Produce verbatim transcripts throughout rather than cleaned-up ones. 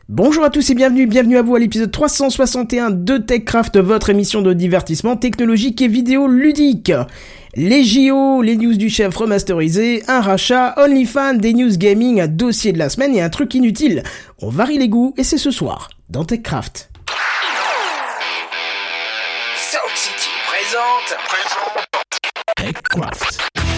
Bonjour à tous et bienvenue, bienvenue à vous à l'épisode trois cent soixante et un de TechCraft, votre émission de divertissement technologique et vidéo ludique. Les J O, les news du chef remasterisées, un rachat, OnlyFans, des news gaming, un dossier de la semaine et un truc inutile. On varie les goûts et c'est ce soir, dans TechCraft. Sound City présente... TechCraft.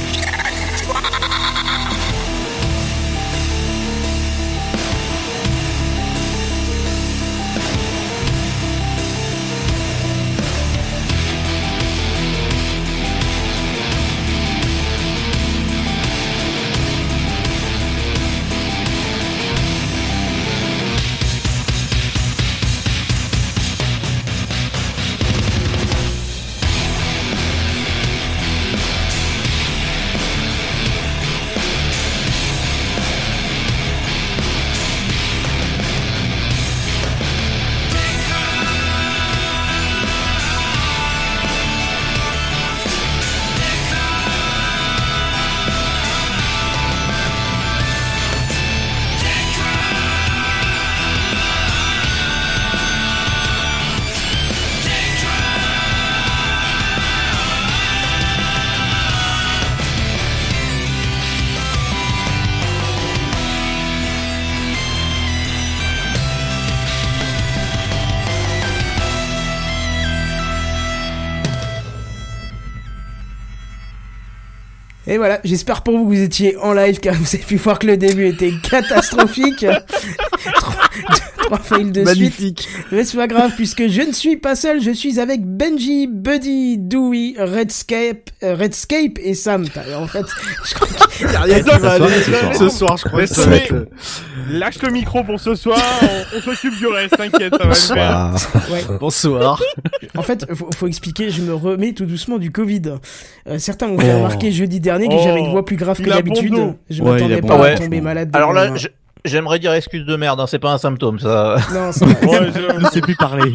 Et voilà, j'espère pour vous que vous étiez en live car vous avez pu voir que le début était catastrophique. trois, trois fails de Magnifique. suite. Mais c'est pas grave puisque je ne suis pas seul, je suis avec Benji, Buddy, Dewey, Redscape, euh, Redscape et Sam. En fait, je crois qu'il y a rien qui va aller Ce soir, je crois que ça va être... Lâche le micro pour ce soir, on, on s'occupe du reste, t'inquiète, ça va le faire. Ouais. Bonsoir. En fait, faut, faut expliquer, je me remets tout doucement du Covid. Euh, certains m'ont fait remarquer jeudi dernier que Oh. j'avais une voix plus grave que Il a d'habitude. bon dos. Je Ouais, m'attendais il a pas bon à dos. tomber malade. Alors là, demain. j'- j'aimerais dire excuse de merde, hein, c'est pas un symptôme, ça. Non, c'est vrai. Ouais, je... Je ne sais plus parler.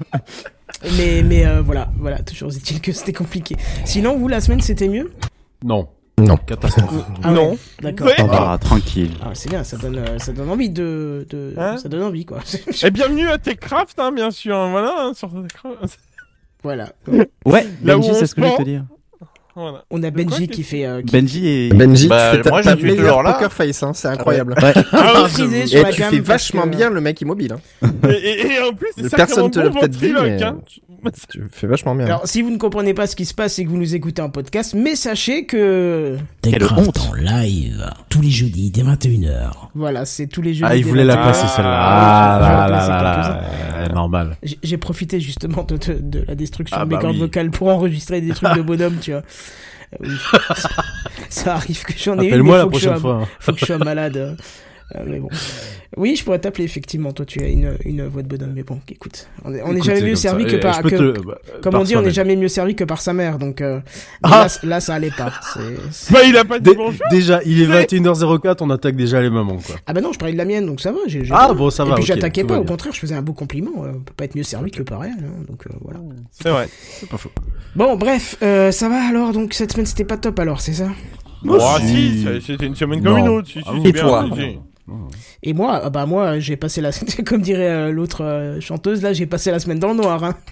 Mais, mais euh, voilà, voilà, toujours est-il que c'était compliqué. Sinon, vous, la semaine, c'était mieux? Non. Non. Catastrophe. Ah ouais, Non. d'accord. Ouais. Ah, tranquille. Ah, c'est bien, ça donne, euh, ça donne envie de... de Hein ça donne envie, quoi. Et bienvenue à TechCraft, hein, bien sûr, hein, voilà, hein, sur TechCraft. Voilà. Ouais, Là Benji, où on c'est ce que je voulais se te dire. Voilà. On a De quoi, Benji qu'est-ce qui fait... Euh, qui... Benji et... Benji, Bah, tu fais ta, moi, je ta suis meilleure toujours là. poker face, hein, c'est incroyable. Ouais. Ah, frisé Et sur la tu cam fais parce vachement que- bien le mec immobile. Hein. et, et, et en plus, c'est Personne te l'a sacrément bon peut-être dit, ventriloque, mais- hein. Tu fais vachement bien. Alors, si vous ne comprenez pas ce qui se passe et que vous nous écoutez en podcast, mais sachez que... TechCraft en live, tous les jeudis dès vingt et une heures. Voilà, c'est tous les jeux. Ah, il voulait la placer, celle-là. Ah, Ah, je vais en là, placer là, quelques-uns. là, là. Normal. J'ai j'ai profité justement de, de, de la destruction Ah de mes bah cordes oui. vocales pour enregistrer des trucs de bonhomme, tu vois. Euh, oui. ça, ça arrive que j'en ai une, Appelle-moi mais la faut que je prochaine sois- fois. faut que je sois malade. euh, euh, mais bon. Oui, je pourrais t'appeler effectivement. Toi, tu as une, une voix de bonhomme, mais bon, écoute, on est, on est Écoute, jamais c'est mieux comme servi ça. que Et par, je peux que, te- bah, comme par on dit, on est soi-même. jamais mieux servi que par sa mère. Donc euh, mais Ah là, là, ça allait pas. C'est, c'est- Bah, il a pas dit Dé- bonjour. Déjà, il est vingt et une heures zéro quatre, on attaque déjà les mamans, quoi. Ah bah non, je parlais de la mienne, donc ça va. J'ai, j'ai Ah, pas- bon, ça Et va, puis ok, j'attaquais tout pas, va au bien. contraire, je faisais un beau compliment. euh, On peut pas être mieux servi que par elle, hein, donc euh, voilà. C'est vrai. C'est pas faux. Bon, bref, euh, ça va alors. Donc cette semaine, c'était pas top alors, c'est ça? Oh, si, ça- c'était une semaine comme Non. une autre. Si, si, Ah, c'est et bien, toi si, si. Et moi, ah bah moi, j'ai passé la, comme dirait euh, l'autre euh, chanteuse, là, j'ai passé la semaine dans le noir. Hein.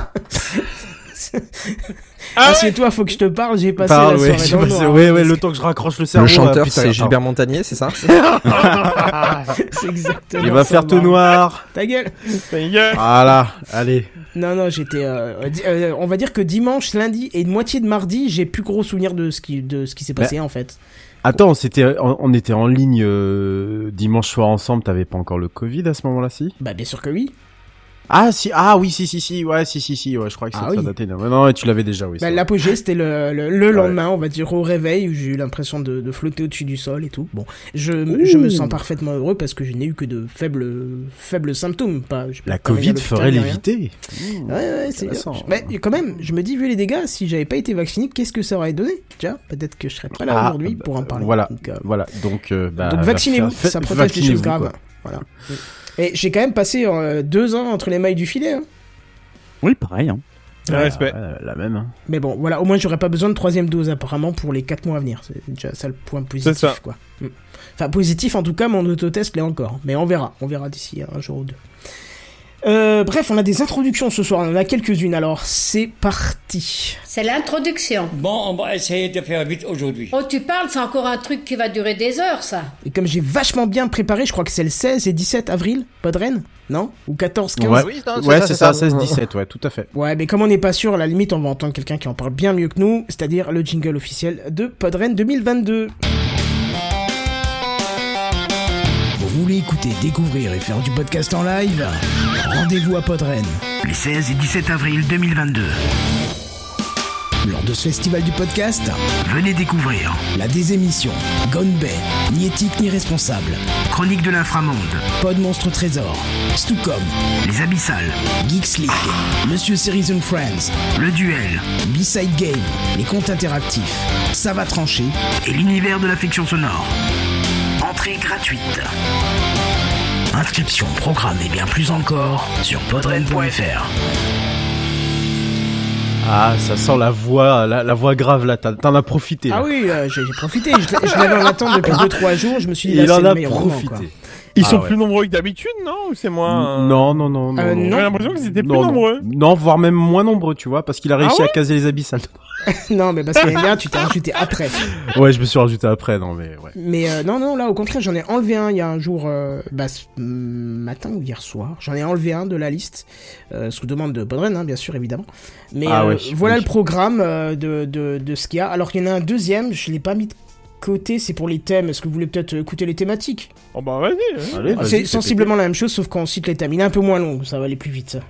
Ah, c'est toi, faut que je te parle. J'ai passé Parle, la ouais, soirée j'ai dans le passé- noir. ouais, ouais, le temps que je raccroche le cerveau. Le chanteur, ah, putain, c'est attends. Gilbert Montagnier, c'est ça? C'est exactement. Il va ça, faire tout Marc. noir. Ta gueule. ta gueule. Voilà, allez. Non, non, j'étais. Euh, di- euh, on va dire que dimanche, lundi et une moitié de mardi, j'ai plus gros souvenir de ce qui, de ce qui s'est passé en fait. Attends, c'était, on, on était en ligne euh, dimanche soir ensemble, t'avais pas encore le Covid à ce moment-là, si? Bah bien sûr que oui. Ah, si, ah oui, si, si, si, ouais, si, si, si, ouais, je crois que Ah ça oui. datait. Non, mais non, tu l'avais déjà, oui. Bah, ça va. l'apogée, c'était le, le, le lendemain, on va dire, au réveil, où j'ai eu l'impression de, de flotter au-dessus du sol et tout. Bon, je, me- je me sens parfaitement heureux parce que je n'ai eu que de faibles, faibles symptômes. Pas, j'ai pas La été réveillé à Covid l'hôpital ferait ni rien. l'éviter. Ouais, ouais, c'est Intéressant. Mais quand même, je me dis, vu les dégâts, si j'avais pas été vacciné, qu'est-ce que ça aurait donné? Tu vois, peut-être que je serais pas là Ah, aujourd'hui bah, pour en parler. Voilà, Donc, euh, voilà. Donc, euh, bah, donc vaccinez-vous, fa- fa- ça protège des choses vaccinez-vous, graves. quoi. Voilà. Et j'ai quand même passé euh, deux ans entre les mailles du filet. Hein. Oui, pareil. Hein. Le Ouais, respect. Euh, la même. Hein. Mais bon, voilà, au moins j'aurais pas besoin de troisième dose apparemment pour les quatre mois à venir. C'est déjà ça le point positif, C'est ça. quoi. Mm. Enfin, positif en tout cas, mon autotest l'est encore. Mais on verra, on verra d'ici un jour ou deux. Euh, bref, on a des introductions ce soir, on en a quelques-unes, alors c'est parti. C'est l'introduction. Bon, on va essayer de faire vite aujourd'hui. Oh, tu parles, c'est encore un truc qui va durer des heures, ça. Et comme j'ai vachement bien préparé, je crois que c'est le seize et dix-sept avril, Podren, non? Ou quatorze, quinze? Ouais, Oui, non, c'est ouais ça, c'est c'est ça, ça. seize dix-sept, ouais, tout à fait. Ouais, mais comme on n'est pas sûr, à la limite, on va entendre quelqu'un qui en parle bien mieux que nous, c'est-à-dire le jingle officiel de Podren deux mille vingt-deux. Vous voulez écouter, découvrir et faire du podcast en live? Rendez-vous à Podren, les seize et dix-sept avril deux mille vingt-deux. Lors de ce festival du podcast, venez découvrir la désémission, Gone Bay, ni éthique ni responsable, Chronique de l'inframonde, Pod Monstre Trésor, Stucom, Les Abyssales, Geeks League, Monsieur Series and Friends, Le Duel, B-Side Game, les contes interactifs, Ça va trancher et l'univers de la fiction sonore. Entrée gratuite. Inscription, programme et bien plus encore sur podren point f r. Ah, ça sent la voix, la, la voix grave là, t'en, t'en as profité. Là. Ah oui, euh, j'ai, j'ai profité, je, je l'avais en attente depuis deux trois jours, je me suis dit Il là en c'est a le meilleur moment, profité. quoi. Ils Ah sont ouais. plus nombreux que d'habitude, non? Ou c'est moins... Non, non, non, non. Euh, non. non. J'ai l'impression qu'ils étaient plus Non, non. nombreux. Non, voire même moins nombreux, tu vois, parce qu'il a réussi Ah ouais à caser les abyssales. Non, mais parce que l'année dernière, tu t'es rajouté après. Ouais, je me suis rajouté après, non, mais ouais. Mais euh, non, non, là, au contraire, j'en ai enlevé un il y a un jour, euh, bah, ce matin ou hier soir. J'en ai enlevé un de la liste, euh, sous demande de Podren, hein, bien sûr, évidemment. Mais Ah euh, ouais, voilà oui. le programme euh, de, de, de ce qu'il y a. Alors qu'il y en a un deuxième, je l'ai pas mis de côté, c'est pour les thèmes. Est-ce que vous voulez peut-être écouter les thématiques? Oh bah vas-y. hein. Allez, Ah, vas-y, C'est fais sensiblement la même chose, sauf qu'on cite les thèmes. Il est un peu moins long, ça va aller plus vite.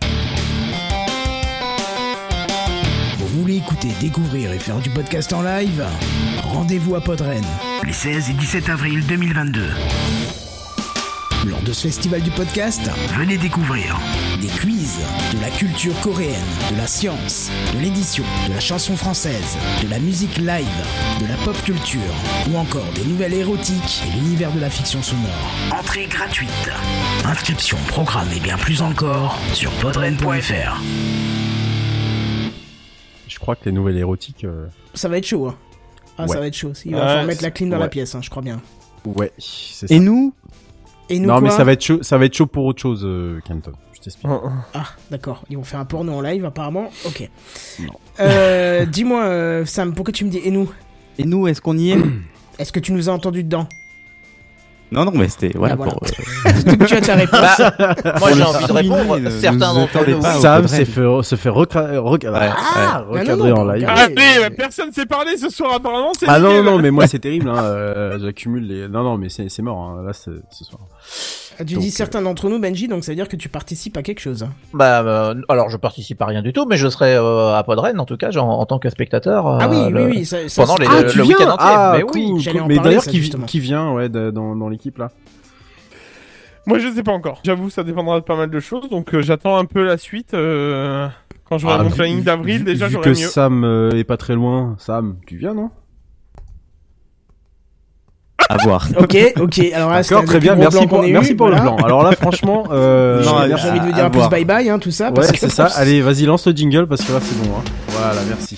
Vous voulez écouter, découvrir et faire du podcast en live? Rendez-vous à Podren, les seize et dix-sept avril deux mille vingt-deux. Lors de ce festival du podcast, venez découvrir des quiz, de la culture coréenne, de la science, de l'édition, de la chanson française, de la musique live, de la pop culture, ou encore des nouvelles érotiques et l'univers de la fiction sonore. Entrée gratuite. Inscription, programme et bien plus encore sur podren point f r. Je crois que les nouvelles érotiques. Euh... Ça va être chaud, hein. Ah, Ouais. ça va être chaud. Il va Ouais, falloir mettre la clim dans la ouais. pièce, hein, je crois bien. Ouais, c'est ça. Et nous? Et nous, non, quoi mais ça va être chaud, ça va être chaud pour autre chose, euh, Kenton. Je t'explique. Ah, d'accord. Ils vont faire un porno en live, apparemment. Ok. Non. Euh, dis-moi, euh, Sam, pourquoi tu me dis et nous? Et nous, est-ce qu'on y est? Est-ce que tu nous as entendu dedans? Non, non, mais c'était... Voilà, Ah, voilà. pour... euh, Tu as ta réponse. Bah, moi j'ai envie de souligner, répondre. ne- Certains ne vous d'entre attendez nous. pas au Sam Podren. s'est fait, se fait recra- reca- Ouais, ah, ouais. recadrer Non, non, en non, live. pas Allez, Ouais, bah, personne s'est parlé ce soir apparemment, c'est Ah non, nickel. non, mais moi c'est terrible, hein. euh, j'accumule les... Non, non, mais c'est, c'est mort, hein. Là, c'est, ce soir. Tu Donc, dis certains d'entre nous, Benji, donc ça veut dire que tu participes à quelque chose. Hein. Bah, euh, alors je participe à rien du tout, mais je serai euh, à Podren en tout cas, genre, en tant que spectateur. euh, Ah oui, le- oui, oui. Ça, ça, pendant c'est- les- Ah, le tu le viens week-end entier. Ah, Mais cool, oui. cool. j'allais en Mais parler, d'ailleurs, ça, qui, justement. qui vient, ouais, de- dans, dans l'équipe, là? Moi je sais pas encore. J'avoue, ça dépendra de pas mal de choses, donc euh, j'attends un peu la suite. Euh... Quand j'aurai Ah, mon vu- planning d'avril, vu- déjà vu j'aurai que mieux. Sam euh, est pas très loin, Sam, tu viens, non? À voir. Ok, ok. Alors là, D'accord, c'est un très des bien, plus gros merci blancs pour, qu'on ait merci eu, pour voilà. le blanc. Alors là, franchement, euh, Non, J'ai à- envie de vous à dire un plus voir. bye bye, hein, tout ça. ouais, parce que c'est ça. Allez, vas-y, lance le jingle parce que là, c'est bon, hein. Voilà, merci.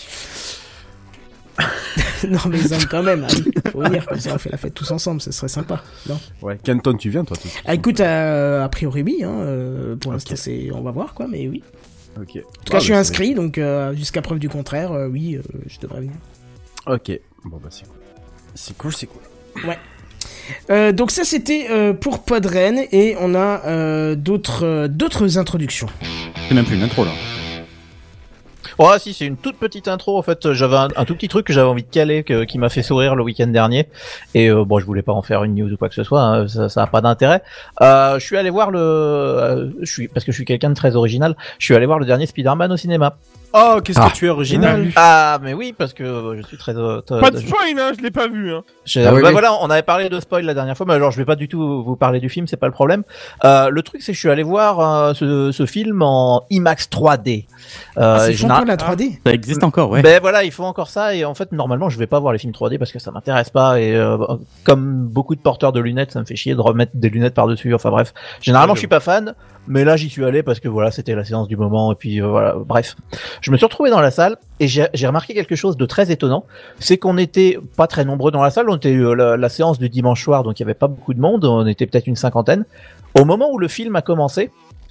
Non, mais ils aiment quand même. Allez, faut venir, comme ça on fait la fête tous ensemble, ce serait sympa. Non Ouais, Kenton, tu viens, toi, tout. Ah, écoute, euh, a priori, oui. Hein, euh, pour Ok. l'instant, c'est, on va voir quoi, mais oui. Ok. En tout cas, je suis inscrit, donc euh, jusqu'à preuve du contraire, euh, oui, euh, je devrais venir. Ok. Bon, bah, c'est cool. C'est cool, c'est cool. Ouais. Euh, donc ça c'était euh, pour Podren et on a euh, d'autres euh, d'autres introductions. C'est même plus une intro, là. Oh si, c'est une toute petite intro en fait. J'avais un, un tout petit truc que j'avais envie de caler, que, qui m'a fait sourire le week-end dernier. Et euh, bon, je voulais pas en faire une news ou quoi que ce soit. Hein, ça, ça a pas d'intérêt. Euh, je suis allé voir le, euh, je suis parce que je suis quelqu'un de très original. Je suis allé voir le dernier Spider-Man au cinéma. Oh, qu'est-ce Ah. que tu es original. Ah mais oui, parce que je suis très. Euh, t- Pas de je- spoil, hein, je l'ai pas vu. Hein. Je- Ah oui, bah oui. voilà, on avait parlé de spoil la dernière fois, mais alors je vais pas du tout vous parler du film, c'est pas le problème. Euh, le truc, c'est que je suis allé voir euh, ce, ce film en IMAX trois D. Euh, Ah, c'est je font n'a- pas la trois D. Ça existe encore, ouais. Ben voilà, il faut encore ça et en fait normalement je vais pas voir les films trois D parce que ça m'intéresse pas et euh, comme beaucoup de porteurs de lunettes, ça me fait chier de remettre des lunettes par-dessus. Enfin bref, généralement Ouais, je suis pas fan. Mais là, j'y suis allé parce que voilà, c'était la séance du moment et puis euh, voilà. Bref, je me suis retrouvé dans la salle et j'ai, j'ai remarqué quelque chose de très étonnant, c'est qu'on était pas très nombreux dans la salle. On était euh, la, la séance du dimanche soir, donc il y avait pas beaucoup de monde. On était peut-être une cinquantaine. Au moment où le film a commencé.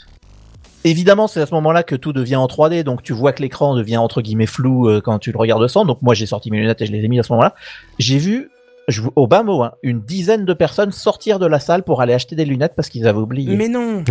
Évidemment, c'est à ce moment-là que tout devient en trois D, donc tu vois que l'écran devient entre guillemets flou euh, quand tu le regardes sans. Donc moi, j'ai sorti mes lunettes et je les ai mis à ce moment-là. J'ai vu, je, au bas mot, hein, une dizaine de personnes sortir de la salle pour aller acheter des lunettes parce qu'ils avaient oublié. Mais non.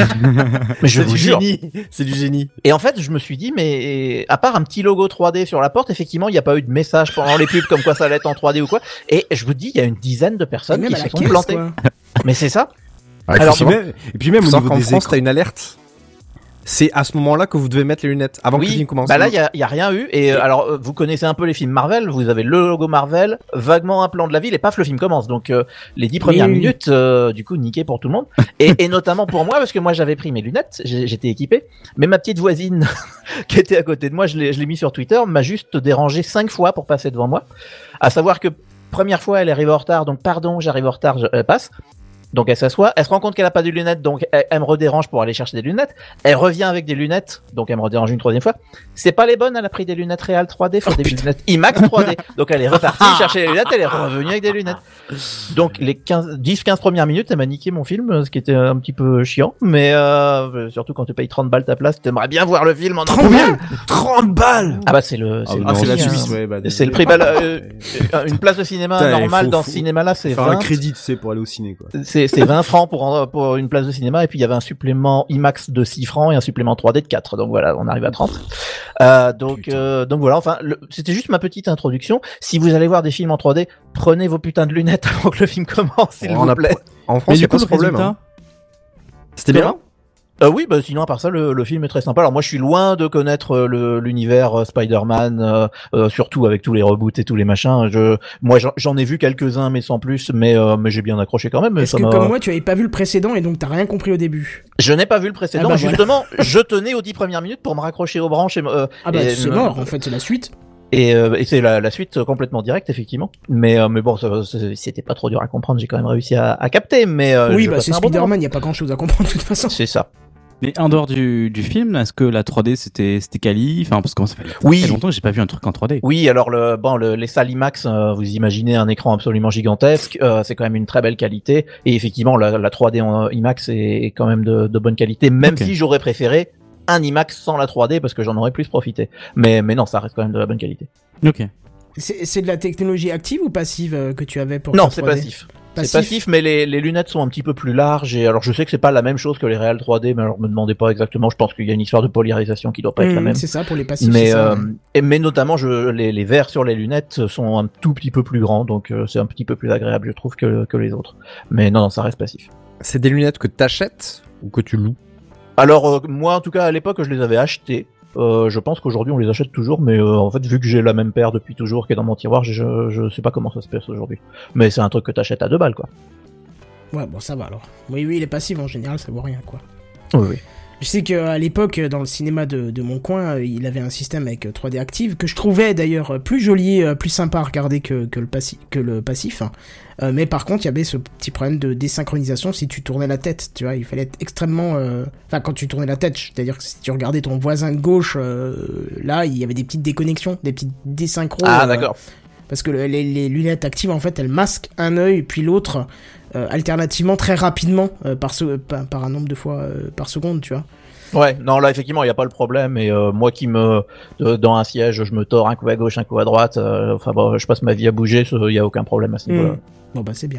Mais je c'est vous du jure. génie. C'est du génie. Et en fait, je me suis dit, mais à part un petit logo trois D sur la porte, effectivement, il n'y a pas eu de message pendant les pubs comme quoi ça allait être en trois D ou quoi. Et je vous dis, il y a une dizaine de personnes qui se sont caisse, plantées. Quoi. Mais c'est ça. Ouais, Alors, et puis même, et puis même au niveau qu'en des France, écrans. t'as une alerte. C'est à ce moment-là que vous devez mettre les lunettes avant Oui, que le film commence. bah là, il y a, y a rien eu. Et euh, alors, euh, vous connaissez un peu les films Marvel. Vous avez le logo Marvel, vaguement un plan de la ville, et paf, le film commence. Donc, euh, les dix premières oui, oui. minutes, euh, du coup, niqué pour tout le monde. Et, et notamment pour moi, parce que moi, j'avais pris mes lunettes, j'ai- j'étais équipé. Mais ma petite voisine, qui était à côté de moi, je l'ai, je l'ai mis sur Twitter, m'a juste dérangé cinq fois pour passer devant moi. À savoir que première fois, elle arrive en retard, donc pardon, j'arrive en retard, je, elle passe. Donc elle s'assoit, elle se rend compte qu'elle a pas de lunettes, donc elle, elle me redérange pour aller chercher des lunettes. Elle revient avec des lunettes, donc elle me redérange une troisième fois. C'est pas les bonnes, elle a pris des lunettes réelles trois D, faut des lunettes IMAX trois D. Donc elle est repartie chercher les lunettes, elle est revenue avec des lunettes. Donc les quinze, dix quinze premières minutes, elle m'a niqué mon film, ce qui était un petit peu chiant, mais euh, surtout quand tu payes trente balles ta place, t'aimerais bien voir le film en trente balles trente balles Ah bah c'est le, c'est Ah, le ah, c'est la prix, hein. Suisse, ouais, bah, C'est le désolé. prix, bah, là, euh, euh, une place de cinéma Putain, normale faut- dans faut ce cinéma-là, c'est Faire vingt. un crédit, tu sais, pour aller au ciné, quoi. C'est, c'est vingt francs pour, pour une place de cinéma, et puis il y avait un supplément IMAX de six francs et un supplément trois D de quatre. Donc voilà, on arrive à trente. Euh, donc, euh, donc voilà, enfin, le- c'était juste ma petite introduction. Si vous allez voir des films en trois D, prenez vos putains de lunettes avant que le film commence, s'il On vous a- plaît. En France, Mais il y du a coup, pas ce le problème. résultat, hein. C'était bien. Euh, oui, bah sinon à part ça, le, le film est très sympa. Alors moi, je suis loin de connaître euh, le, l'univers euh, Spider-Man, euh, euh, surtout avec tous les reboots et tous les machins. Je, moi, j'en, j'en ai vu quelques-uns, mais sans plus. Mais, euh, mais j'ai bien accroché quand même. Mais Est-ce ça que m'a- comme moi, tu avais pas vu le précédent et donc t'as rien compris au début? Je n'ai pas vu le précédent. Ah bah Justement, je tenais aux dix premières minutes pour me raccrocher aux branches et me- euh, Ah bah et c'est me- mort, en fait, c'est la suite. Et, euh, et c'est la, la suite complètement directe, effectivement. Mais, euh, mais bon, ça, ça- c'était pas trop dur à comprendre. J'ai quand même réussi à, à capter. Mais euh, oui, je bah passais c'est un bon moment. Spider-Man, y a pas grand chose à comprendre de toute façon. C'est ça. Mais en dehors du, du film, est-ce que la trois D c'était c'était quali? Enfin, parce que moi, ça fait Oui. très longtemps que j'ai pas vu un truc en trois D. Oui, alors le bon, le, les salles IMAX, euh, vous imaginez un écran absolument gigantesque. Euh, c'est quand même une très belle qualité. Et effectivement, la, la trois D en IMAX est, est quand même de, de bonne qualité. Même Ok. si j'aurais préféré un IMAX sans la trois D parce que j'en aurais plus profité. Mais, mais non, ça reste quand même de la bonne qualité. Ok. C'est c'est de la technologie active ou passive euh, que tu avais pour Non, ta c'est trois D? passif. C'est passif, mais les, les lunettes sont un petit peu plus larges. Et alors, je sais que c'est pas la même chose que les réels trois D, mais alors me demandez pas exactement. Je pense qu'il y a une histoire de polarisation qui doit pas être la Mmh, même. c'est ça, pour les passifs, Mais, c'est ça, euh, ouais. et, mais notamment, je, les, les verres sur les lunettes sont un tout petit peu plus grands, donc euh, c'est un petit peu plus agréable, je trouve, que, que les autres. Mais non, non, ça reste passif. C'est des lunettes que t'achètes ou que tu loues? Alors, euh, moi, en tout cas, à l'époque, je les avais achetées. Euh, je pense qu'aujourd'hui, on les achète toujours, mais euh, en fait, vu que j'ai la même paire depuis toujours qui est dans mon tiroir, je, je sais pas comment ça se passe aujourd'hui. Mais c'est un truc que t'achètes à deux balles, quoi. Ouais, bon, ça va alors. Oui, oui, les passifs en général, ça vaut rien, quoi. Oui, oui. Je sais qu'à l'époque, dans le cinéma de, de mon coin, euh, il avait un système avec euh, trois D Active, que je trouvais d'ailleurs euh, plus joli, euh, plus sympa à regarder que, que, le, passi- que le passif. hein. Euh, mais par contre, il y avait ce petit problème de désynchronisation si tu tournais la tête, tu vois. Il fallait être extrêmement... euh, Enfin, quand tu tournais la tête, c'est-à-dire que si tu regardais ton voisin de gauche, euh, là, il y avait des petites déconnexions, des petites désynchros. Ah, euh, d'accord. Parce que le- les, les lunettes actives, en fait, elles masquent un œil puis l'autre euh, alternativement très rapidement euh, par, ce, par, par un nombre de fois euh, par seconde, tu vois. Ouais, non, là, effectivement, il n'y a pas le problème. Et euh, moi qui me... de- dans un siège, je me tords un coup à gauche, un coup à droite. euh, enfin, bon, je passe ma vie à bouger, il n'y a aucun problème à ce niveau-là. Mmh. Bon, bah, c'est bien.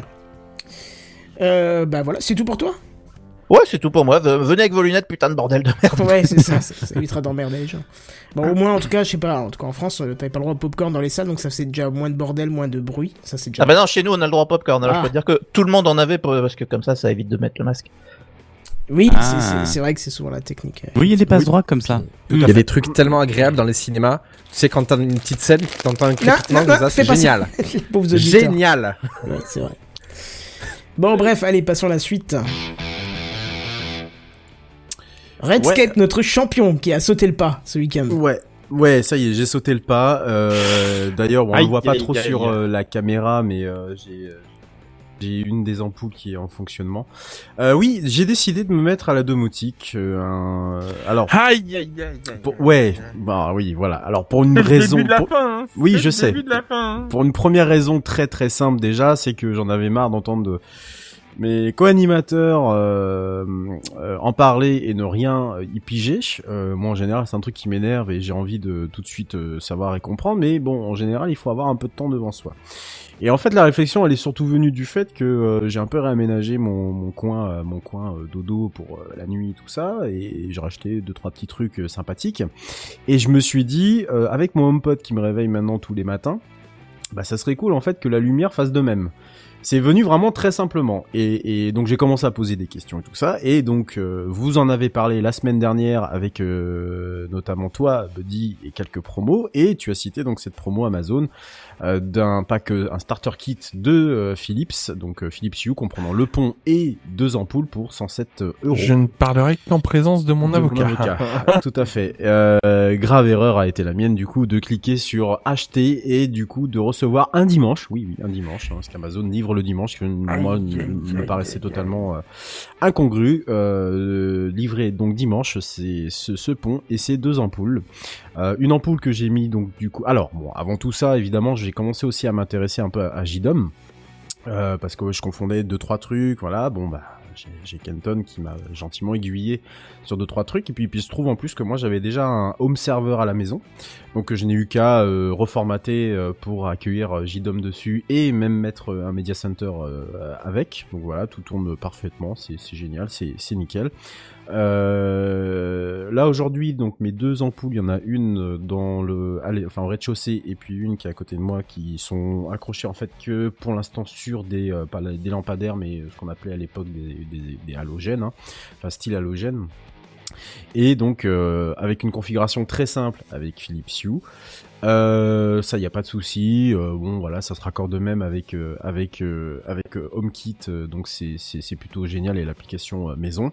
Euh, bah voilà, c'est tout pour toi. Ouais, c'est tout pour moi. V- Venez avec vos lunettes, putain de bordel de merde. Ouais, c'est ça, ça, ça évitera d'emmerder les gens. Bon, au moins, en tout cas, je sais pas, en tout cas en France, euh, t'avais pas le droit au popcorn dans les salles, donc ça fait déjà moins de bordel, moins de bruit. Ça, c'est déjà. Ah bah non, chez nous, on a le droit au popcorn. Alors Ah. je peux te dire que tout le monde en avait pour- parce que comme ça, ça évite de mettre le masque. Oui, Ah. c'est- c'est c'est vrai que c'est souvent la technique. euh. Oui, il y a des passe droits comme ça. Il y a des trucs tellement agréables dans les cinémas. Tu sais, quand t'as une petite scène, t'entends un crépitement non, comme non, ça, fais c'est pas ça. génial. Les pauvres auditeurs. Génial. Ouais, c'est vrai. Bon, bref, allez, passons à la suite. Redscape, notre champion, qui a sauté le pas ce week-end. Ouais. Ouais, ça y est, j'ai sauté le pas. Euh, d'ailleurs, bon, on Aïe, le voit pas aïe, trop aïe, sur aïe. euh, la caméra, mais euh, j'ai euh, j'ai une des ampoules qui est en fonctionnement. Euh, oui, j'ai décidé de me mettre à la domotique. Euh, un... Alors, aïe, aïe, aïe, aïe. pour... ouais, bah oui, voilà. Alors pour une c'est raison, le début de la pour... fin, hein. oui, c'est je le sais. début de la fin, hein. Pour une première raison très très simple déjà, c'est que j'en avais marre d'entendre de... mes co-animateurs euh, euh, en parler et ne rien euh, y piger. Euh, moi en général c'est un truc qui m'énerve et j'ai envie de tout de suite euh, savoir et comprendre, mais bon en général il faut avoir un peu de temps devant soi. Et en fait la réflexion elle est surtout venue du fait que euh, j'ai un peu réaménagé mon, mon coin euh, mon coin euh, dodo pour euh, la nuit tout ça, et j'ai racheté deux trois petits trucs euh, sympathiques, et je me suis dit euh, avec mon HomePod qui me réveille maintenant tous les matins, bah ça serait cool en fait que la lumière fasse de même. C'est venu vraiment très simplement, et, et donc j'ai commencé à poser des questions et tout ça, et donc euh, vous en avez parlé la semaine dernière avec euh, notamment toi Buddy et quelques promos, et tu as cité donc cette promo Amazon euh, d'un pack, euh, un starter kit de euh, Philips, donc euh, Philips Hue comprenant le pont et deux ampoules pour cent sept euros. Je ne parlerai qu'en présence de mon De avocat. mon avocat. Tout à fait. Euh, grave erreur a été la mienne du coup de cliquer sur acheter et du coup de recevoir un dimanche, oui oui un dimanche, hein, parce qu'Amazon livre le dimanche, qui moi me paraissait totalement euh, incongru. Euh, livré donc dimanche, c'est ce, ce pont et ces deux ampoules. Euh, une ampoule que j'ai mis donc du coup. Alors bon, avant tout ça, évidemment, j'ai commencé aussi à m'intéresser un peu à, à J D O M euh, parce que je confondais deux trois trucs. Voilà, bon bah. J'ai, j'ai Kenton qui m'a gentiment aiguillé sur deux trois trucs, et puis, puis il se trouve en plus que moi j'avais déjà un home server à la maison, donc je n'ai eu qu'à euh, reformater euh, pour accueillir J D O M dessus et même mettre un media center euh, avec. Donc voilà, tout tourne parfaitement, c'est, c'est génial, c'est, c'est nickel. Euh, là aujourd'hui, donc mes deux ampoules, il y en a une dans le, allez, enfin au rez-de-chaussée, et puis une qui est à côté de moi, qui sont accrochées en fait que pour l'instant sur des, euh, pas des lampadaires, mais ce qu'on appelait à l'époque des, des, des halogènes, hein, enfin style halogène. Et donc euh, avec une configuration très simple avec Philips Hue. Euh, ça y a pas de souci. Euh, bon voilà, ça se raccorde même avec euh, avec euh, avec euh, HomeKit, euh, donc c'est c'est c'est plutôt génial, et l'application euh, maison.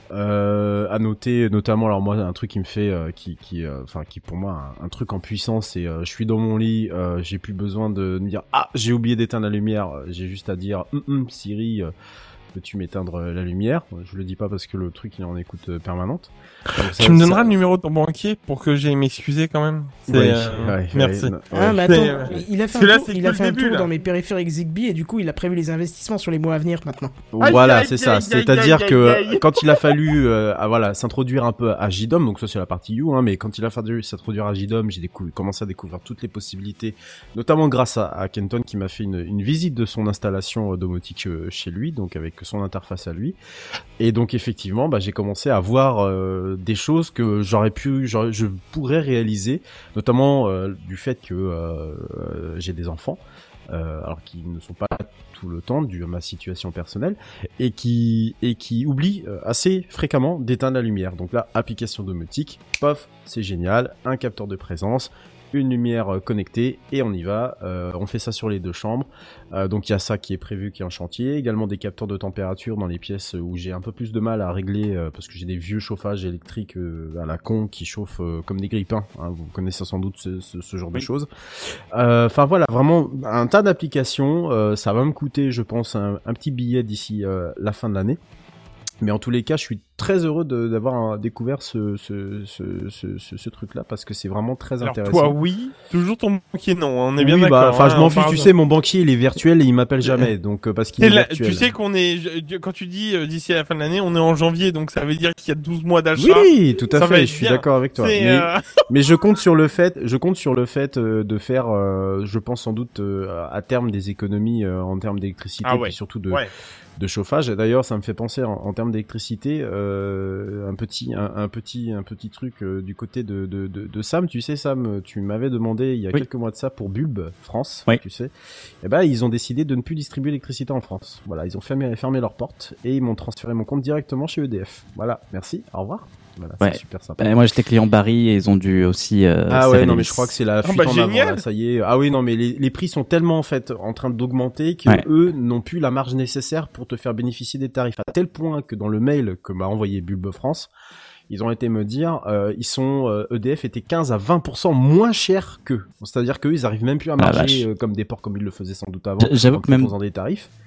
Euh, à noter notamment, alors moi un truc qui me fait euh, qui qui enfin euh, qui pour moi un, un truc en puissance, c'est euh, je suis dans mon lit, euh, j'ai plus besoin de me dire ah j'ai oublié d'éteindre la lumière, j'ai juste à dire hum, hum, Siri euh, peux-tu m'éteindre la lumière? Je le dis pas parce que le truc il est en écoute euh, permanente. Donc, ça, tu me donneras ça... le numéro de ton banquier pour que j'aille m'excuser quand même. C'est, oui, euh... ouais, merci. Ouais, ouais. Ah, mais attends, euh... il a fait là, un tour, il a fait un tour dans mes périphériques Zigbee, et du coup il a prévu les investissements sur les mois à venir maintenant. Voilà, c'est ça. Aïe, C'est-à-dire aïe, que aïe, aïe. quand il a fallu euh, ah, voilà, s'introduire un peu à J D O M, donc ça c'est la partie You, hein, mais quand il a fallu s'introduire à J D O M, j'ai décou- commencé à découvrir toutes les possibilités, notamment grâce à, à Kenton qui m'a fait une, une visite de son installation euh, domotique euh, chez lui, donc avec son interface à lui. Et donc effectivement, bah, j'ai commencé à voir euh, des choses que j'aurais pu, j'aurais, je pourrais réaliser, notamment euh, du fait que euh, euh, j'ai des enfants, euh, alors qu'ils ne sont pas tout le temps dû à ma situation personnelle, et qui et qui oublient euh, assez fréquemment d'éteindre la lumière. Donc là, application domotique, pof, c'est génial, un capteur de présence, une lumière euh, connectée, et on y va. Euh, on fait ça sur les deux chambres. Euh, donc il y a ça qui est prévu, qui est en chantier. Également des capteurs de température dans les pièces où j'ai un peu plus de mal à régler, euh, parce que j'ai des vieux chauffages électriques euh, à la con qui chauffent euh, comme des grippins. Hein, vous connaissez sans doute ce, ce, ce genre de choses. Enfin euh, voilà, vraiment un tas d'applications. Euh, ça va me coûter, je pense, un, un petit billet d'ici euh, la fin de l'année. Mais en tous les cas, je suis très heureux de, d'avoir un, découvert ce, ce, ce, ce, ce, ce truc-là, parce que c'est vraiment très Alors intéressant. toi, oui, toujours ton banquier, non, on est bien oui, d'accord. bah, enfin, hein, je m'en fiche, tu parle... sais, mon banquier, il est virtuel et il m'appelle jamais, donc, euh, parce qu'il est, est là, virtuel. Tu sais qu'on est, je, quand tu dis euh, d'ici à la fin de l'année, on est en janvier, donc ça veut dire qu'il y a douze mois d'achat. Oui, tout à ça fait, je suis bien. d'accord avec toi. Mais, euh... mais je compte sur le fait, je compte sur le fait euh, de faire, euh, je pense sans doute, euh, à terme des économies euh, en termes d'électricité, ah ouais. et surtout de, ouais. de chauffage. D'ailleurs, ça me fait penser en, en termes d'électricité, euh, un petit, un, un petit, un petit truc euh, du côté de, de, de, de Sam. Tu sais, Sam, tu m'avais demandé il y a oui. quelques mois de ça pour Bulb France, oui. tu sais. Et ben, ils ont décidé de ne plus distribuer l'électricité en France. Voilà, ils ont fermé, fermé leurs portes et ils m'ont transféré mon compte directement chez E D F. Voilà, merci, au revoir. Voilà, ouais. C'est super sympa. Bah, moi j'étais client Barry et ils ont dû aussi euh, ah ouais non mais je crois que c'est la fuite ah bah, en génial. avant là, ça y est. Ah oui non mais les, les prix sont tellement en fait en train d'augmenter que ouais. eux n'ont plus la marge nécessaire pour te faire bénéficier des tarifs, à tel point que dans le mail que m'a envoyé Bulb France, ils ont été me dire euh, ils sont euh, E D F était quinze à vingt pour cent moins cher qu'eux. C'est-à-dire qu'eux ils arrivent même plus à marger ah, euh, comme des porcs comme ils le faisaient sans doute avant. J'avoue en que même des tarifs.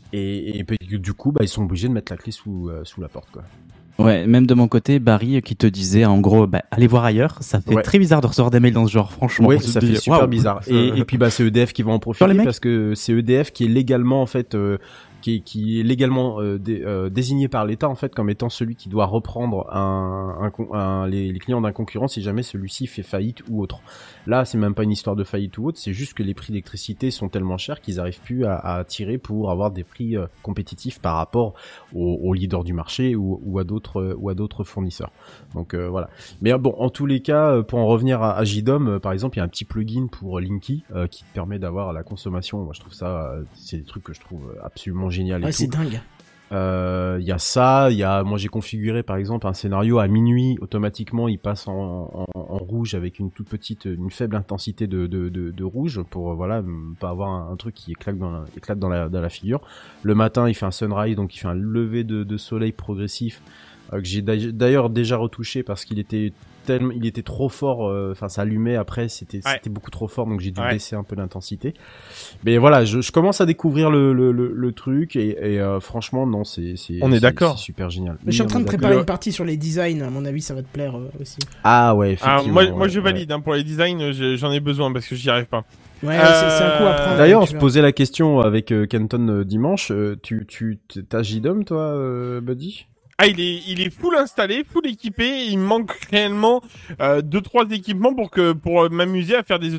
Et, et, et du coup, bah, ils sont obligés de mettre la clé sous, euh, sous la porte, quoi. Ouais, même de mon côté, Barry qui te disait en gros, bah, allez voir ailleurs. Ça fait ouais. très bizarre de recevoir des mails dans ce genre, franchement. Oui, ça fait super wow. bizarre. Et, et puis bah c'est E D F qui va en profiter parce que c'est E D F qui est légalement en fait, euh, qui, est, qui est légalement euh, dé, euh, désigné par l'État en fait comme étant celui qui doit reprendre un, un, un les, les clients d'un concurrent si jamais celui-ci fait faillite ou autre. Là, c'est même pas une histoire de faillite ou autre, c'est juste que les prix d'électricité sont tellement chers qu'ils arrivent plus à, à tirer pour avoir des prix euh, compétitifs par rapport aux, aux leaders du marché ou, ou à d'autres euh, ou à d'autres fournisseurs. Donc euh, voilà. Mais bon, en tous les cas, pour en revenir à, à J D O M, euh, par exemple, il y a un petit plugin pour Linky euh, qui te permet d'avoir la consommation. Moi, je trouve ça, euh, c'est des trucs que je trouve absolument génial. Ouais, c'est dingue. Il euh, y a ça, il y a, moi j'ai configuré par exemple un scénario à minuit, automatiquement il passe en, en, en rouge avec une toute petite, une faible intensité de, de, de, de rouge pour voilà pas avoir un, un truc qui éclate dans la, éclate dans la, dans la figure. Le matin il fait un sunrise, donc il fait un lever de, de soleil progressif euh, que j'ai d'ailleurs déjà retouché parce qu'il était tellement, il était trop fort, enfin euh, ça allumait après, c'était ouais. c'était beaucoup trop fort, donc j'ai dû ouais. baisser un peu l'intensité. Mais voilà, je, je commence à découvrir le le, le, le truc et, et euh, franchement non, c'est c'est on est, est d'accord, c'est super génial. Mais oui, je suis en train de préparer une partie sur les designs, à mon avis ça va te plaire euh, aussi. Ah ouais, effectivement. Ah, moi ouais, moi je valide ouais. hein, pour les designs, j'en ai besoin parce que j'y arrive pas. Ouais, euh... c'est un coup à prendre. D'ailleurs, on se posait la question avec euh, Kenton euh, dimanche, euh, tu tu t'as J D O M toi, euh, Buddy? Ah, il est, il est full installé, full équipé. Il manque réellement euh, deux, trois équipements pour que pour m'amuser à faire des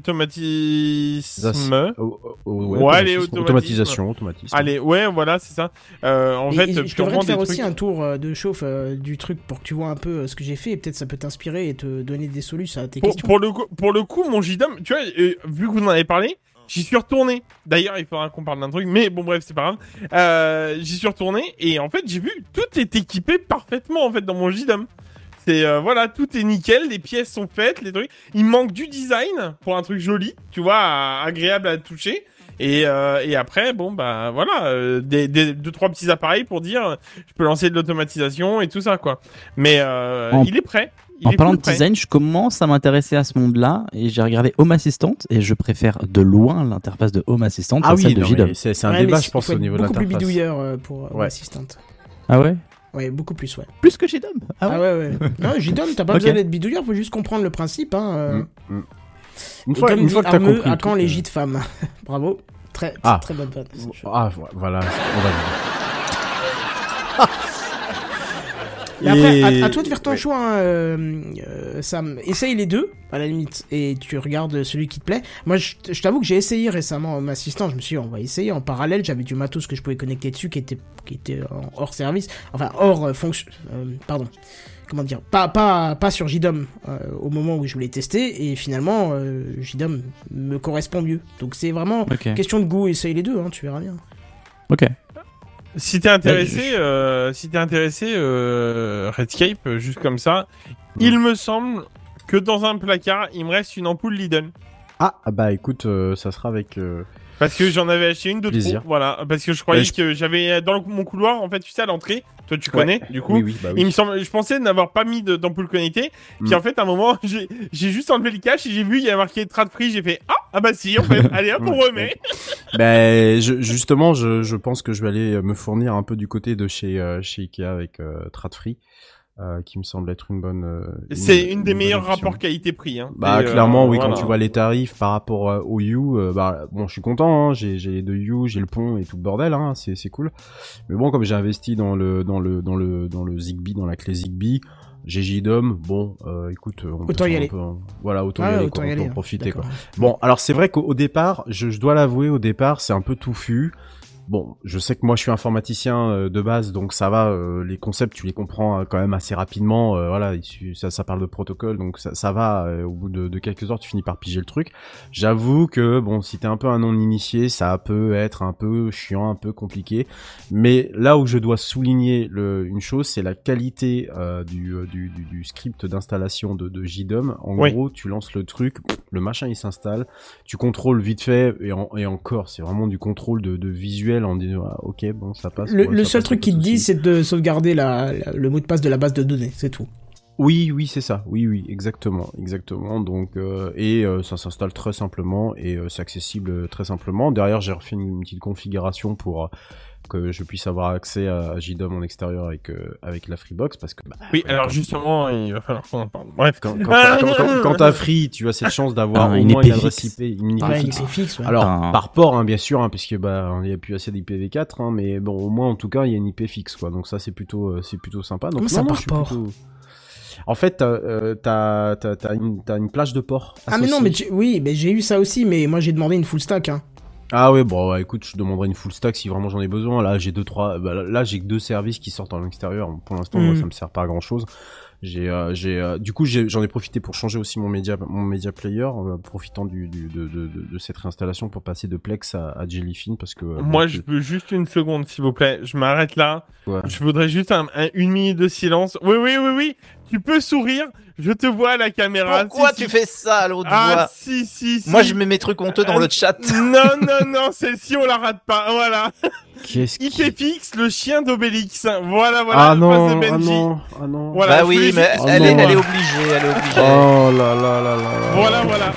automatismes. Oh, oh, oh, ouais, ouais, les automatisme. automatisation, automatisme. Allez, ouais, voilà, c'est ça. Euh, en et, fait, et je devrais te faire aussi trucs... un tour de chauffe euh, du truc pour que tu vois un peu euh, ce que j'ai fait et peut-être ça peut t'inspirer et te donner des solutions à tes pour, questions. Pour le coup, pour le coup, mon J D O M, tu vois, euh, vu que vous en avez parlé. J'y suis retourné. D'ailleurs, il faudra qu'on parle d'un truc, mais bon, bref, c'est pas grave. Euh, j'y suis retourné et en fait, j'ai vu tout est équipé parfaitement en fait dans mon J D O M. C'est euh, voilà, tout est nickel, les pièces sont faites, les trucs. Il manque du design pour un truc joli, tu vois, agréable à toucher. Et euh, et après, bon bah voilà, euh, des, des deux trois petits appareils pour dire, je peux lancer de l'automatisation et tout ça quoi. Mais euh, en... il est prêt. Il en est parlant de prêt. design, je commence à m'intéresser à ce monde-là et j'ai regardé Home Assistant et je préfère de loin l'interface de Home Assistant ah à oui, celle de J D O M. C'est un ouais, débat, je pense, au niveau de l'interface. Beaucoup plus bidouilleur euh, pour ouais. Home Assistant. Ah ouais. Ouais, beaucoup plus, ouais. Plus que J D O M. Ah ouais, ah ouais, ouais. Non, J D O M, t'as pas okay. besoin d'être bidouilleur, faut juste comprendre le principe. Hein, euh... mm, mm. Une fois, une fois que t'as compris. À quand les J de femmes. Bravo. Très, ah. très bonne vanne. Ah, voilà, on va dire. Et après, à, à toi de faire ton ouais. choix, hein, euh, euh, Sam. Essaye les deux, à la limite, et tu regardes celui qui te plaît. Moi, je, je t'avoue que j'ai essayé récemment Home Assistant. Je me suis dit, on va essayer. En parallèle, j'avais du matos que je pouvais connecter dessus, qui était, qui était hors service, enfin hors euh, fonction. Euh, pardon. Comment dire, pas pas pas sur J D O M euh, au moment où je voulais tester, et finalement euh, J D O M me correspond mieux. Donc c'est vraiment okay. question de goût. Essaye les deux, hein, tu verras bien. Ok. Si t'es intéressé, euh, si t'es intéressé, euh, Redscape, juste comme ça, mmh. il me semble que dans un placard, il me reste une ampoule Lidl. Ah, bah écoute, euh, ça sera avec. Euh... Parce que j'en avais acheté une de trop, voilà. Parce que je croyais je... que j'avais dans le, mon couloir, en fait, tu sais, à l'entrée, toi tu connais, ouais. du coup. Oui, oui, bah oui. Il me semble, je pensais n'avoir pas mis d'ampoule connectée. Mm. Puis en fait, à un moment, j'ai juste enlevé le cache et j'ai vu, il y avait marqué Trad Free, j'ai fait ah, ah bah si, en fait, allez hop, on remet. Ben, je, justement, je, je pense que je vais aller me fournir un peu du côté de chez, euh, chez Ikea avec euh, Trad Free. Euh, qui me semble être une bonne. Euh, c'est une, une des meilleurs rapports qualité-prix. Hein. Bah et clairement, euh, oui, voilà. Quand tu vois les tarifs par rapport euh, au U, euh, bah bon, je suis content. Hein, j'ai j'ai les deux U, j'ai le pont et tout le bordel. Hein, c'est c'est cool. Mais bon, comme j'ai investi dans le dans le dans le dans le Zigbee, dans la clé Zigbee, j'ai J D O M. Bon, euh, écoute, on autant peut y aller. Peu, voilà, autant ah, y aller, autant quoi, y aller, en hein, profiter quoi. Bon, alors c'est vrai qu'au départ, je, je dois l'avouer, au départ, c'est un peu touffu. Bon, je sais que moi je suis informaticien euh, de base, donc ça va, euh, les concepts tu les comprends euh, quand même assez rapidement, euh, voilà, ça, ça parle de protocole, donc ça, ça va, euh, au bout de, de quelques heures tu finis par piger le truc. J'avoue que, bon, si t'es un peu un non-initié, ça peut être un peu chiant, un peu compliqué, mais là où je dois souligner le, une chose, c'est la qualité euh, du, du, du, du script d'installation de, de J D O M. En oui. gros, tu lances le truc, le machin il s'installe, tu contrôles vite fait, et, en, et encore, c'est vraiment du contrôle de, de visuel en disant ah, ok bon ça passe. Le, ouais, le ça seul passe, truc qu'il te dit c'est de sauvegarder la, la, le mot de passe de la base de données, c'est tout. Oui oui c'est ça, oui oui exactement exactement donc euh, et euh, ça s'installe très simplement et euh, c'est accessible très simplement. Derrière j'ai refait une, une petite configuration pour que je puisse avoir accès à J D O M en extérieur avec euh, avec la Freebox parce que bah, oui ouais, alors quand, justement il va falloir qu'on en parle. Bref, quand quand, ah, quand, quand, quand t'as Free, tu as cette chance d'avoir ah, au une moins I P une adresse fixe. I P, une I P Ouais, fixe. une I P fixe, ouais. Alors ah. par port hein, bien sûr hein, puisque bah il y a plus assez d'I P v quatre hein, mais bon au moins en tout cas il y a une I P fixe quoi. Donc ça c'est plutôt euh, c'est plutôt sympa. Donc Comment non, ça non, par je suis port plutôt... En fait, t'as, euh, t'as, t'as, t'as, une, t'as une plage de port. Ah mais non, mais j'ai- oui, mais j'ai eu ça aussi, mais moi j'ai demandé une full stack. Hein. Ah ouais, bon, ouais, écoute, je demanderai une full stack si vraiment j'en ai besoin. Là, j'ai deux, trois, bah, là, j'ai que deux services qui sortent en extérieur. Pour l'instant, Mm. moi, ça me sert pas à grand chose. J'ai, euh, j'ai, euh, du coup, j'ai, j'en ai profité pour changer aussi mon média, mon média player, euh, profitant du, du, de, de, de, de cette réinstallation pour passer de Plex à, à Jellyfin parce que. euh, moi bon, je veux juste une seconde s'il vous plaît, je m'arrête là. Ouais. Je voudrais juste un, un- une minute de silence. Oui oui oui oui, tu peux sourire, je te vois à la caméra. Pourquoi Si, tu si. fais ça à l'autre Ah voix si si si. Moi, je mets mes trucs honteux dans Euh, le chat. Non non non, celle-ci on la rate pas. Voilà. Qu'est-ce I qui... P fixe, le chien d'Obélix. Voilà voilà. Ah non, face de ah Benji. non, ah non. Voilà, bah je oui, voulais mais juste- elle, Oh est, non. elle est obligée, elle est obligée. Oh là là là là là. Voilà voilà.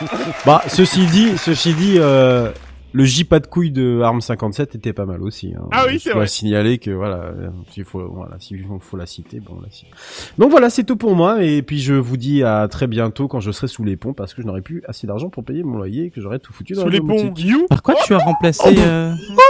Bah, ceci dit, ceci dit, euh, le J pas de couilles de Arm cinquante-sept était pas mal aussi. Hein. Ah oui, c'est Je dois vrai. signaler que voilà, euh, s'il faut, voilà, s'il faut, faut la citer, bon, la cite. Donc voilà, c'est tout pour moi. Et puis je vous dis à très bientôt quand je serai sous les ponts parce que je n'aurai plus assez d'argent pour payer mon loyer et que j'aurai tout foutu dans Sous la les ponts. boutique. You. Par quoi tu as remplacé euh,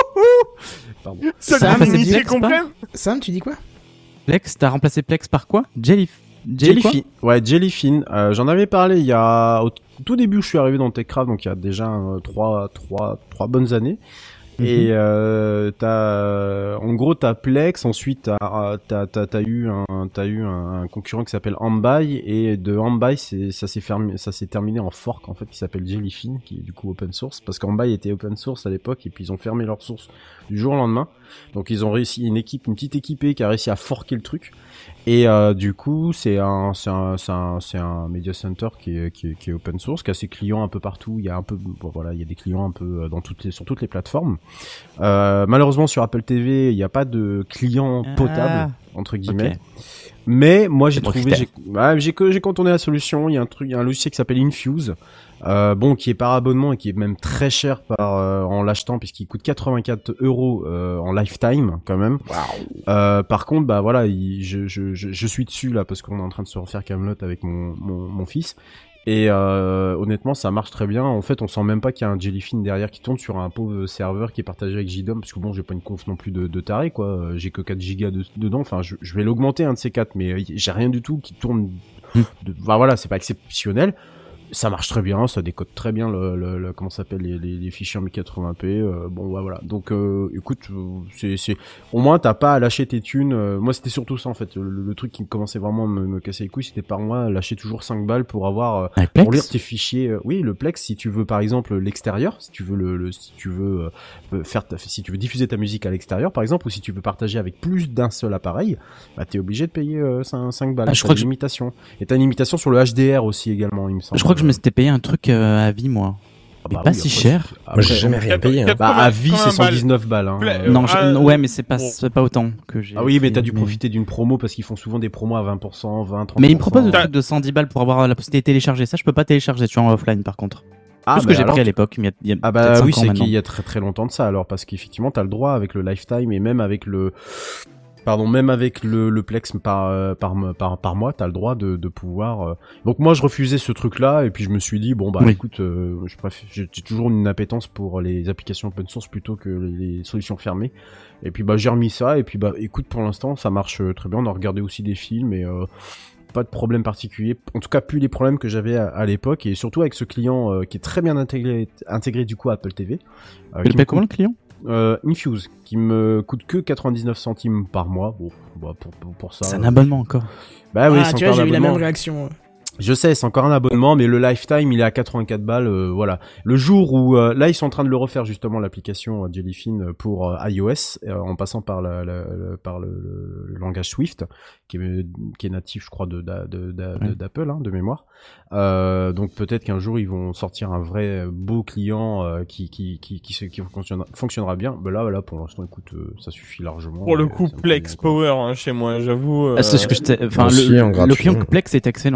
Pardon. Ça Ça, devient c'est initié Plex, pas comprenne. Sam, tu dis quoi? Plex? T'as remplacé Plex par quoi? Jelly. Jelly quoi Jellyfin. Ouais, Jellyfin. Euh, j'en avais parlé il y a au tout début où je suis arrivé dans TechCraft, donc il y a déjà euh, trois, trois, trois bonnes années. Et euh, t'as, euh, en gros, t'as Plex. Ensuite, t'as, t'as, t'as, t'as eu un, t'as eu un, un concurrent qui s'appelle Ambai, et de Ambai, c'est, ça s'est fermé, ça s'est terminé en fork en fait, qui s'appelle Jellyfin, qui est du coup open source, parce qu'Ambai était open source à l'époque, et puis ils ont fermé leur source du jour au lendemain. Donc ils ont réussi une équipe, une petite équipée qui a réussi à forker le truc. Et euh, du coup, c'est un, c'est un, c'est un, c'est un media center qui est, qui est, qui est open source, qui a ses clients un peu partout. Il y a un peu, bon, voilà, il y a des clients un peu dans toutes les, sur toutes les plateformes. Euh, malheureusement, sur Apple T V, il n'y a pas de clients potables entre guillemets. Ok. Mais moi, j'ai C'est trouvé, bon j'ai, ouais, j'ai, j'ai contourné la solution. Il y a un truc, il y a un logiciel qui s'appelle Infuse. Euh, bon, qui est par abonnement et qui est même très cher par euh, en l'achetant puisqu'il coûte quatre-vingt-quatre euros euh, en lifetime quand même. Euh, par contre, bah voilà, il, je, je, je, je suis dessus là parce qu'on est en train de se refaire Camelot avec mon, mon, mon fils. Et euh, honnêtement, ça marche très bien. En fait, on sent même pas qu'il y a un Jellyfin derrière qui tourne sur un pauvre serveur qui est partagé avec J D O M parce que bon, j'ai pas une conf non plus de, de taré quoi. Euh, J'ai que quatre gigas de, dedans. Enfin, je, je vais l'augmenter un de ces quatre, mais j'ai rien du tout qui tourne. De, bah voilà, c'est pas exceptionnel. Ça marche très bien, ça décode très bien le, le, le comment ça s'appelle les, les, les fichiers en mille quatre-vingts p. Euh, bon ouais, voilà. Donc euh, écoute, euh, c'est c'est au moins t'as pas à lâcher tes thunes. Euh, moi c'était surtout ça en fait. Le, le truc qui commençait vraiment à me, me casser les couilles, c'était par moi lâcher toujours cinq balles pour avoir euh, Avec pour Plex lire tes fichiers. Euh, oui, le Plex si tu veux par exemple l'extérieur, si tu veux le, le si tu veux euh, faire ta, si tu veux diffuser ta musique à l'extérieur par exemple, ou si tu veux partager avec plus d'un seul appareil, bah t'es obligé de payer euh, cinq balles. Ah, je T'as crois une que je- limitation. Et t'as une limitation sur le H D R aussi également, il me semble. Je crois que je me suis payé un truc euh, à vie, moi. Ah Mais bah pas oui, si après, cher. c'est- Moi, j'ai après, jamais rien payé. Hein. Bah, à vie, c'est quatre-vingts cent dix-neuf balles. Hein. Pla- Euh, non, je- ah, non, ouais, mais c'est pas, bon. c'est pas autant que j'ai. Ah oui, mais payé, t'as dû profiter d'une promo parce qu'ils font souvent des promos à vingt pour cent, vingt, trente pour cent. Mais ils me proposent le T'as- truc de cent dix balles pour avoir la possibilité de télécharger. Ça, je peux pas télécharger. Tu es en offline par contre. Ah, Tout ce bah que j'ai alors- pris à l'époque. Il y a, il y a Ah peut-être bah cinq oui, ans c'est maintenant. qu'il y a très très longtemps de ça alors parce qu'effectivement t'as le droit avec le lifetime et même avec le pardon même avec le, le Plex par, euh, par par par mois t'as le droit de, de pouvoir euh... donc moi je refusais ce truc là et puis je me suis dit bon bah Oui. écoute euh, je préfère j'ai j'ai toujours une appétence pour les applications open source plutôt que les, les solutions fermées et puis bah j'ai remis ça et puis bah écoute pour l'instant ça marche euh, très bien on a regardé aussi des films et euh, pas de problème particulier, en tout cas plus les problèmes que j'avais à, à l'époque et surtout avec ce client euh, qui est très bien intégré intégré du coup à Apple T V. Euh, Tu qui le me payes comment le client? euh, Infuse, qui me coûte que quatre-vingt-dix-neuf centimes par mois. Bon, bah, pour, pour, pour ça. C'est un euh, abonnement encore. Bah oui, ah, c'est tu encore vois, un j'ai eu la même abonnement. réaction. Je sais, c'est encore un abonnement, mais le lifetime, il est à quatre-vingt-quatre balles, euh, voilà. Le jour où, euh, là, ils sont en train de le refaire, justement, l'application euh, Jellyfin euh, pour euh, iOS, euh, en passant par la, la, la- par le, le- le langage Swift, qui est, qui est natif, je crois, de, d'a- de, d'a- de- Ouais. d'Apple, hein, de mémoire. Euh, donc peut-être qu'un jour, ils vont sortir un vrai beau client euh, qui, qui, qui, qui, se- qui fonctionnera, fonctionnera bien. Ben là, là, pour l'instant, écoute, euh, ça suffit largement. Pour le Et coup, ça me Plex convient, quoi. Power hein, chez moi, j'avoue. euh, Ah, c'est ce que je t'ai- enfin, aussi, le, en le gratuit. client Plex est excellent en tout cas. Ouais,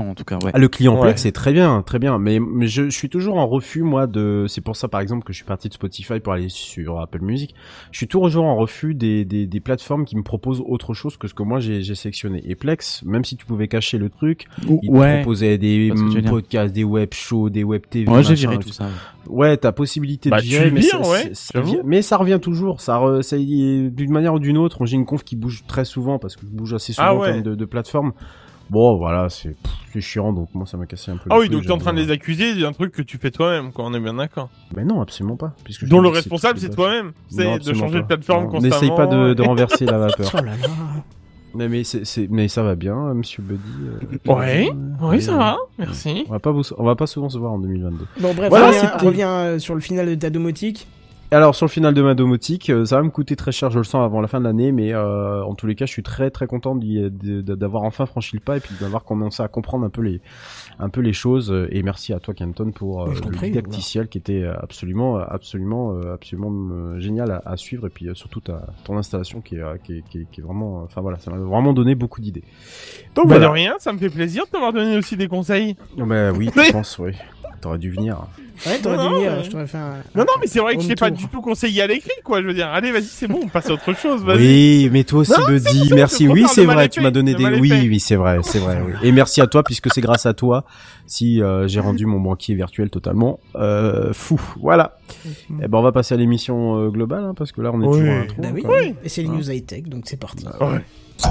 ouais. Ah, le client Ouais. Plex c'est très bien, très bien, mais, mais je, je suis toujours en refus moi de. C'est pour ça par exemple que je suis parti de Spotify pour aller sur Apple Music. Je suis toujours en refus des, des, des plateformes qui me proposent autre chose que ce que moi j'ai, j'ai sélectionné. Et Plex, même si tu pouvais cacher le truc, il ouais. te proposait des Parce que tu veux dire. podcasts, des web shows, des web T V. Ouais, j'ai machin, viré et tout ça. Ouais, t'as possibilité Bah, de tu virer, le mais, vires, ça, ouais, c'est- ça j'avoue. vient- mais ça revient toujours. Ça, re- ça y est, d'une manière ou d'une autre. J'ai une conf qui bouge très souvent parce que je bouge assez souvent Ah ouais. quand même de, de plateforme. Bon, voilà, c'est, pff, c'est chiant, donc moi ça m'a cassé un peu. Ah les oui, couilles, donc t'es en train de j'avoue. les accuser d'un truc que tu fais toi-même, quoi. On est bien d'accord. Ben non, absolument pas. Puisque je Dont te le dis que responsable, c'est de base. toi-même. Non, C'est de absolument changer de pas. plateforme Non, constamment. N'essaye pas de, de et- renverser la vapeur. Oh là là. mais, mais, c'est, c'est, mais ça va bien, monsieur Buddy. euh, Ouais, oui, et, ça euh, va, merci. On va pas vous, on va pas souvent se voir en deux mille vingt-deux. Bon, bref, Voilà, reviens, c'était- reviens, euh, sur le final de ta domotique. Alors sur le final de ma domotique, euh, ça va me coûter très cher, je le sens, avant la fin de l'année, mais euh, en tous les cas, je suis très très content d'y- de- de- d'avoir enfin franchi le pas et puis d'avoir commencé à comprendre un peu les un peu les choses. Et merci à toi, Kenton, pour euh, Je t'en le prie, didacticiel qui était absolument absolument euh, absolument euh, génial à, à suivre et puis euh, surtout ta, ton installation qui est, euh, qui est, qui est, qui est vraiment, enfin voilà, ça m'a vraiment donné beaucoup d'idées. Donc Bah de voilà. rien, ça me fait plaisir de t'avoir donné aussi des conseils. Oh, bah oui, je pense, oui. T'aurais dû venir. Ouais, t'aurais Non, dû venir, ouais. je t'aurais fait un. Non, non, mais c'est vrai que je home t'ai pas tour. du tout conseillé à l'écrit, quoi. Je veux dire, allez, vas-y, c'est bon, on passe à autre chose, vas-y. Oui, mais toi aussi, Non, c'est Buddy, bon, c'est merci. bon, Oui, le c'est mal vrai, est tu fait, m'as donné le des. mal est Oui, fait. oui, c'est vrai, c'est vrai. Oui. Et merci à toi, puisque c'est grâce à toi si euh, j'ai rendu mon banquier virtuel totalement euh, fou. Voilà. Eh ben, on va passer à l'émission euh, globale, hein, parce que là, on est Oui. toujours à l'intro. Bah oui. quand même. Et c'est les news high-tech, donc c'est parti. Ouais.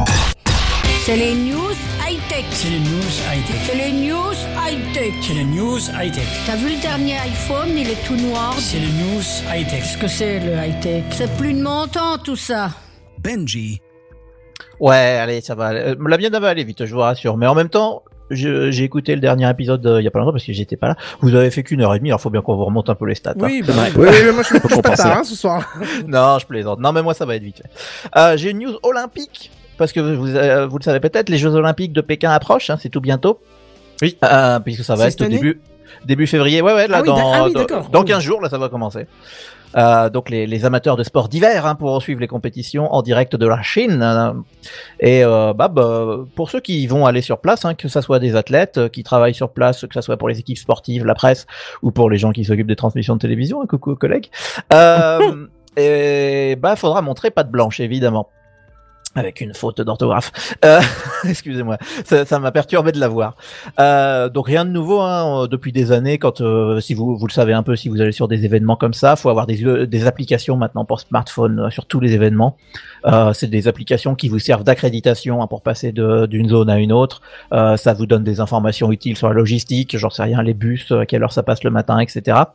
C'est les news high-tech. C'est les news high-tech. C'est les news high-tech. C'est les news high-tech. T'as vu le dernier iPhone, il est tout noir. C'est les news high-tech. Qu'est-ce que c'est le high-tech? C'est plus de mon temps tout ça. Benji. Ouais, allez, ça va. aller. Euh, La mienne va aller vite, je vous rassure. Mais en même temps, je- j'ai écouté le dernier épisode euh, il y a pas longtemps parce que j'étais pas là. Vous avez fait qu'une heure et demie, alors faut bien qu'on vous remonte un peu les stats. hein. Oui, bah, Oui, oui, moi je suis Faut pas compenser. tard hein, ce soir. Non, je plaisante. Non, mais moi ça va être vite fait. Euh, j'ai une news olympique parce que vous, euh, vous le savez peut-être, les Jeux Olympiques de Pékin approchent. Hein, c'est tout bientôt. Oui. Euh, puisque ça va C'est être cette au année début début février. Ouais, ouais, là Ah oui, dans d'ac- ah oui, dans, d'accord. dans Oh. quinze jours, là ça va commencer. Euh, donc les, les amateurs de sport d'hiver hein, pourront suivre les compétitions en direct de la Chine. euh, et euh, bah, bah, pour ceux qui vont aller sur place, hein, que ça soit des athlètes euh, qui travaillent sur place, que ça soit pour les équipes sportives, la presse, ou pour les gens qui s'occupent des transmissions de télévision, hein, coucou aux collègues, euh, et bah faudra montrer patte blanche évidemment. Avec une faute d'orthographe. Euh, excusez-moi, ça, ça m'a perturbé de la voir. Euh, donc rien de nouveau hein, depuis des années. Quand euh, si vous vous le savez un peu, si vous allez sur des événements comme ça, faut avoir des euh, des applications maintenant pour smartphone euh, sur tous les événements. Euh, c'est des applications qui vous servent d'accréditation hein, pour passer de, d'une zone à une autre. Euh, ça vous donne des informations utiles sur la logistique, j'en sais rien, les bus, à quelle heure ça passe le matin, et cetera.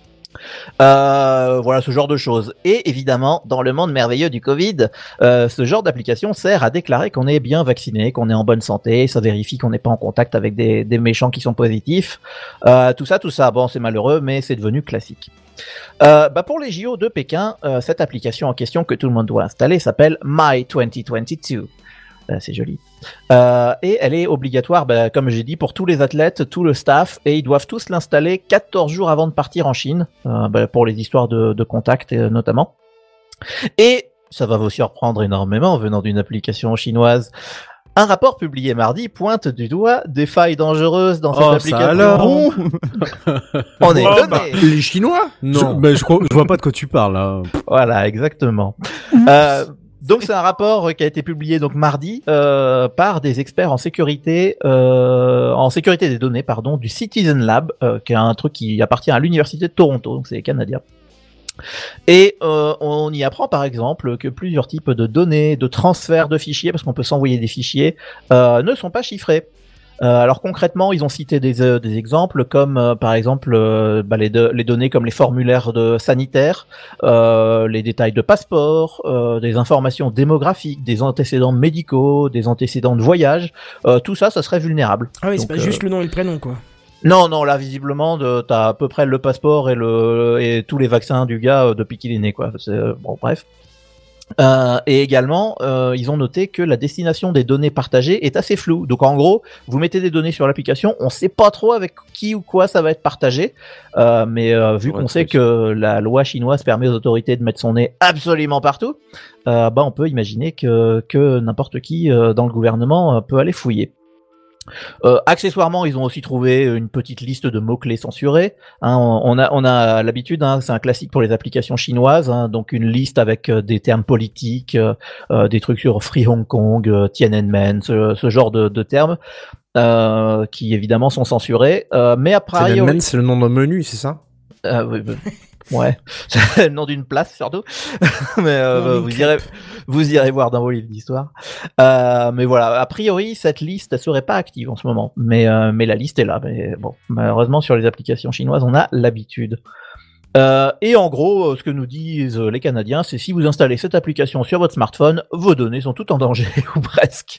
Euh, voilà ce genre de choses. Et évidemment, dans le monde merveilleux du Covid, euh, ce genre d'application sert à déclarer qu'on est bien vacciné, qu'on est en bonne santé, ça vérifie qu'on n'est pas en contact avec des, des méchants qui sont positifs. Euh, tout ça, tout ça, bon, c'est malheureux, mais c'est devenu classique. Euh, bah pour les J O de Pékin, euh, cette application en question que tout le monde doit installer s'appelle My vingt vingt-deux. Euh, c'est joli. Euh, et elle est obligatoire, bah, comme j'ai dit, pour tous les athlètes, tout le staff, et ils doivent tous l'installer quatorze jours avant de partir en Chine, euh, bah, pour les histoires de, de contact euh, notamment. Et ça va vous surprendre énormément venant d'une application chinoise. Un rapport publié mardi pointe du doigt des failles dangereuses dans cette Oh, ça application. alors. Bon, On est Oh, donné. bah. les Chinois Je, Non. bah, je, crois, je vois pas de quoi tu parles là. Voilà, exactement. euh, donc c'est un rapport qui a été publié donc mardi euh, par des experts en sécurité, euh, en sécurité des données, pardon, du Citizen Lab, euh, qui est un truc qui appartient à l'université de Toronto, donc c'est canadien. Et euh, on y apprend par exemple que plusieurs types de données, de transferts de fichiers, parce qu'on peut s'envoyer des fichiers, euh, ne sont pas chiffrés. Euh, alors concrètement, ils ont cité des, euh, des exemples comme euh, par exemple euh, bah, les, de, les données comme les formulaires de sanitaires, euh, les détails de passeport, euh, des informations démographiques, des antécédents médicaux, des antécédents de voyage. Euh, tout ça, ça serait vulnérable. Ah oui, c'est Donc, pas euh, juste le nom et le prénom, quoi. Non, non, là visiblement, de, t'as à peu près le passeport et le et tous les vaccins du gars euh, depuis qu'il est né, quoi. C'est, euh, bon, bref. Euh, et également, euh, ils ont noté que la destination des données partagées est assez floue. Donc en gros, vous mettez des données sur l'application, on sait pas trop avec qui ou quoi ça va être partagé, euh, mais euh, vu Ouais, qu'on c'est sait que la loi chinoise permet aux autorités de mettre son nez absolument partout, euh, bah on peut imaginer que que n'importe qui euh, dans le gouvernement euh, peut aller fouiller. Euh, accessoirement, ils ont aussi trouvé une petite liste de mots-clés censurés. Hein, on, on a, on a l'habitude, hein, c'est un classique pour les applications chinoises, hein, donc une liste avec euh, des termes politiques, euh, euh, des trucs sur Free Hong Kong, euh, Tiananmen, ce, ce genre de, de termes, euh, qui évidemment sont censurés. Euh, mais après, Tiananmen, c'est le nom d'un menu, c'est ça? euh, oui, oui. Ouais, c'est le nom d'une place surtout. mais euh, vous irez, vous irez voir dans vos livres d'histoire. Euh, mais voilà, a priori cette liste elle serait pas active en ce moment, mais euh, mais la liste est là. Mais bon, malheureusement sur les applications chinoises, on a l'habitude. Euh, et en gros, ce que nous disent les Canadiens, c'est si vous installez cette application sur votre smartphone, vos données sont toutes en danger ou presque.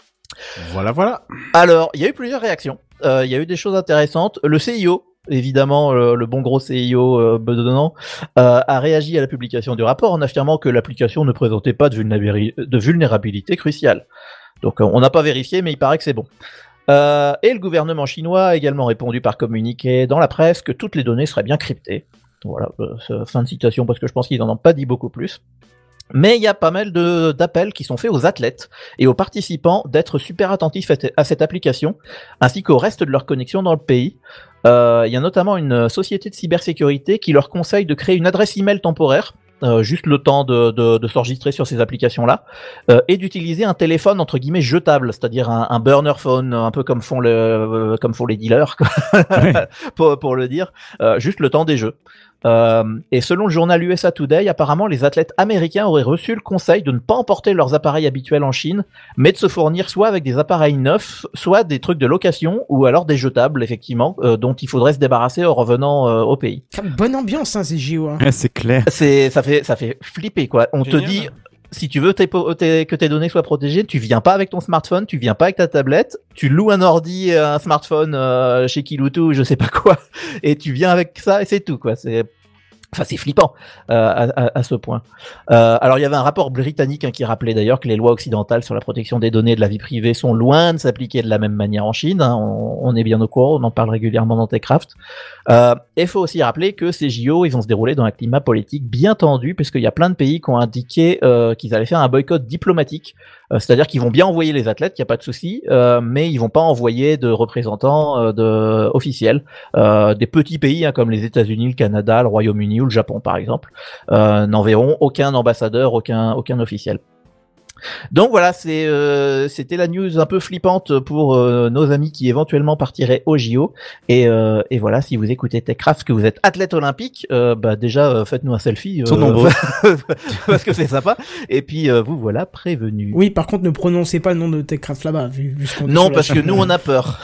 Voilà, voilà. Alors, il y a eu plusieurs réactions. Euh, il y a eu des choses intéressantes. Le C I O. Évidemment, le, le bon gros C I O euh, bedonnant euh, a réagi à la publication du rapport en affirmant que l'application ne présentait pas de, vulnérabili- de vulnérabilité cruciale. Donc euh, on n'a pas vérifié, mais il paraît que c'est bon. Euh, et le gouvernement chinois a également répondu par communiqué dans la presse que toutes les données seraient bien cryptées. Voilà, euh, fin de citation parce que je pense qu'ils n'en ont pas dit beaucoup plus. Mais il y a pas mal de, d'appels qui sont faits aux athlètes et aux participants d'être super attentifs à cette application, ainsi qu'au reste de leur connexion dans le pays. Euh, il y a notamment une société de cybersécurité qui leur conseille de créer une adresse email temporaire, euh, juste le temps de, de, de s'enregistrer sur ces applications-là, euh, et d'utiliser un téléphone entre guillemets jetable, c'est-à-dire un, un burner phone, un peu comme font le, euh, comme font les dealers, quoi. Oui. pour, pour le dire, euh, juste le temps des jeux. Euh, et selon le journal U S A Today, apparemment les athlètes américains auraient reçu le conseil de ne pas emporter leurs appareils habituels en Chine, mais de se fournir soit avec des appareils neufs, soit des trucs de location, ou alors des jetables, effectivement, euh, dont il faudrait se débarrasser en revenant euh, au pays. Bonne ambiance, hein, ces J O. Hein. Ouais, c'est clair. C'est, ça fait, ça fait flipper, quoi. On Génial. te dit, si tu veux tes, tes, que tes données soient protégées, tu viens pas avec ton smartphone, tu viens pas avec ta tablette, tu loues un ordi, un smartphone euh, chez Kiloutou, je sais pas quoi, et tu viens avec ça et c'est tout, quoi. C'est Enfin, c'est flippant euh, à, à, à ce point. Euh, alors, il y avait un rapport britannique hein, qui rappelait d'ailleurs que les lois occidentales sur la protection des données et de la vie privée sont loin de s'appliquer de la même manière en Chine. Hein. On, on est bien au courant, on en parle régulièrement dans TechCraft. Euh, et il faut aussi rappeler que ces J O, ils vont se dérouler dans un climat politique bien tendu, puisqu'il y a plein de pays qui ont indiqué euh, qu'ils allaient faire un boycott diplomatique. Euh, c'est-à-dire qu'ils vont bien envoyer les athlètes, il n'y a pas de souci, euh, mais ils vont pas envoyer de représentants euh, de, officiels. Euh, des petits pays hein, comme les États-Unis, le Canada, le Royaume-Uni ou le Japon par exemple, euh, n'enverront aucun ambassadeur, aucun, aucun officiel. Donc voilà, c'est, euh, c'était la news un peu flippante pour euh, nos amis qui éventuellement partiraient au J O. Et, euh, et voilà, si vous écoutez TechCraft, que vous êtes athlète olympique, euh, bah déjà euh, faites-nous un selfie, euh, Sont nombreux. parce que c'est sympa. Et puis euh, vous voilà prévenus. Oui, par contre, ne prononcez pas le nom de TechCraft là-bas, vu, vu ce qu'on dit Non, sur la parce que chaîne. nous on a peur.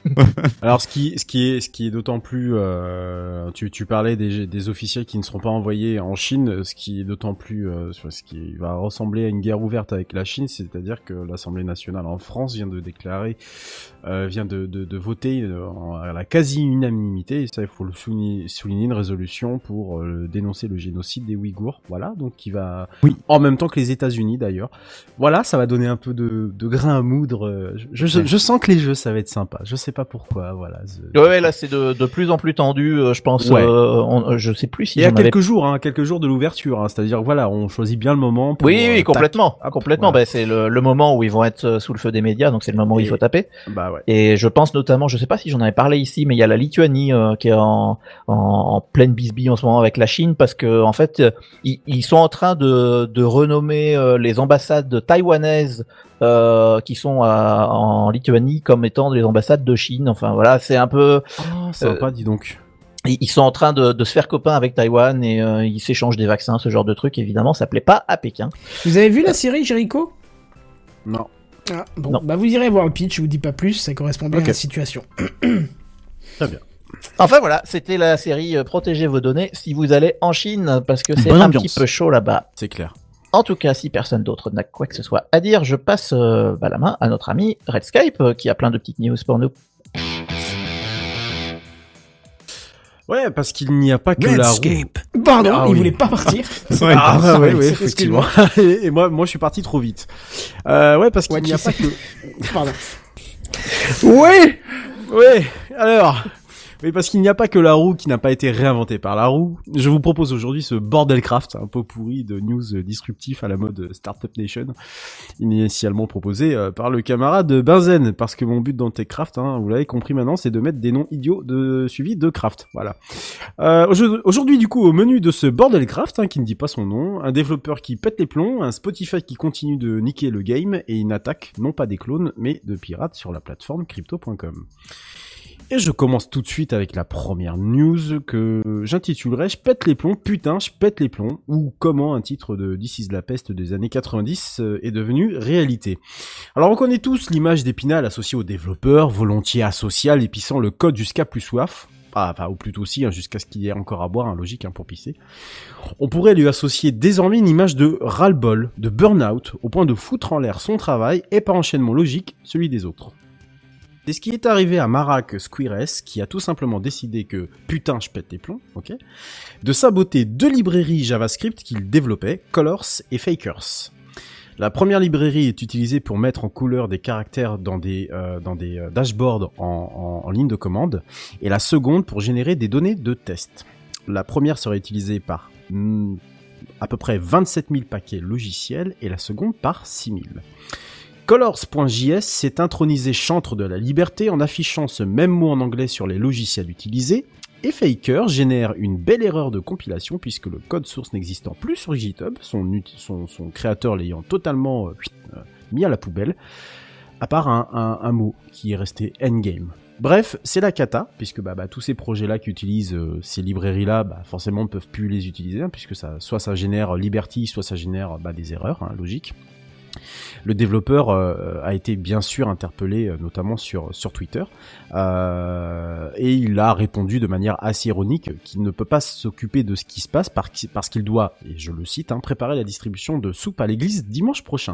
Alors ce qui ce qui est ce qui est d'autant plus euh, tu tu parlais des des officiels qui ne seront pas envoyés en Chine, ce qui est d'autant plus euh, ce qui va ressembler à une guerre ouverte avec la Chine, c'est-à-dire que l'Assemblée nationale en France vient de déclarer euh, vient de de, de voter en, à la quasi-unanimité, et ça il faut le souligner, souligner une résolution pour euh, dénoncer le génocide des Ouïghours, voilà, donc qui va oui. en même temps que les États-Unis d'ailleurs. Voilà, ça va donner un peu de de grain à moudre. Je je, je sens que les jeux ça va être sympa. Je sais pas pourquoi, voilà. Ouais, ouais, là c'est de, de plus en plus tendu, euh, je pense. Ouais. Euh, on, je sais plus si. Il y a j'en quelques avais... jours, hein, quelques jours de l'ouverture, hein, c'est-à-dire voilà, on choisit bien le moment. Pour, oui, oui, euh, complètement, tac, hop, complètement. voilà. Bah, c'est le, le moment où ils vont être sous le feu des médias, donc c'est le moment où Et... il faut taper. Bah ouais. Et je pense notamment, je sais pas si j'en avais parlé ici, mais il y a la Lituanie euh, qui est en, en, en pleine bisbille en ce moment avec la Chine, parce que en fait, euh, ils, ils sont en train de, de renommer euh, les ambassades taïwanaises. Euh, qui sont à, en Lituanie comme étant des ambassades de Chine. Enfin voilà, c'est un peu. Oh, sympa, euh, dis donc. Ils sont en train de, de se faire copains avec Taïwan et euh, ils s'échangent des vaccins, ce genre de truc. Évidemment, ça plaît pas à Pékin. Vous avez vu la série Jericho ? Non. Ah, bon, non. Bah vous irez voir le pitch. Je vous dis pas plus. Ça correspond bien okay. à la situation. Très bien. Enfin voilà, c'était la série euh, Protégez vos données si vous allez en Chine parce que c'est Bonne un ambiance. petit peu chaud là-bas. C'est clair. En tout cas, si personne d'autre n'a quoi que ce soit à dire, je passe euh, bah, la main à notre ami Redscape euh, qui a plein de petites news pour nous. Ouais, parce qu'il n'y a pas que Redscape. la roue. Pardon, ah, il oui. voulait pas partir. Ouais, ah, ah, ouais, ouais, c'est effectivement. Et, et moi, moi, je suis parti trop vite. Euh, ouais, parce qu'il ouais, n'y a pas que. Pardon. Ouais, ouais. Alors, Oui, parce qu'il n'y a pas que la roue qui n'a pas été réinventée par la roue. Je vous propose aujourd'hui ce Bordelcraft, un pot pourri de news disruptifs à la mode Startup Nation, initialement proposé euh, par le camarade Benzen, parce que mon but dans TechCraft, hein, vous l'avez compris maintenant, c'est de mettre des noms idiots de suivi de craft. Voilà. Euh, aujourd'hui, du coup, au menu de ce Bordelcraft, hein, qui ne dit pas son nom, un développeur qui pète les plombs, un Spotify qui continue de niquer le game et une attaque, non pas des clones, mais de pirates sur la plateforme crypto point com. Et je commence tout de suite avec la première news que j'intitulerai « Je pète les plombs, putain, je pète les plombs » ou « Comment un titre de This is la peste des années quatre-vingt-dix est devenu réalité ». Alors on connaît tous l'image d'Épinal associée aux développeurs, volontiers asocial, épissant le code jusqu'à plus soif. Ah, enfin, ou plutôt aussi, hein, jusqu'à ce qu'il y ait encore à boire, hein, logique, hein, pour pisser. On pourrait lui associer désormais une image de ras-le-bol, de burn-out, au point de foutre en l'air son travail et par enchaînement logique, celui des autres. C'est ce qui est arrivé à Marek Squires, qui a tout simplement décidé que, putain, je pète les plombs, ok, de saboter deux librairies JavaScript qu'il développait, Colors et Fakers. La première librairie est utilisée pour mettre en couleur des caractères dans des, euh, dans des euh, dashboards en, en, en ligne de commande, et la seconde pour générer des données de test. La première serait utilisée par mm, à peu près vingt-sept mille paquets logiciels, et la seconde par six mille. Colors.js s'est intronisé chantre de la liberté en affichant ce même mot en anglais sur les logiciels utilisés, et Faker génère une belle erreur de compilation puisque le code source n'existant plus sur GitHub, son, son, son créateur l'ayant totalement euh, mis à la poubelle, à part un, un, un mot qui est resté endgame. Bref, c'est la cata, puisque bah, bah, tous ces projets-là qui utilisent euh, ces librairies-là, bah, forcément ne peuvent plus les utiliser, hein, puisque ça, soit ça génère Liberty, soit ça génère bah, des erreurs, hein, logique. Le développeur euh, a été bien sûr interpellé, euh, notamment sur sur Twitter, euh, et il a répondu de manière assez ironique qu'il ne peut pas s'occuper de ce qui se passe par, parce qu'il doit, et je le cite, hein, préparer la distribution de soupe à l'église dimanche prochain.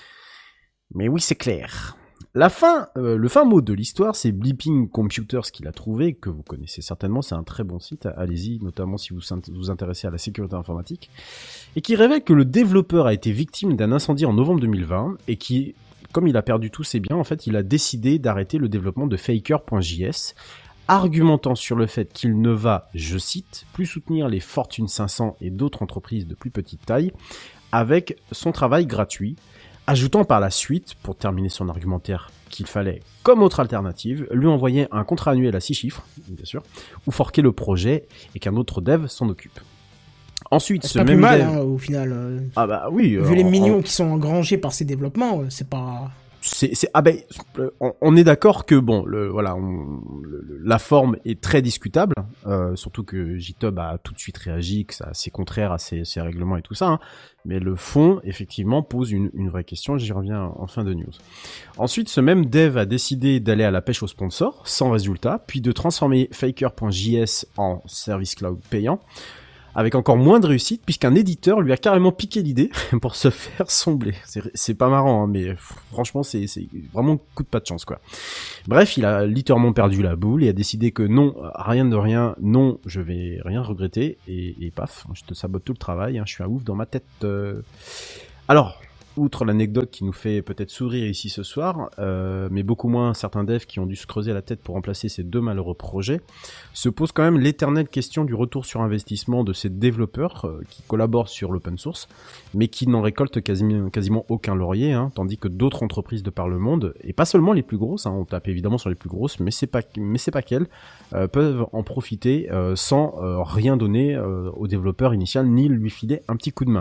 Mais oui, c'est clair. La fin, euh, le fin mot de l'histoire, c'est Bleeping Computers qu'il a trouvé, que vous connaissez certainement, c'est un très bon site, allez-y, notamment si vous vous intéressez à la sécurité informatique, et qui révèle que le développeur a été victime d'un incendie en novembre deux mille vingt, et qui, comme il a perdu tous ses biens, en fait, il a décidé d'arrêter le développement de Faker.js, argumentant sur le fait qu'il ne va, je cite, plus soutenir les Fortune cinq cents et d'autres entreprises de plus petite taille, avec son travail gratuit, ajoutant par la suite, pour terminer son argumentaire, qu'il fallait, comme autre alternative, lui envoyer un contrat annuel à six chiffres, bien sûr, ou forquer le projet et qu'un autre dev s'en occupe. Ensuite, c'est ce pas même plus mal, dev... hein, au final. Euh... Ah bah oui. Vu euh, les en, millions en... qui sont engrangés par ces développements, euh, c'est pas... C'est, c'est, ah ben, on, on est d'accord que bon, le, voilà, on, le, la forme est très discutable, euh, surtout que GitHub a tout de suite réagi, que ça, c'est contraire à ces, ces règlements et tout ça, hein, mais le fond, effectivement, pose une, une vraie question, j'y reviens en fin de news. Ensuite, ce même dev a décidé d'aller à la pêche aux sponsors, sans résultat, puis de transformer Faker.js en service cloud payant, avec encore moins de réussite, puisqu'un éditeur lui a carrément piqué l'idée pour se faire sombler. C'est, c'est pas marrant, hein, mais franchement, c'est, c'est vraiment coup de pas de chance, quoi. Bref, il a littéralement perdu la boule et a décidé que non, rien de rien, non, je vais rien regretter, et, et paf, je te sabote tout le travail, hein, je suis un ouf dans ma tête. Euh... Alors... Outre l'anecdote qui nous fait peut-être sourire ici ce soir, euh, mais beaucoup moins certains devs qui ont dû se creuser la tête pour remplacer ces deux malheureux projets, se pose quand même l'éternelle question du retour sur investissement de ces développeurs euh, qui collaborent sur l'open source, mais qui n'en récoltent quasiment, quasiment aucun laurier, hein, tandis que d'autres entreprises de par le monde, et pas seulement les plus grosses, hein, on tape évidemment sur les plus grosses, mais c'est pas, mais c'est pas qu'elles, euh, peuvent en profiter euh, sans euh, rien donner euh, au développeur initial, ni lui filer un petit coup de main.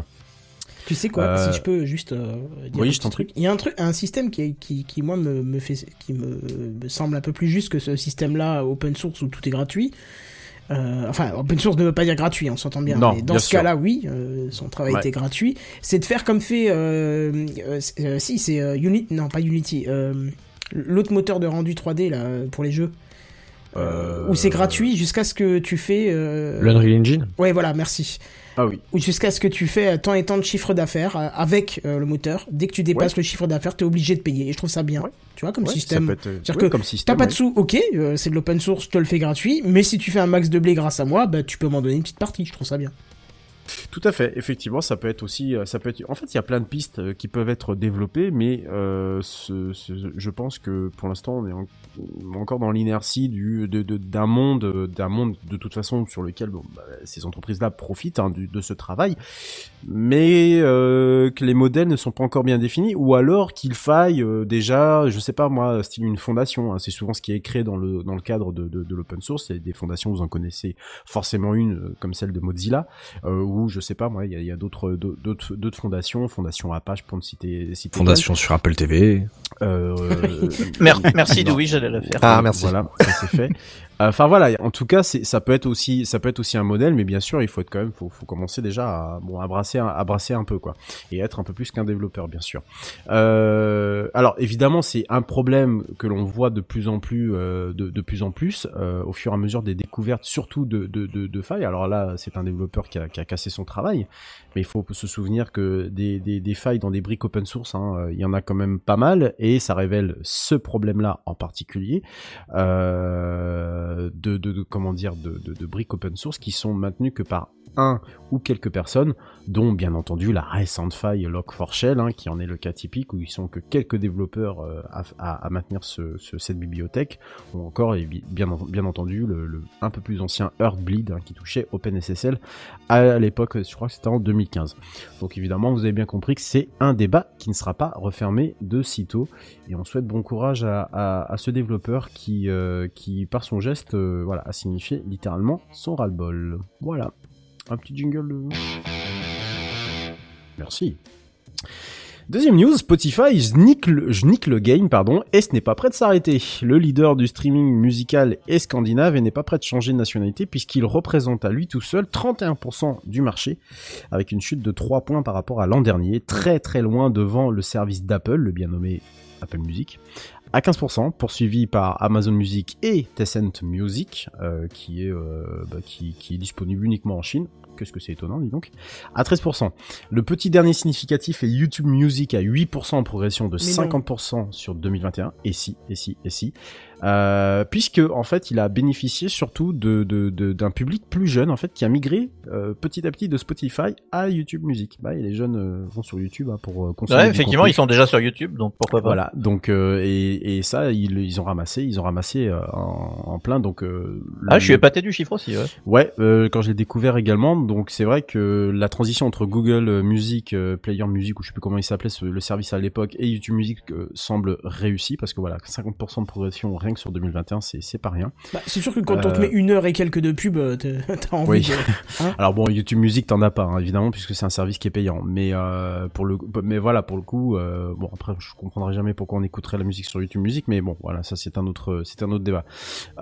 Tu sais quoi, euh... si je peux juste euh, dire oui, un je t'en truc. Il y a un truc, un système qui, qui, qui moi me, me fait, qui me, me semble un peu plus juste que ce système-là open source où tout est gratuit. Euh, enfin, open source ne veut pas dire gratuit, on s'entend bien. Non, mais dans bien ce sûr. cas-là, oui, euh, son travail ouais. était gratuit. C'est de faire comme fait, euh, euh, euh, si c'est euh, Unity, non pas Unity, euh, l'autre moteur de rendu trois D là pour les jeux. Euh... Où c'est gratuit jusqu'à ce que tu fais. Euh... L'Unreal Engine. Ouais, voilà, merci. Ah oui. Ou jusqu'à ce que tu fais tant et tant de chiffre d'affaires euh, avec euh, le moteur. Dès que tu dépasses ouais. le chiffre d'affaires, t'es obligé de payer. Et je trouve ça bien. Ouais. Tu vois, comme ouais, système. Être... C'est-à-dire ouais, que comme système, t'as pas ouais. de sous, ok, euh, c'est de l'open source, je te le fais gratuit. Mais si tu fais un max de blé grâce à moi, bah tu peux m'en donner une petite partie. Je trouve ça bien. Tout à fait, effectivement, ça peut être aussi, ça peut être. En fait, il y a plein de pistes qui peuvent être développées, mais euh, ce, ce, je pense que pour l'instant, on est en, encore dans l'inertie du de, de, d'un monde, d'un monde de toute façon sur lequel bon, bah, ces entreprises-là profitent hein, du, de ce travail, mais euh, que les modèles ne sont pas encore bien définis, ou alors qu'il faille euh, déjà, je sais pas moi, style une fondation. Hein, c'est souvent ce qui est créé dans le dans le cadre de, de, de l'open source. C'est des fondations, vous en connaissez forcément une euh, comme celle de Mozilla, euh, ou je sais pas moi, il y a, y a d'autres d'autres d'autres fondations, Fondation Apache pour ne citer citer. Fondation sur Apple T V. Euh, euh, Mer- merci Louis, j'allais la faire. Ah merci. Voilà, ça c'est fait. Enfin voilà, en tout cas, c'est, ça peut être aussi, ça peut être aussi un modèle, mais bien sûr, il faut être quand même, faut, faut commencer déjà à, bon, à brasser, à brasser un peu quoi, et être un peu plus qu'un développeur, bien sûr. Euh, alors évidemment, c'est un problème que l'on voit de plus en plus, euh, de, de plus en plus, euh, au fur et à mesure des découvertes, surtout de, de, de, de failles. Alors là, c'est un développeur qui a, qui a cassé son travail, mais il faut se souvenir que des, des, des failles dans des briques open source, hein, il y en a quand même pas mal, et ça révèle ce problème-là en particulier. Euh, De, de, de comment dire de, de, de briques open source qui sont maintenues que par un ou quelques personnes, dont bien entendu la récente faille log four shell, hein, qui en est le cas typique, où ils sont que quelques développeurs euh, à, à, à maintenir ce, ce, cette bibliothèque, ou encore et bien, bien entendu le, le un peu plus ancien Heartbleed, hein, qui touchait OpenSSL à, à l'époque, je crois que c'était en deux mille quinze. Donc évidemment, vous avez bien compris que c'est un débat qui ne sera pas refermé de sitôt, et on souhaite bon courage à, à, à ce développeur qui, euh, qui par son geste, euh, voilà, a signifié littéralement son ras-le-bol. Voilà. Un petit jingle. De... Merci. Deuxième news, Spotify nique le, nique le game, pardon, et ce n'est pas prêt de s'arrêter. Le leader du streaming musical est scandinave et n'est pas prêt de changer de nationalité puisqu'il représente à lui tout seul trente et un pour cent du marché, avec une chute de trois points par rapport à l'an dernier, très très loin devant le service d'Apple, le bien nommé Apple Music, à quinze pour cent, poursuivi par Amazon Music et Tencent Music, euh, qui est euh, bah, qui, qui est disponible uniquement en Chine. Qu'est-ce que c'est étonnant, dis donc. À treize pour cent. Le petit dernier significatif est YouTube Music à huit pour cent en progression de cinquante pour cent sur deux mille vingt et un. Et si, et si, et si. Euh, puisque, en fait, il a bénéficié surtout de, de, de, d'un public plus jeune, en fait, qui a migré euh, petit à petit de Spotify à YouTube Music. Bah, et les jeunes euh, vont sur YouTube hein, pour euh, consommer. Ouais, effectivement, ils sont déjà sur YouTube, donc pourquoi pas. Voilà. Donc, euh, et, et ça, ils, ils ont ramassé, ils ont ramassé euh, en, en plein. Donc, euh, ah, le... je suis épaté du chiffre aussi, ouais. Ouais, euh, quand je l'ai découvert également. Donc, c'est vrai que la transition entre Google Music, euh, Player Music, ou je sais plus comment il s'appelait, ce, le service à l'époque, et YouTube Music euh, semble réussi parce que voilà, cinquante pour cent de progression rien que sur deux mille vingt et un, c'est, c'est pas rien. Bah, c'est sûr que quand euh... on te met une heure et quelques de pub, t'as envie oui. de... Hein. Alors bon, YouTube Music t'en as pas, hein, évidemment, puisque c'est un service qui est payant. Mais euh, pour le, mais voilà, pour le coup, euh, bon après, je comprendrai jamais pourquoi on écouterait la musique sur YouTube Music, mais bon, voilà, ça c'est un autre, c'est un autre débat.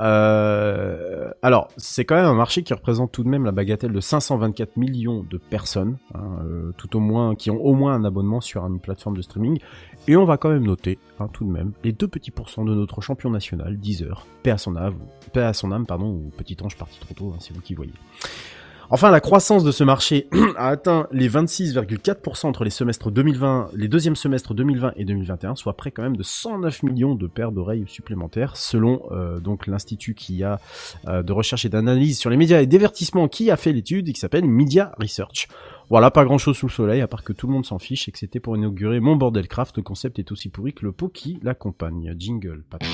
Euh, alors, c'est quand même un marché qui représente tout de même la bagatelle de cinq cent vingt-quatre millions de personnes, hein, euh, tout au moins, qui ont au moins un abonnement sur une plateforme de streaming. Et on va quand même noter, hein, tout de même, les deux petits pourcents de notre champion national, Deezer, paix à son âme, paix à son âme, pardon, ou petit ange parti trop tôt, hein, c'est vous qui voyez. Enfin, la croissance de ce marché a atteint les vingt-six virgule quatre pour cent entre les semestres deux mille vingt, les deuxièmes semestres deux mille vingt et deux mille vingt et un, soit près quand même de cent neuf millions de paires d'oreilles supplémentaires, selon euh, donc l'institut qui a euh, de recherche et d'analyse sur les médias et divertissements qui a fait l'étude et qui s'appelle Media Research. Voilà, pas grand chose sous le soleil, à part que tout le monde s'en fiche et que c'était pour inaugurer mon Bordelcraft. Le concept est aussi pourri que le pot qui l'accompagne. Jingle, papa.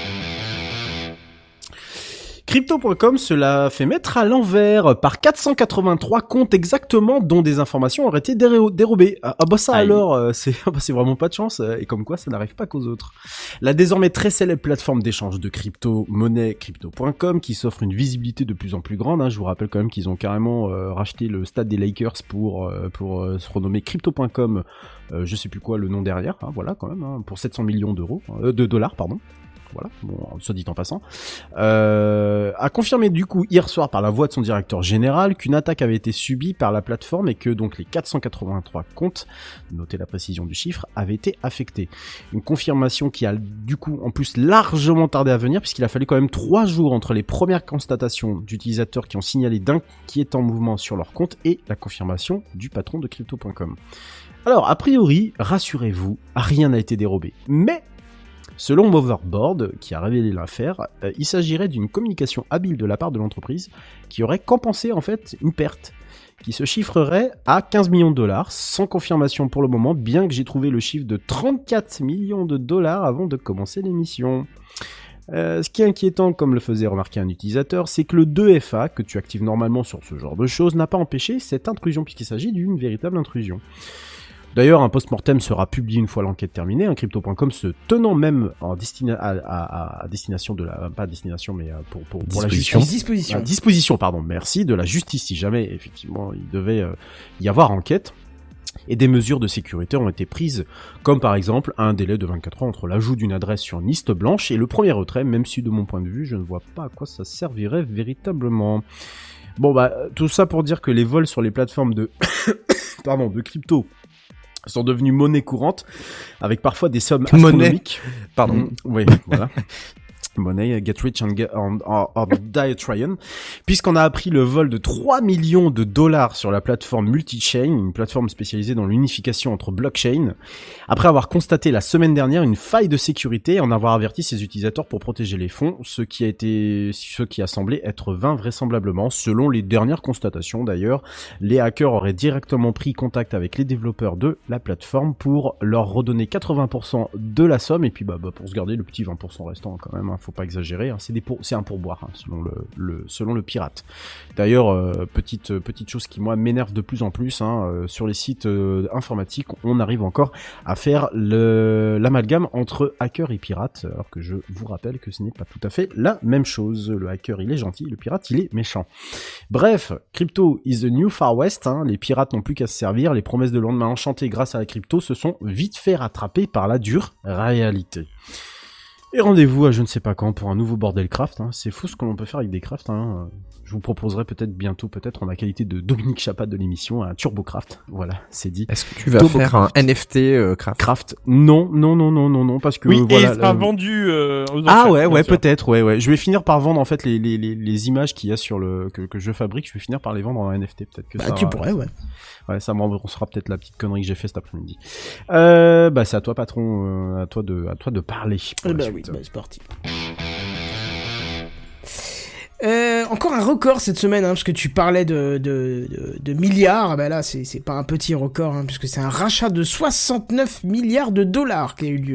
Crypto point com se l'a fait mettre à l'envers par quatre cent quatre-vingt-trois comptes exactement dont des informations auraient été dérobées. Ah, ah bah ça Aïe. alors, euh, c'est, ah bah c'est vraiment pas de chance, et comme quoi ça n'arrive pas qu'aux autres. La désormais très célèbre plateforme d'échange de crypto-monnaie Crypto point com qui s'offre une visibilité de plus en plus grande, hein, je vous rappelle quand même qu'ils ont carrément euh, racheté le stade des Lakers pour, euh, pour euh, se renommer Crypto point com, euh, je sais plus quoi le nom derrière, hein, voilà quand même, hein, pour sept cents millions d'euros, euh, de dollars pardon. Voilà, bon, soit dit en passant, euh, a confirmé du coup hier soir par la voix de son directeur général qu'une attaque avait été subie par la plateforme et que donc les quatre cent quatre-vingt-trois comptes, notez la précision du chiffre, avaient été affectés. Une confirmation qui a du coup en plus largement tardé à venir puisqu'il a fallu quand même trois jours entre les premières constatations d'utilisateurs qui ont signalé d'inquiétants mouvements sur leur compte et la confirmation du patron de Crypto point com. Alors, a priori, rassurez-vous, rien n'a été dérobé. Mais selon Motherboard, qui a révélé l'affaire, euh, il s'agirait d'une communication habile de la part de l'entreprise qui aurait compensé en fait une perte qui se chiffrerait à quinze millions de dollars, sans confirmation pour le moment, bien que j'ai trouvé le chiffre de trente-quatre millions de dollars avant de commencer l'émission. Euh, ce qui est inquiétant, comme le faisait remarquer un utilisateur, c'est que le deux F A, que tu actives normalement sur ce genre de choses, n'a pas empêché cette intrusion, puisqu'il s'agit d'une véritable intrusion. D'ailleurs, un post-mortem sera publié une fois l'enquête terminée, un crypto point com se tenant même en destina- à, à, à destination de la, pas à destination, mais pour, pour, pour la justice. Disposition. À disposition, pardon, merci, de la justice, si jamais, effectivement, il devait euh, y avoir enquête. Et des mesures de sécurité ont été prises, comme par exemple un délai de vingt-quatre heures entre l'ajout d'une adresse sur une liste blanche et le premier retrait, même si de mon point de vue, je ne vois pas à quoi ça servirait véritablement. Bon bah, tout ça pour dire que les vols sur les plateformes de, pardon, de crypto sont devenus monnaie courante, avec parfois des sommes astronomiques. Monnaie. Pardon. Mmh, oui, voilà. Monnaie, get rich and get on, on, on die trying, puisqu'on a appris le vol de trois millions de dollars sur la plateforme Multichain, une plateforme spécialisée dans l'unification entre blockchains, après avoir constaté la semaine dernière une faille de sécurité et en avoir averti ses utilisateurs pour protéger les fonds, ce qui a été, ce qui a semblé être vain vraisemblablement. Selon les dernières constatations d'ailleurs, les hackers auraient directement pris contact avec les développeurs de la plateforme pour leur redonner quatre-vingts pour cent de la somme et puis bah, bah pour se garder le petit vingt pour cent restant quand même, hein. Faut pas exagérer, hein. c'est des pour... c'est un pourboire, hein, selon le, le selon le pirate. D'ailleurs, euh, petite petite chose qui moi m'énerve de plus en plus, hein, euh, sur les sites euh, informatiques, on arrive encore à faire le l'amalgame entre hacker et pirate, alors que je vous rappelle que ce n'est pas tout à fait la même chose. Le hacker il est gentil, le pirate il est méchant. Bref, crypto is the new Far West, hein. Les pirates n'ont plus qu'à se servir, les promesses de lendemain enchanté grâce à la crypto se sont vite fait rattraper par la dure réalité. Et rendez-vous à je ne sais pas quand pour un nouveau bordel craft, hein. C'est fou ce que l'on peut faire avec des crafts, hein. Je vous proposerai peut-être bientôt, peut-être en ma qualité de Dominique Chapat de l'émission, un Turbo Craft. Voilà, c'est dit. Est-ce que tu vas Turbo faire Craft. un N F T euh, craft? Craft. Non, non, non, non, non, non, parce que Oui, voilà. et il sera le... vendu euh, aux Ah enchères, ouais, bien ouais, sûr. peut-être, ouais, ouais. Je vais finir par vendre en fait les les les, les images qu'il y a sur le que que je fabrique. Je vais finir par les vendre en N F T, peut-être que Bah, ça. tu pourrais, ouais. Ouais, ça m'en sera peut-être la petite connerie que j'ai fait cet après-midi. Euh, bah c'est à toi patron, euh, à toi de à toi de parler. pour Eh la bah suite. oui, bah c'est parti. Euh, encore un record cette semaine, hein, parce que tu parlais de, de, de, de milliards. Ben là, c'est, c'est pas un petit record, hein, puisque c'est un rachat de soixante-neuf milliards de dollars qui a eu lieu.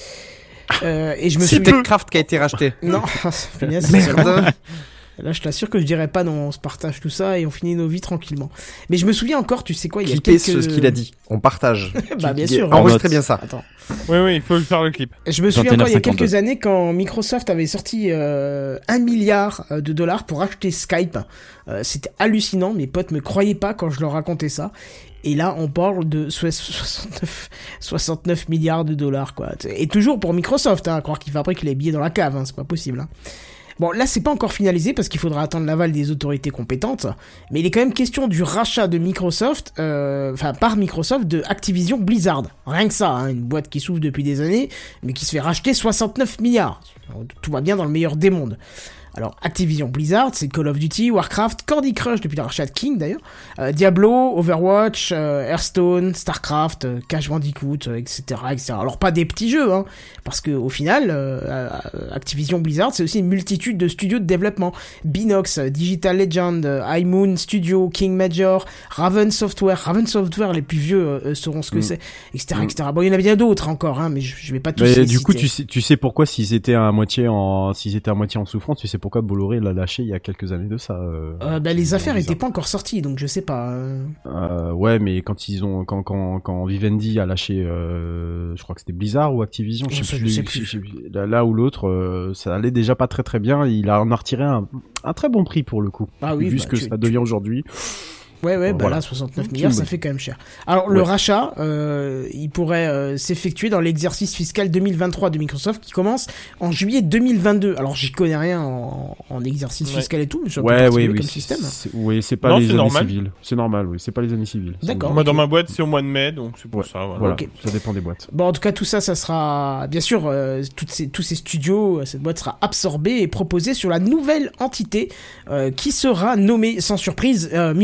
Euh, et je me C'est souviens... TechCraft qui a été racheté. Non, punaise, c'est seulement- Là, je t'assure que je dirais pas non, on se partage tout ça et on finit nos vies tranquillement. Mais je me souviens encore, tu sais quoi, il y a Clippez quelques... ce qu'il a dit. On partage. Bah, bien Tu- sûr. Enregistrez bien ça. Attends. Oui, oui, il faut faire le clip. Je me souviens vingt et neuf encore il y a cinquante-deux. quelques années quand Microsoft avait sorti euh, un milliard de dollars pour acheter Skype. Euh, c'était hallucinant, mes potes me croyaient pas quand je leur racontais ça. Et là, on parle de soixante-neuf, soixante-neuf milliards de dollars, quoi. Et toujours pour Microsoft, hein, à croire qu'ils fabriquent les billets dans la cave, hein, c'est pas possible. Hein. Bon, là, c'est pas encore finalisé parce qu'il faudra attendre l'aval des autorités compétentes, mais il est quand même question du rachat de Microsoft, euh, enfin par Microsoft, de Activision Blizzard. Rien que ça, hein, une boîte qui souffre depuis des années, mais qui se fait racheter soixante-neuf milliards. Tout va bien dans le meilleur des mondes. Alors, Activision Blizzard, c'est Call of Duty, Warcraft, Candy Crush depuis le rachat de King d'ailleurs, euh, Diablo, Overwatch, euh, Hearthstone, Starcraft, euh, Crash Bandicoot, euh, et cetera, et cetera. Alors pas des petits jeux, hein, parce que au final, euh, Activision Blizzard, c'est aussi une multitude de studios de développement. Binox, euh, Digital Legend, euh, High Moon Studio, King Major, Raven Software, Raven Software, les plus vieux euh, sauront ce que Mm. c'est, et cetera, Mm. et cetera. Bon, il y en a bien d'autres encore, hein, mais je, je vais pas tous Mais les du coup, citer. tu sais, tu sais pourquoi s'ils étaient à moitié en, s'ils étaient à moitié en souffrance, tu sais pourquoi Bolloré l'a lâché il y a quelques années de ça. Euh, Euh, bah, les affaires Blizzard. étaient pas encore sorties, donc je sais pas. euh. Euh, ouais, mais quand ils ont, quand quand quand Vivendi a lâché, euh, je crois que c'était Blizzard ou Activision, je Oh, sais ça, plus, je sais je- plus. je- je- là, là ou l'autre, euh, ça allait déjà pas très très bien. Il a en a retiré un, un très bon prix pour le coup. Ah oui, vu bah, ce que tu- ça devient aujourd'hui. Ouais, ouais, bah Voilà. là, soixante-neuf Mmh, milliards, ça oui. fait quand même cher. Alors, le Ouais. rachat, euh, il pourrait euh, s'effectuer dans l'exercice fiscal deux mille vingt-trois de Microsoft qui commence en juillet deux mille vingt-deux. Alors, j'y connais rien en, en exercice Ouais. fiscal et tout, mais c'est un peu Ouais, particulier oui, oui. comme système. c'est- Oui, c'est pas Non, les c'est années normal. civiles. C'est normal, oui. C'est pas les années civiles. C'est D'accord. Moi, ok. dans ma boîte, c'est au mois de mai, donc c'est pour Ouais. ça. Voilà. Voilà, Ok. ça dépend des boîtes. Bon, en tout cas, tout ça, ça sera, bien sûr, euh, toutes ces, tous ces studios, euh, cette boîte sera absorbée et proposée sur la nouvelle entité euh, qui sera nommée, sans surprise, euh, Microsoft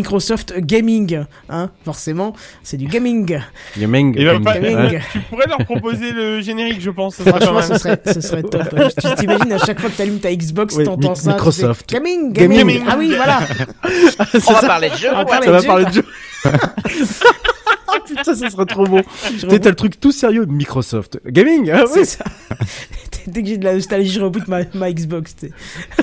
Microsoft Gaming, hein, forcément, c'est du gaming. Gaming. Et ben, pas- Gaming. tu pourrais leur proposer le générique, je pense. Ça serait pas Franchement, mal. ce serait, ce serait top. Tu t'imagines à chaque fois que t'allumes ta Xbox, Oui, t'entends Mi- ça. tu Microsoft. fais, Gaming, gaming, Gaming. Ah oui, voilà. On va parler de jeu. On va ouais. parler Ça de va jeu, parler quoi. de jeu. Putain, ça serait trop beau. Je Tu sais, t'as le truc tout sérieux de Microsoft. Gaming, ah C'est oui. ça. Dès que j'ai de la nostalgie, je reboot ma, ma Xbox. t'sais.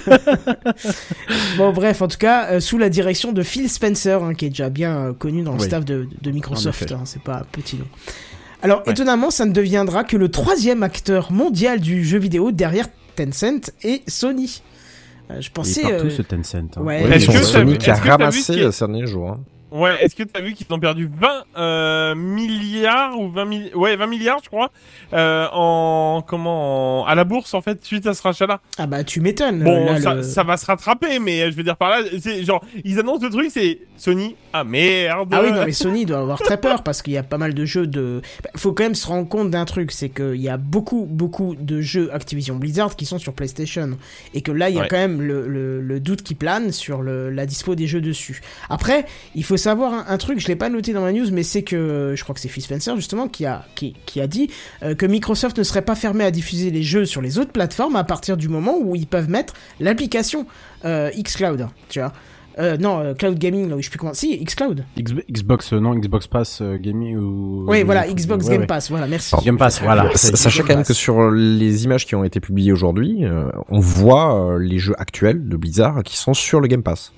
Bon, bref, en tout cas, euh, sous la direction de Phil Spencer, hein, qui est déjà bien euh, connu dans le Oui. staff de, de Microsoft. effet. Hein, c'est pas un petit nom. Alors, Ouais. étonnamment, ça ne deviendra que le troisième acteur mondial du jeu vidéo derrière Tencent et Sony. Euh, je Il est pensais. partout euh, ce Tencent. hein. ouais. Ouais, Est-ce ils que sont t'as Sony vu- qui a est-ce que t'as vu ramassé qu'il y a- euh, ces derniers jours. hein. Ouais, est-ce que t'as vu qu'ils ont perdu vingt euh, milliards ou vingt milliards, ouais, vingt milliards, je crois, euh, en comment, en- à la bourse en fait suite à ce rachat-là. Ah bah, tu m'étonnes. Bon, là, ça, le- ça va se rattraper, mais euh, je veux dire par là, c'est genre ils annoncent le truc, c'est Sony. Ah merde. Ah oui, non, mais Sony doit avoir très peur parce qu'il y a pas mal de jeux de. Bah, faut quand même se rendre compte d'un truc, c'est qu'il y a beaucoup, beaucoup de jeux Activision Blizzard qui sont sur PlayStation. Et que là, il y a Ouais. quand même le, le, le doute qui plane sur le, la dispo des jeux dessus. Après, il faut savoir un, un truc, je l'ai pas noté dans ma news, mais c'est que je crois que c'est Phil Spencer justement qui a, qui, qui a dit euh, que Microsoft ne serait pas fermé à diffuser les jeux sur les autres plateformes à partir du moment où ils peuvent mettre l'application euh, xCloud, tu vois. Euh, non, euh, Cloud Gaming, là où je sais plus comment. Si, xCloud. X- Xbox, euh, non, Xbox Pass euh, Gaming ou. Oui, ou- voilà, Xbox ouais, Game ouais. Pass, voilà, merci. Game Pass, voilà. S- C'est- Sachez Game quand même Pass. que sur les images qui ont été publiées aujourd'hui, euh, on voit euh, les jeux actuels de Blizzard qui sont sur le Game Pass.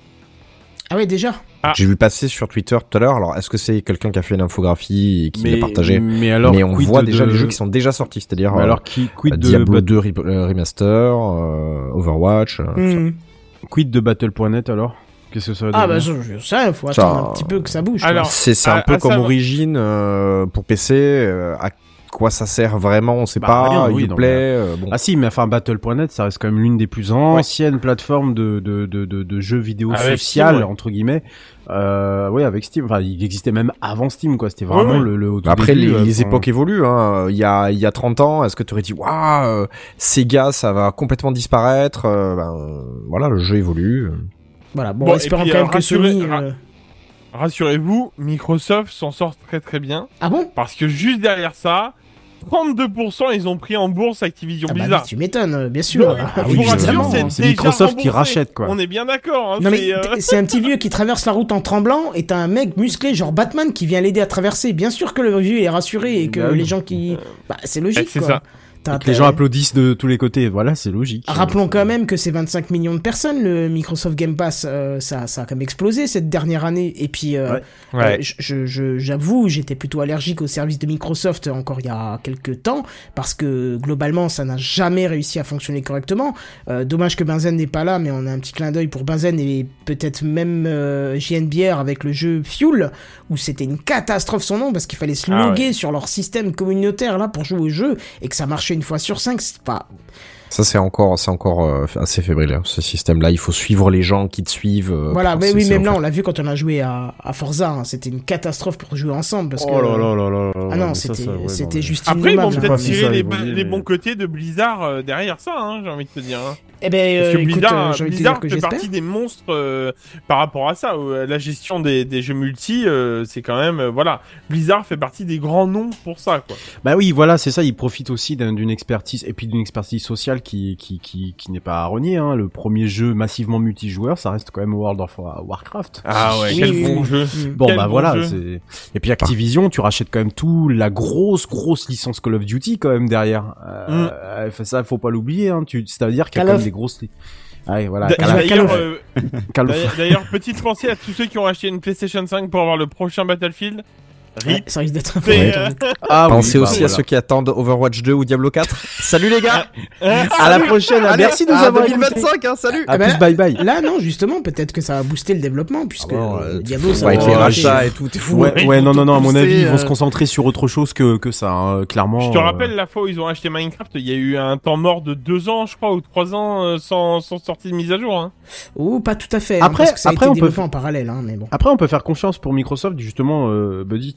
Ah ouais, déjà. Ah. J'ai vu passer sur Twitter tout à l'heure. Alors, est-ce que c'est quelqu'un qui a fait une infographie et qui l'a partagé? Mais alors, Mais on quid voit de- déjà les jeux qui sont déjà sortis, c'est-à-dire Mais euh, alors, qui, quid de, Diablo Bat- deux re- euh, Remaster, euh, Overwatch. euh, tout ça. Hmm. quid de Battle point net alors? Qu'est-ce que ça va Ah bah devenir je, je sais, faut Ça- attendre un petit peu que ça bouge. quoi. Alors, C'est c'est un à- peu à comme savoir- Origin euh, pour P C. euh, à quoi ça sert vraiment, on sait Bah, pas. rien, oui, non, Uplay, mais- euh, bon. Ah si, mais enfin Battle point net, ça reste quand même l'une des plus anciennes plateformes de, de, de, de, de jeux vidéo Avec social, Steam, ouais. entre guillemets. Euh, oui, avec Steam. Enfin, il existait même avant Steam, quoi. C'était vraiment Ouais, ouais. le, le au tout Après, début, les, euh, les quand- époques évoluent. Hein. Il y a il y a trente ans, est-ce que tu aurais dit waouh, euh, Sega, ça va complètement disparaître euh, ben, voilà, le jeu évolue. Voilà, bon, Bon, et espérons puis, quand euh, même que rassurez- Sony. ra- euh, Rassurez-vous, Microsoft s'en sort très très bien Ah bon? parce que juste derrière ça, trente-deux pour cent ils ont pris en bourse Activision Ah bah oui, Blizzard. tu m'étonnes, euh, bien sûr. Donc, Ah je oui, vous rassure, évidemment. c'est C'est déjà Microsoft qui remboursé. rachète, quoi. On est bien d'accord. Hein, Non mais c'est, euh, t- c'est un petit vieux qui traverse la route en tremblant et t'as un mec musclé genre Batman qui vient l'aider à traverser. Bien sûr que le vieux est rassuré et que Bah oui. les gens qui... Bah c'est logique c'est quoi. ça. T'as- Et que les t'as- gens applaudissent de tous les côtés. Voilà, c'est logique. Rappelons quand même que c'est vingt-cinq millions de personnes, le Microsoft Game Pass, euh, ça, ça a quand même explosé cette dernière année. Et puis, euh, Ouais. Ouais. euh, je- je- je- j'avoue, j'étais plutôt allergique au service de Microsoft encore il y a quelques temps, parce que globalement, ça n'a jamais réussi à fonctionner correctement. Euh, dommage que Benzen n'est pas là, mais on a un petit clin d'œil pour Benzen et peut-être même euh, J N B R avec le jeu Fuel, où c'était une catastrophe son nom, parce qu'il fallait se Ah loguer sur leur système communautaire là pour jouer au jeu, et que ça marchait une fois sur cinq. C'est pas... Ça c'est encore c'est encore euh, assez fébrile hein, ce système-là. Il faut suivre les gens qui te suivent. euh, Voilà, mais c'est- oui, c'est même en là, fait- on l'a vu quand on a joué à, à Forza, hein, c'était une catastrophe pour jouer ensemble, parce que... Oh là là là là là. Ah non, mais ça, c'était ça, ouais, c'était non, mais- juste Après, ils vont innommable. pas peut-être vu tirer ça les, évoluer, ba- mais- les bons côtés de Blizzard euh, derrière ça, hein, j'ai envie de te dire. Hein. Eh ben, Parce euh, que écoute, Blizzard, euh, j'ai envie de te Blizzard dire que fait j'espère. partie des monstres euh, par rapport à ça. Euh, la gestion des, des jeux multi, euh, c'est quand même... euh, voilà, Blizzard fait partie des grands noms pour ça, quoi. Bah oui, voilà, c'est ça. Il profite aussi d'un- d'une expertise et puis d'une expertise sociale qui qui qui, qui n'est pas à renier. Hein. Le premier jeu massivement multijoueur, ça reste quand même World of Warcraft. Ah ouais, Oui, quel oui, bon oui. jeu. Mm. Bon Quel bah bon voilà, jeu. c'est et puis Activision, tu rachètes quand même tout la grosse grosse licence Call of Duty quand même derrière. Euh, euh, ça faut pas l'oublier hein, tu c'est-à-dire qu'il y a Call quand même of. des grosses li- Ouais, voilà, D'a- Call of- D'ailleurs, Call of. euh, Call of- d'ailleurs- d'ailleurs, petite pensée à tous ceux qui ont acheté une PlayStation cinq pour avoir le prochain Battlefield. Ouais, Rip. ça risque d'être un peu... C'est, long. euh, Ah oui, Pensez bah, aussi à voilà. ceux qui attendent Overwatch deux ou Diablo quatre. Salut les gars. À la prochaine. Allez, Merci de nous à avoir deux mille écoutés. vingt-cinq hein, salut. À Eh ben, plus, bye bye. Là, non, justement, peut-être que ça va booster le développement, puisque Ah bon, euh, euh, Diablo, ouais, ça avec va les être- rachats et tout, t'es fou. Ouais, Ils ouais, vont non, tout non, non, à mon pousser, avis, ils vont euh. se concentrer sur autre chose que, que ça, hein, clairement. Je te euh. rappelle la fois où ils ont acheté Minecraft, il y a eu un temps mort de deux ans, je crois, ou trois ans euh, sans, sans sortie de mise à jour. Hein. Oh, pas tout à fait, hein, Après- parce que ça a après, été on peut développé f- en parallèle, hein, mais bon. Après, on peut faire confiance pour Microsoft, justement, euh, Buddy, tu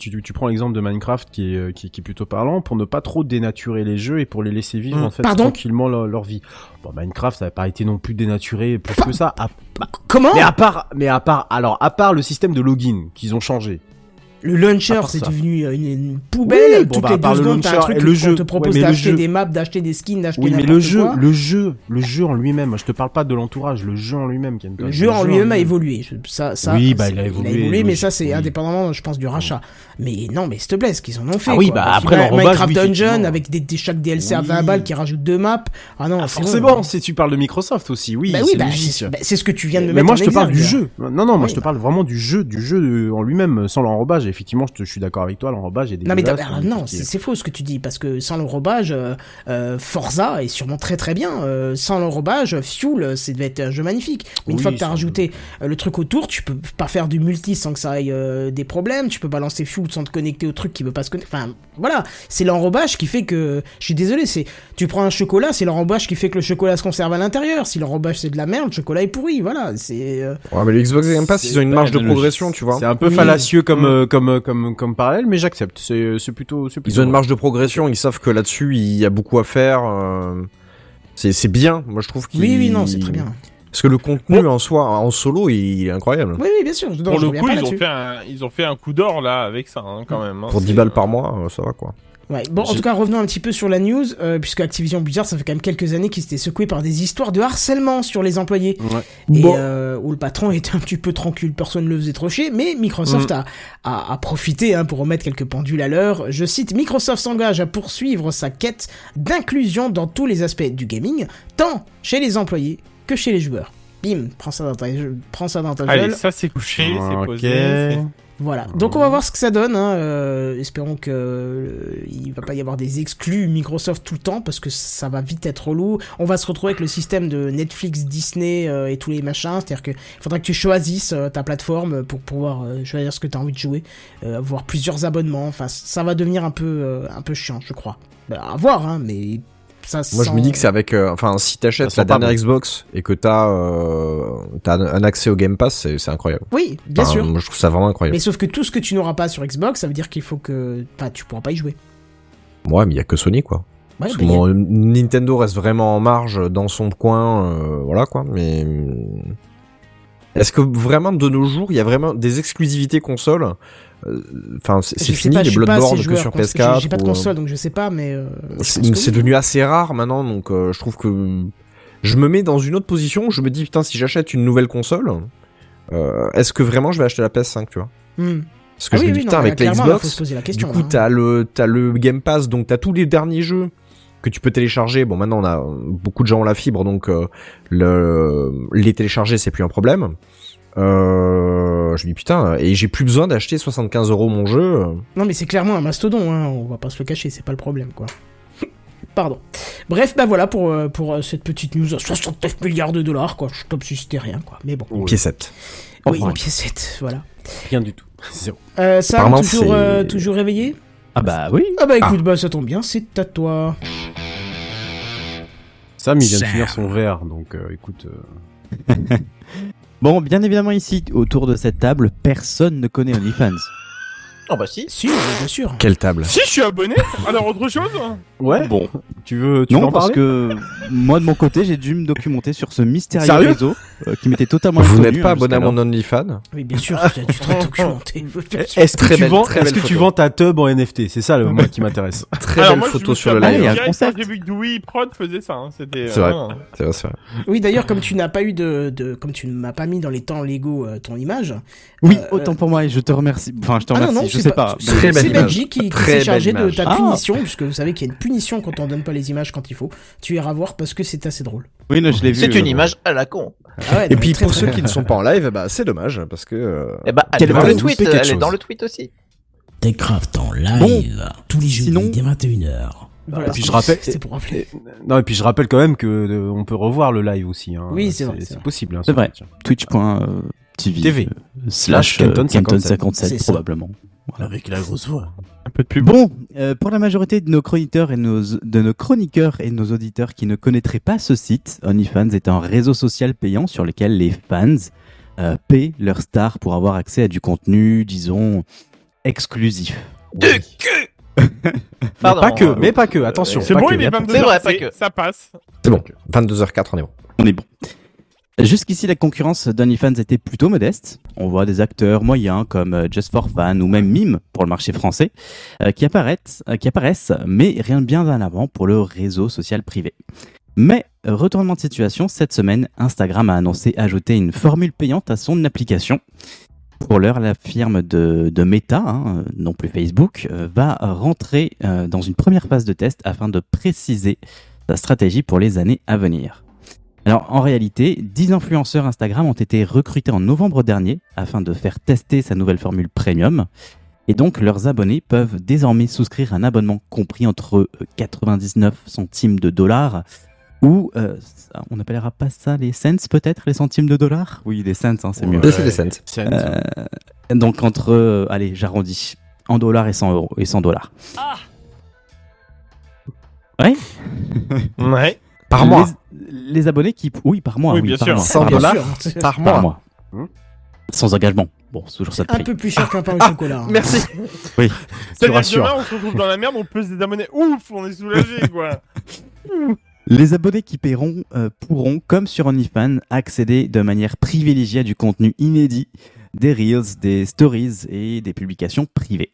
tu, tu prends l'exemple de Minecraft qui est, qui, qui est plutôt parlant, pour ne pas trop dénaturer les jeux et pour les laisser vivre Mmh. en fait Pardon tranquillement leur, leur vie. Bon, Minecraft, ça n'a pas été non plus dénaturé plus que ça. À... Comment? Mais à part, mais à part, alors à part le système de login qu'ils ont changé. Le launcher, À part c'est ça. devenu une, une poubelle. Oui, bon, Toutes bah, les à part deux le secondes, t'as un launcher truc et où le on jeu. te propose Ouais, mais le d'acheter jeu. des maps, d'acheter des skins, d'acheter Oui, mais n'importe le jeu, quoi. le jeu, le jeu en lui-même. Je te parle pas de l'entourage, le jeu en lui-même. Kenton. Le jeu en lui-même a évolué. Je- Ça, ça, Oui, bah, c'est- il a évolué, mais logique, ça, c'est oui. indépendamment, je pense, du rachat. Mais non, mais s'il te plaît, ce qu'ils en ont fait. Ah oui, quoi. bah, Parce après, que l'enrobage, Minecraft oui, Dungeon effectivement. avec des, des chaque D L C à Oui. vingt balles qui rajoutent deux maps. Ah non, Ah, c'est forcément, bon. si tu parles de Microsoft aussi, oui, Bah oui, c'est bah, logique. c'est bah, c'est ce que tu viens de me Mais mettre moi, en je te parle du exergue. jeu. Non, non, moi, Oui, je te bah. parle vraiment du jeu, du jeu en lui-même, sans l'enrobage. Effectivement, je, te, je suis d'accord avec toi, l'enrobage est Non mais dégueulasse. d'abord, non, c'est c'est faux ce que tu dis parce que sans l'enrobage, euh, euh, Forza est sûrement très très bien. Euh, sans l'enrobage, Fuel, euh, c'est devait être un jeu magnifique. Mais une Oui, fois que t'as ça- rajouté euh, le truc autour, tu peux pas faire du multi sans que ça aille euh, des problèmes. Tu peux balancer Fuel sans te connecter au truc qui veut pas se connecter. Enfin voilà, c'est l'enrobage qui fait que. Je suis désolé, c'est tu prends un chocolat, c'est l'enrobage qui fait que le chocolat se conserve à l'intérieur. Si l'enrobage c'est de la merde, le chocolat est pourri. Voilà, c'est. euh, Ouais, mais le Xbox Game Pass, C'est ils ont une pas marge de analogique. progression, tu vois. C'est un peu Oui. fallacieux comme, Mm. euh, comme, euh, comme, comme parallèle, mais j'accepte. C'est, c'est plutôt, c'est plutôt Ils ont une vrai. marge de progression, ils savent que là-dessus, il y a beaucoup à faire. euh, C'est c'est bien, moi je trouve qu'ils... Oui, oui, non, c'est très bien. Parce que le contenu en soi, en solo, il est incroyable. Oui, oui, bien sûr. Non, Pour je le reviens coup, pas ils ont, là-dessus. fait un, ils ont fait un coup d'or là avec ça, hein, quand même. hein. Pour C'est, dix balles euh, par mois, euh, ça va quoi. Ouais. Bon, en J'ai- tout cas, revenons un petit peu sur la news, euh, puisque Activision Blizzard, ça fait quand même quelques années qu'ils s'étaient secoués par des histoires de harcèlement sur les employés. Ouais. Et Bon. euh, où le patron était un petit peu tranquille, personne ne le faisait trop chier, mais Microsoft Mm. a, a, a profité hein, pour remettre quelques pendules à l'heure. Je cite, Microsoft s'engage à poursuivre sa quête d'inclusion dans tous les aspects du gaming, tant chez les employés que chez les joueurs. Bim, prends ça dans ta, prends ça dans ta Allez, gueule. ça c'est couché, c'est Ok. posé. c'est- Voilà. Donc on va voir ce que ça donne. Hein. Euh, espérons que euh, il va pas y avoir des exclus Microsoft tout le temps parce que ça va vite être relou. On va se retrouver avec le système de Netflix, Disney euh, et tous les machins. C'est-à-dire que il faudra que tu choisisses euh, ta plateforme pour pouvoir euh, choisir ce que tu as envie de jouer, euh, avoir plusieurs abonnements. Enfin, ça va devenir un peu euh, un peu chiant, je crois. Bah, à voir, hein. Mais ça. Moi je sent- me dis que c'est avec... euh, Enfin, si t'achètes Ça la sent pas dernière bon. Xbox et que t'as euh, t'as un un accès au Game Pass, c'est c'est incroyable. Oui, bien Enfin, sûr. Moi je trouve ça vraiment incroyable. Mais sauf que tout ce que tu n'auras pas sur Xbox, ça veut dire qu'il faut que, enfin, tu pourras pas y jouer. Ouais, mais il y a que Sony quoi. Ouais, Parce bah, que y a- bon, Nintendo reste vraiment en marge dans son coin, euh, voilà quoi, mais... Est-ce que vraiment de nos jours, il y a vraiment des exclusivités consoles? Euh, Enfin, c'est Je c'est sais fini pas, les je suis pas Bloodborne assez que joueur, sur cons- P S quatre. J'ai j'ai pas de ou, euh, console, donc je sais pas, mais. euh, je C'est pense que c'est oui. devenu assez rare maintenant, donc euh, je trouve que je me mets dans une autre position. Je me dis putain, si j'achète une nouvelle console, euh, est-ce que vraiment je vais acheter la P S cinq, tu vois? Hmm. Parce que Ah je oui, me dis oui, putain, non, mais avec la clairement, là, faut Xbox, se poser la du question, coup là, hein. t'as le t'as le Game Pass, donc t'as tous les derniers jeux que tu peux télécharger. Bon, maintenant on a beaucoup de gens ont la fibre, donc euh, le les télécharger c'est plus un problème. Euh, je me dis putain, et j'ai plus besoin d'acheter soixante-quinze euros mon jeu. Non, mais c'est clairement un mastodon, hein, on va pas se le cacher, c'est pas le problème, quoi. Pardon. Bref, bah voilà pour, euh, pour euh, cette petite news à soixante-neuf milliards de dollars, quoi. Je comme si c'était rien, quoi. Mais bon. Une piécette. Oui, Enfin, une piécette, voilà. Rien du tout. Zéro. Euh, ça, Apparemment, toujours, c'est- euh, toujours réveillé? Ah bah oui. Ah bah écoute, bah ça tombe bien, c'est à toi. Sam, il vient de Sam. finir son verre, donc euh, écoute. euh, Bon, bien évidemment ici, autour de cette table, personne ne connaît OnlyFans. Oh bah si. Si, bien sûr. Quelle table? Si je suis abonné, alors autre chose. hein. Ouais. Bon, Tu veux, tu veux non, en parce parler que moi de mon côté, j'ai dû me documenter sur ce mystérieux Sérieux réseau euh, qui m'était totalement Vous inconnu, n'êtes pas hein, abonné à jusqu'alors. mon OnlyFans? Oui, bien sûr, tu tu te documenté. Bien sûr. Est-ce que, Très tu, belle- vends, très est-ce que belle tu photo. vends ta tub en N F T? C'est ça le moi qui m'intéresse. Très Alors belle moi, je photo me sur suis le abonné il y a un live. direct quand concept. j'ai vu que Wii Prod faisait ça. hein, C'était. C'est vrai. euh, C'est vrai, c'est vrai. Oui, d'ailleurs, comme tu n'as pas eu de, de, comme tu ne m'as pas mis dans les temps légaux euh, ton image. Oui, euh, autant pour moi et je te remercie. Enfin, je te Ah remercie, non, non, je c'est sais pas. C'est Très belle c'est image. Benji qui, qui Très s'est belle chargé de image. ta Ah. punition, puisque vous savez qu'il y a une punition quand on donne pas les images quand il faut. Tu iras voir parce que c'est assez drôle. Oui, non, je l'ai vu. C'est euh, une image à la con. Ah ouais, Et non, puis très, pour très ceux bien. qui ne sont pas en live, bah c'est dommage parce que euh, Eh bah, elle Quelle est dans va le vous tweet. couper quelque Elle est chose. dans le tweet aussi. Techcraft en live, tous les jeudis sinon- dès vingt et une heures. Voilà, Et puis je rappelle- C'était pour rappeler. Et- non, et puis je rappelle quand même que euh, on peut revoir le live aussi. Hein. Oui, c'est vrai, c'est C'est vrai. possible. Hein, C'est sur vrai. Twitch. Twitch point T V T V. euh, slash Kenton euh, Kenton cinquante-sept. cinquante-sept C'est ça. probablement. Avec la grosse voix. Un peu de pub. Bon, euh, pour la majorité de nos chroniqueurs et nos, de nos chroniqueurs et nos auditeurs qui ne connaîtraient pas ce site, OnlyFans est un réseau social payant sur lequel les fans euh, paient leurs stars pour avoir accès à du contenu, disons, exclusif. De cul. Mais Pardon, pas que, euh, mais pas que, attention. C'est pas bon, que. il est vingt-deux C'est vrai, heures, pas que. ça passe. C'est bon, vingt-deux heures quatre, on est bon. On est bon. Jusqu'ici, la concurrence d'OnlyFans était plutôt modeste. On voit des acteurs moyens comme euh, Just for Fun ou même Mime pour le marché français euh, qui, apparaissent, euh, qui apparaissent, mais rien de bien en avant pour le réseau social privé. Mais, retournement de situation, cette semaine, Instagram a annoncé ajouter une formule payante à son application. Pour l'heure, la firme de, de Meta, hein, non plus Facebook, euh, va rentrer euh, dans une première phase de test afin de préciser sa stratégie pour les années à venir. Alors, en réalité, dix influenceurs Instagram ont été recrutés en novembre dernier afin de faire tester sa nouvelle formule premium. Et donc, leurs abonnés peuvent désormais souscrire un abonnement compris entre quatre-vingt-dix-neuf centimes de dollars ou, euh, on n'appellera pas ça les cents peut-être, les centimes de dollars ? Oui, les cents, hein, c'est mieux. Ouais, c'est des cents. Euh, donc, entre, euh, allez, j'arrondis, en dollars et cent euros et cent dollars. Ah Ouais. Ouais. Par mois. Les, les abonnés qui... Oui, par mois. Oui, Oui, bien par sûr. mois. cent Par dollars mois. par Par mois. mois. Hum. Sans engagement. Bon, c'est toujours ça de Un prix. peu plus cher qu'un pain au chocolat. hein. Merci. Oui. C'est-à-dire que rassures. demain, on se retrouve dans la merde, on peut se désabonner. Ouf, on est soulagé, quoi. Les abonnés qui paieront euh, pourront, comme sur OnlyFans, accéder de manière privilégiée à du contenu inédit, des Reels, des Stories et des publications privées.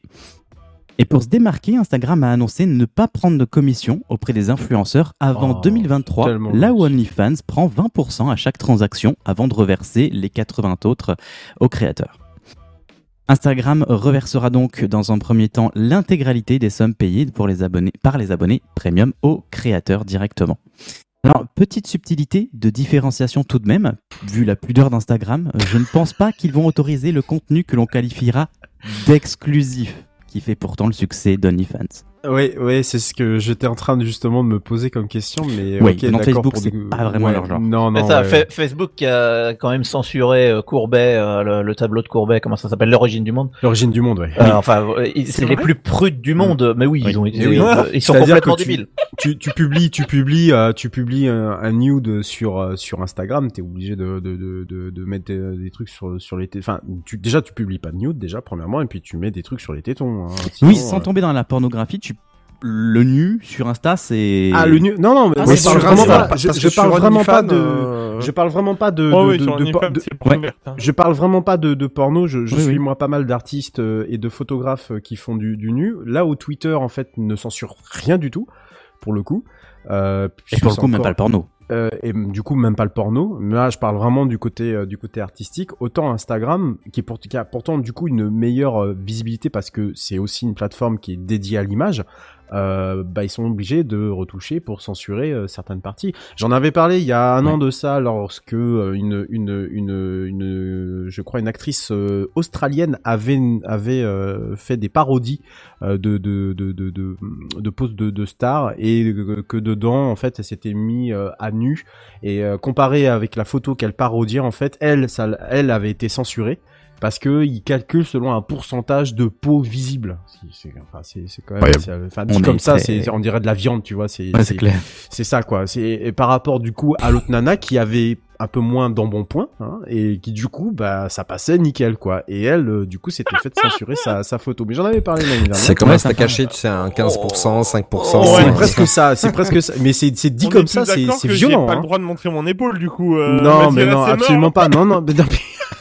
Et pour se démarquer, Instagram a annoncé ne pas prendre de commission auprès des influenceurs avant Oh, deux mille vingt-trois, tellement là où gentil. OnlyFans prend vingt pour cent à chaque transaction avant de reverser les quatre-vingts autres aux créateurs. Instagram reversera donc dans un premier temps l'intégralité des sommes payées pour les abonnés, par les abonnés premium aux créateurs directement. Alors, petite subtilité de différenciation tout de même, vu la pudeur d'Instagram, je ne pense pas qu'ils vont autoriser le contenu que l'on qualifiera d'exclusif, qui fait pourtant le succès d'OnlyFans. Oui, oui, c'est ce que j'étais en train de justement de me poser comme question, mais Oui, ok, non, d'accord. Facebook, pour c'est du- pas vraiment ouais, leur genre. Non, Mais non. ça, ouais. Fa- Facebook qui a quand même censuré euh, Courbet, euh, le, le tableau de Courbet, comment ça s'appelle, l'origine du monde. L'origine du monde, ouais. Euh, enfin, euh, ils- c'est les vrai plus prudes du monde. Mais oui, Oui. ils ont été, Mais oui. euh, ils sont C'est-à-dire complètement que tu- débiles. tu, tu publies, tu publies, euh, tu publies un, un nude sur euh, sur Instagram, t'es obligé de de de de, de mettre des, des trucs sur sur les tétons. Enfin, tu déjà tu publies pas de nude déjà premièrement, et puis tu mets des trucs sur les tétons. Hein, sinon, Oui, sans euh, tomber dans la pornographie, tu... le nu sur Insta, c'est... Ah, le nu. Non, non, mais Ah, moi, c'est je parle sur vraiment Insta, pas. parce Je, que je sur parle vraiment pas OnlyFans, de. euh, Je parle vraiment pas de. Oh de, oui, de, sur de, OnlyFans, de- c'est pour ouais. ouverte, hein. Je parle vraiment pas de, de porno. Je, je Oui, suis oui. moi pas mal d'artistes euh, et de photographes euh, qui font du, du nu. Là où Twitter en fait ne censure rien du tout, pour le coup. Euh, Et puisque pour le c'est coup, même encore- pas le porno. euh, et m- du coup même pas le porno. Mais là, je parle vraiment du côté euh, du côté artistique. Autant Instagram, qui, est pour, qui a pourtant du coup une meilleure euh, visibilité parce que c'est aussi une plateforme qui est dédiée à l'image. Euh, bah ils sont obligés de retoucher pour censurer euh, certaines parties. J'en avais parlé il y a un Ouais. an de ça lorsque euh, une une une une je crois une actrice euh, australienne avait avait euh, fait des parodies euh, de de de de de, de poses de, de stars et que, que dedans en fait elle s'était mis euh, à nu et euh, comparé avec la photo qu'elle parodiait en fait elle ça elle avait été censurée parce que il calcule selon un pourcentage de peau visible. C'est c'est enfin c'est c'est quand même Ouais. c'est- enfin dit On comme est ça très- c'est on dirait de la viande, tu vois, c'est Ouais, c'est clair. c'est ça quoi. C'est et par rapport du coup à l'autre nana qui avait un peu moins d'embonpoint hein, et qui du coup bah ça passait nickel quoi. Et elle euh, du coup s'était fait censurer sa sa photo. Mais j'en avais parlé l'année dernière. C'est comme Ouais, un ça steak fait- haché, tu sais, un quinze pour cent, cinq pour cent. C'est Ouais. presque ça, c'est presque ça. Mais c'est c'est dit On comme est ça, tous c'est d'accord c'est que violent. J'ai pas hein. le droit de montrer mon épaule, du coup. Euh, Non, Mathieu, mais là, non, c'est absolument mort. pas. Non, non, mais non, mais-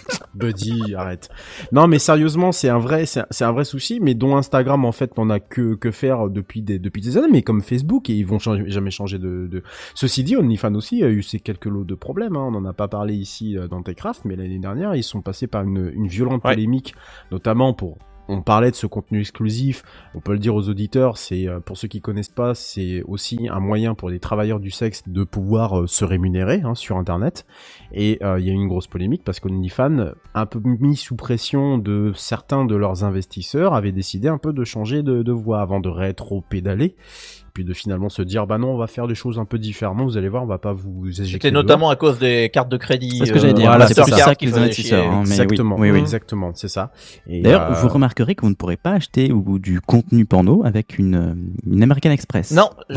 Buddy, arrête. Non, mais sérieusement, c'est un vrai, c'est un, c'est un vrai souci, mais dont Instagram en fait n'en a que que faire depuis des depuis des années, mais comme Facebook et ils vont changer, jamais changer de, de. Ceci dit, OnlyFans aussi a eu ces quelques lots de problèmes. Hein. On en a pas parlé ici euh, dans Techcraft, mais l'année dernière, ils sont passés par une une violente Ouais. polémique, notamment pour. On parlait de ce contenu exclusif, on peut le dire aux auditeurs, c'est euh, pour ceux qui connaissent pas, c'est aussi un moyen pour les travailleurs du sexe de pouvoir euh, se rémunérer hein, sur internet. Et euh, il y a eu une grosse polémique parce qu'OnlyFans, un peu mis sous pression de certains de leurs investisseurs, avait décidé un peu de changer de, de voie avant de rétro-pédaler, puis de finalement se dire bah non, on va faire des choses un peu différemment, vous allez voir, on va pas vous éjecter. C'était dehors. notamment à cause des cartes de crédit. C'est ce que j'allais euh, dire. voilà, c'est pour Mastercard ça que qui les faisaient investisseurs... chier. hein, mais oui, Exactement, oui, oui. exactement, c'est ça. Et, D'ailleurs, euh, vous remarquerez que vous ne pourrez pas acheter ou, du contenu porno avec une, une American Express. Non, je Voilà. sais.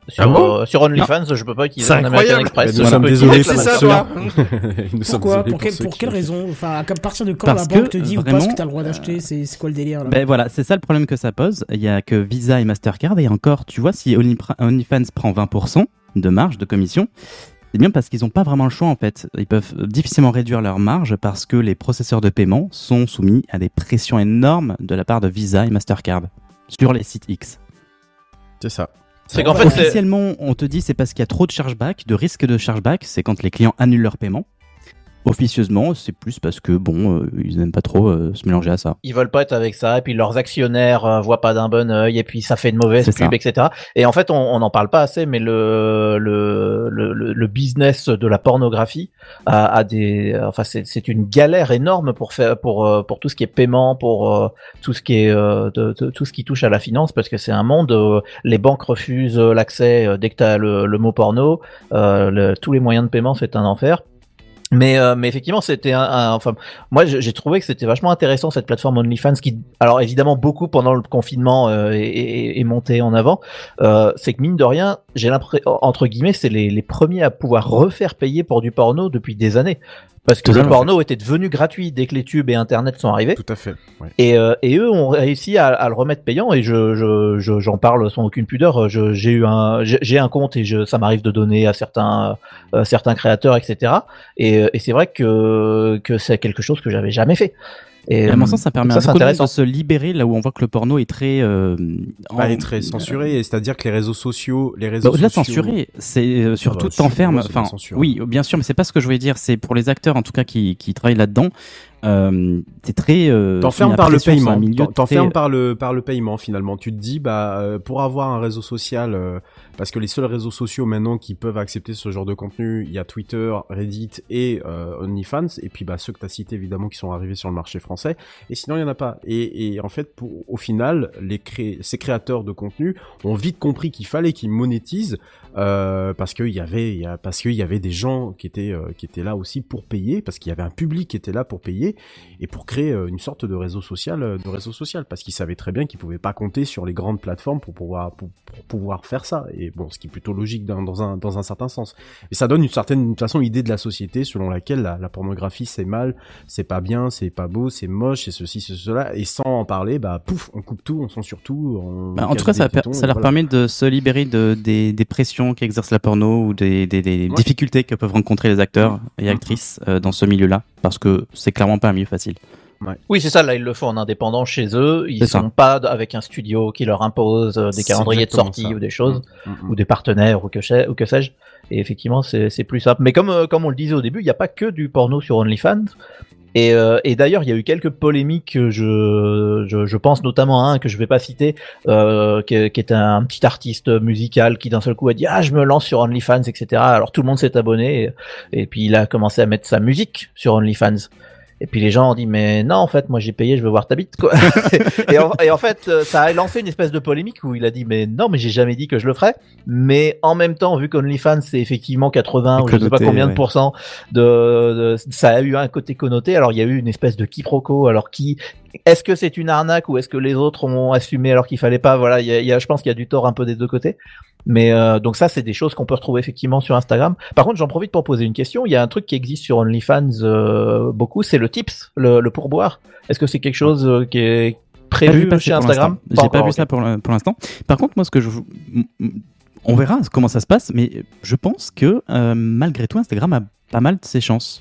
Sur, Ah bon euh, sur OnlyFans, je peux pas utiliser C'est mon American incroyable. Express. Nous Je sommes peux désolés utiliser pour que la ça, machine. toi. Nous sommes Pourquoi désolés Pour, quel- ceux pour qui- quelle raison Enfin, à partir de quand Parce la banque que, te dit ou pas vraiment, ce que t'as le droit d'acheter c'est, c'est quoi le délire là Ben voilà, c'est ça le problème que ça pose. Il y a que Visa et Mastercard et encore, tu vois, si Only- OnlyFans prend vingt pour cent de marge de commission, c'est bien parce qu'ils n'ont pas vraiment le choix en fait. Ils peuvent difficilement réduire leur marge parce que les processeurs de paiement sont soumis à des pressions énormes de la part de Visa et Mastercard sur les sites X. C'est ça. C'est qu'en fait, c'est... Officiellement, on te dit c'est parce qu'il y a trop de chargeback, de risque de chargeback, c'est quand les clients annulent leur paiement. Officieusement, c'est plus parce que bon, euh, ils n'aiment pas trop euh, se mélanger à ça. Ils veulent pas être avec ça, et puis leurs actionnaires euh, voient pas d'un bon œil, et puis ça fait de mauvaises C'est pubs, ça. et cetera. Et en fait, on n'en parle pas assez, mais le le le, le, le business de la pornographie a, a des, enfin c'est c'est une galère énorme pour faire pour euh, pour tout ce qui est paiement, pour euh, tout ce qui est euh, de, de- tout ce qui touche à la finance, parce que c'est un monde où les banques refusent l'accès euh, dès que t'as le, le mot porno, euh, le- tous les moyens de paiement c'est un enfer. Mais, euh, mais effectivement, c'était un, un- enfin, moi, j'ai j'ai trouvé que c'était vachement intéressant cette plateforme OnlyFans qui, alors évidemment, beaucoup pendant le confinement euh, est, est, est monté en avant. Euh, c'est que mine de rien, j'ai l'impression, entre guillemets, c'est les, les premiers à pouvoir refaire payer pour du porno depuis des années. Parce que Tout à le fait. porno était devenu gratuit dès que les tubes et Internet sont arrivés. Tout à fait. Ouais. Et, euh, et eux ont réussi à, à le remettre payant et je, je, je- j'en parle sans aucune pudeur. Je, j'ai eu un, j'ai j'ai un compte et je, ça m'arrive de donner à certains, euh, certains créateurs, et cetera. Et, et c'est vrai que, que c'est quelque chose que j'avais jamais fait. Et, Et à mon sens, ça permet ça, à c'est beaucoup de monde intéressant. de se libérer là où on voit que le porno est très. Euh, Bah, elle est en- très censurée, et c'est-à-dire que les réseaux sociaux, les Bah, réseaux au-delà de sociaux. censuré, c'est euh, surtout bah, t'enferme. ouais, c'est pas Enfin, censuré. oui, bien sûr, mais c'est pas ce que je voulais dire. C'est pour les acteurs, en tout cas, qui, qui travaillent là-dedans. Euh, c'est très. Euh, T'enfermes soumis à par le pression, c'est un paiement. milieu T'en- T'enfermes très- par le par le paiement finalement. Tu te dis bah euh, pour avoir un réseau social, euh, parce que les seuls réseaux sociaux maintenant qui peuvent accepter ce genre de contenu, il y a Twitter, Reddit et euh, OnlyFans, et puis bah ceux que t'as cités évidemment qui sont arrivés sur le marché français. Et sinon il y en a pas. Et, et en fait pour au final les cré... ces créateurs de contenu ont vite compris qu'il fallait qu'ils monétisent. Euh, parce qu'il y avait, il y a, parce qu'il y avait des gens qui étaient, euh, qui étaient là aussi pour payer, parce qu'il y avait un public qui était là pour payer et pour créer euh, une sorte de réseau social, euh, de réseau social, parce qu'ils savaient très bien qu'ils pouvaient pas compter sur les grandes plateformes pour pouvoir, pour, pour pouvoir faire ça. Et bon, ce qui est plutôt logique dans, dans un, dans un certain sens. Et ça donne une certaine façon idée de la société selon laquelle la, la pornographie c'est mal, c'est pas bien, c'est pas beau, c'est moche, c'est ceci, c'est cela. Et sans en parler, bah pouf, on coupe tout, on censure tout. On Bah, en cache tout cas, des ça, per- boutons, ça et leur voilà. permet de se libérer de, des, des pressions qu'exerce la porno ou des, des, des Ouais. difficultés que peuvent rencontrer les acteurs et Mhm. actrices euh, dans ce milieu-là, parce que c'est clairement pas un milieu facile. Oui, c'est ça, là, ils le font en indépendant chez eux. Ils C'est ça. sont pas d- avec un studio qui leur impose euh, des C'est calendriers de exactement sortie ça. ou des choses, Mm, mm, ou des partenaires ou que, sais- ou que sais-je. Et effectivement, c'est c'est plus simple. Mais comme, euh, comme on le disait au début, il n'y a pas que du porno sur OnlyFans. Et, euh, et d'ailleurs, il y a eu quelques polémiques. que Je, je, je pense notamment à un que je vais pas citer, euh, qui, qui est un petit artiste musical qui d'un seul coup a dit ah je me lance sur OnlyFans, et cetera. Alors tout le monde s'est abonné et, et puis il a commencé à mettre sa musique sur OnlyFans. Et puis les gens ont dit mais non en fait moi j'ai payé, je veux voir ta bite quoi. et, en, et en fait euh, ça a lancé une espèce de polémique où il a dit mais non mais j'ai jamais dit que je le ferais. Mais en même temps vu qu'OnlyFans c'est effectivement quatre-vingts ou je sais pas Connoté, combien de ouais. pourcents de, de ça a eu un côté connoté. Alors il y a eu une espèce de quiproquo. Alors qui est-ce que c'est une arnaque ou est-ce que les autres ont assumé alors qu'il fallait pas. Voilà il y a, il y a je pense qu'il y a du tort un peu des deux côtés. Mais euh, donc ça, c'est des choses qu'on peut retrouver effectivement sur Instagram. Par contre, j'en profite pour poser une question. Il y a un truc qui existe sur OnlyFans euh, beaucoup, c'est le tips, le, le pourboire. Est-ce que c'est quelque chose euh, qui est Pas vu prévu passer chez pour Instagram l'instant. J'ai pas encore, vu ok. ça pour, le- pour l'instant. Par contre, moi, ce que je. vous- m- m- On verra comment ça se passe, mais je pense que euh, malgré tout, Instagram a pas mal de ses chances.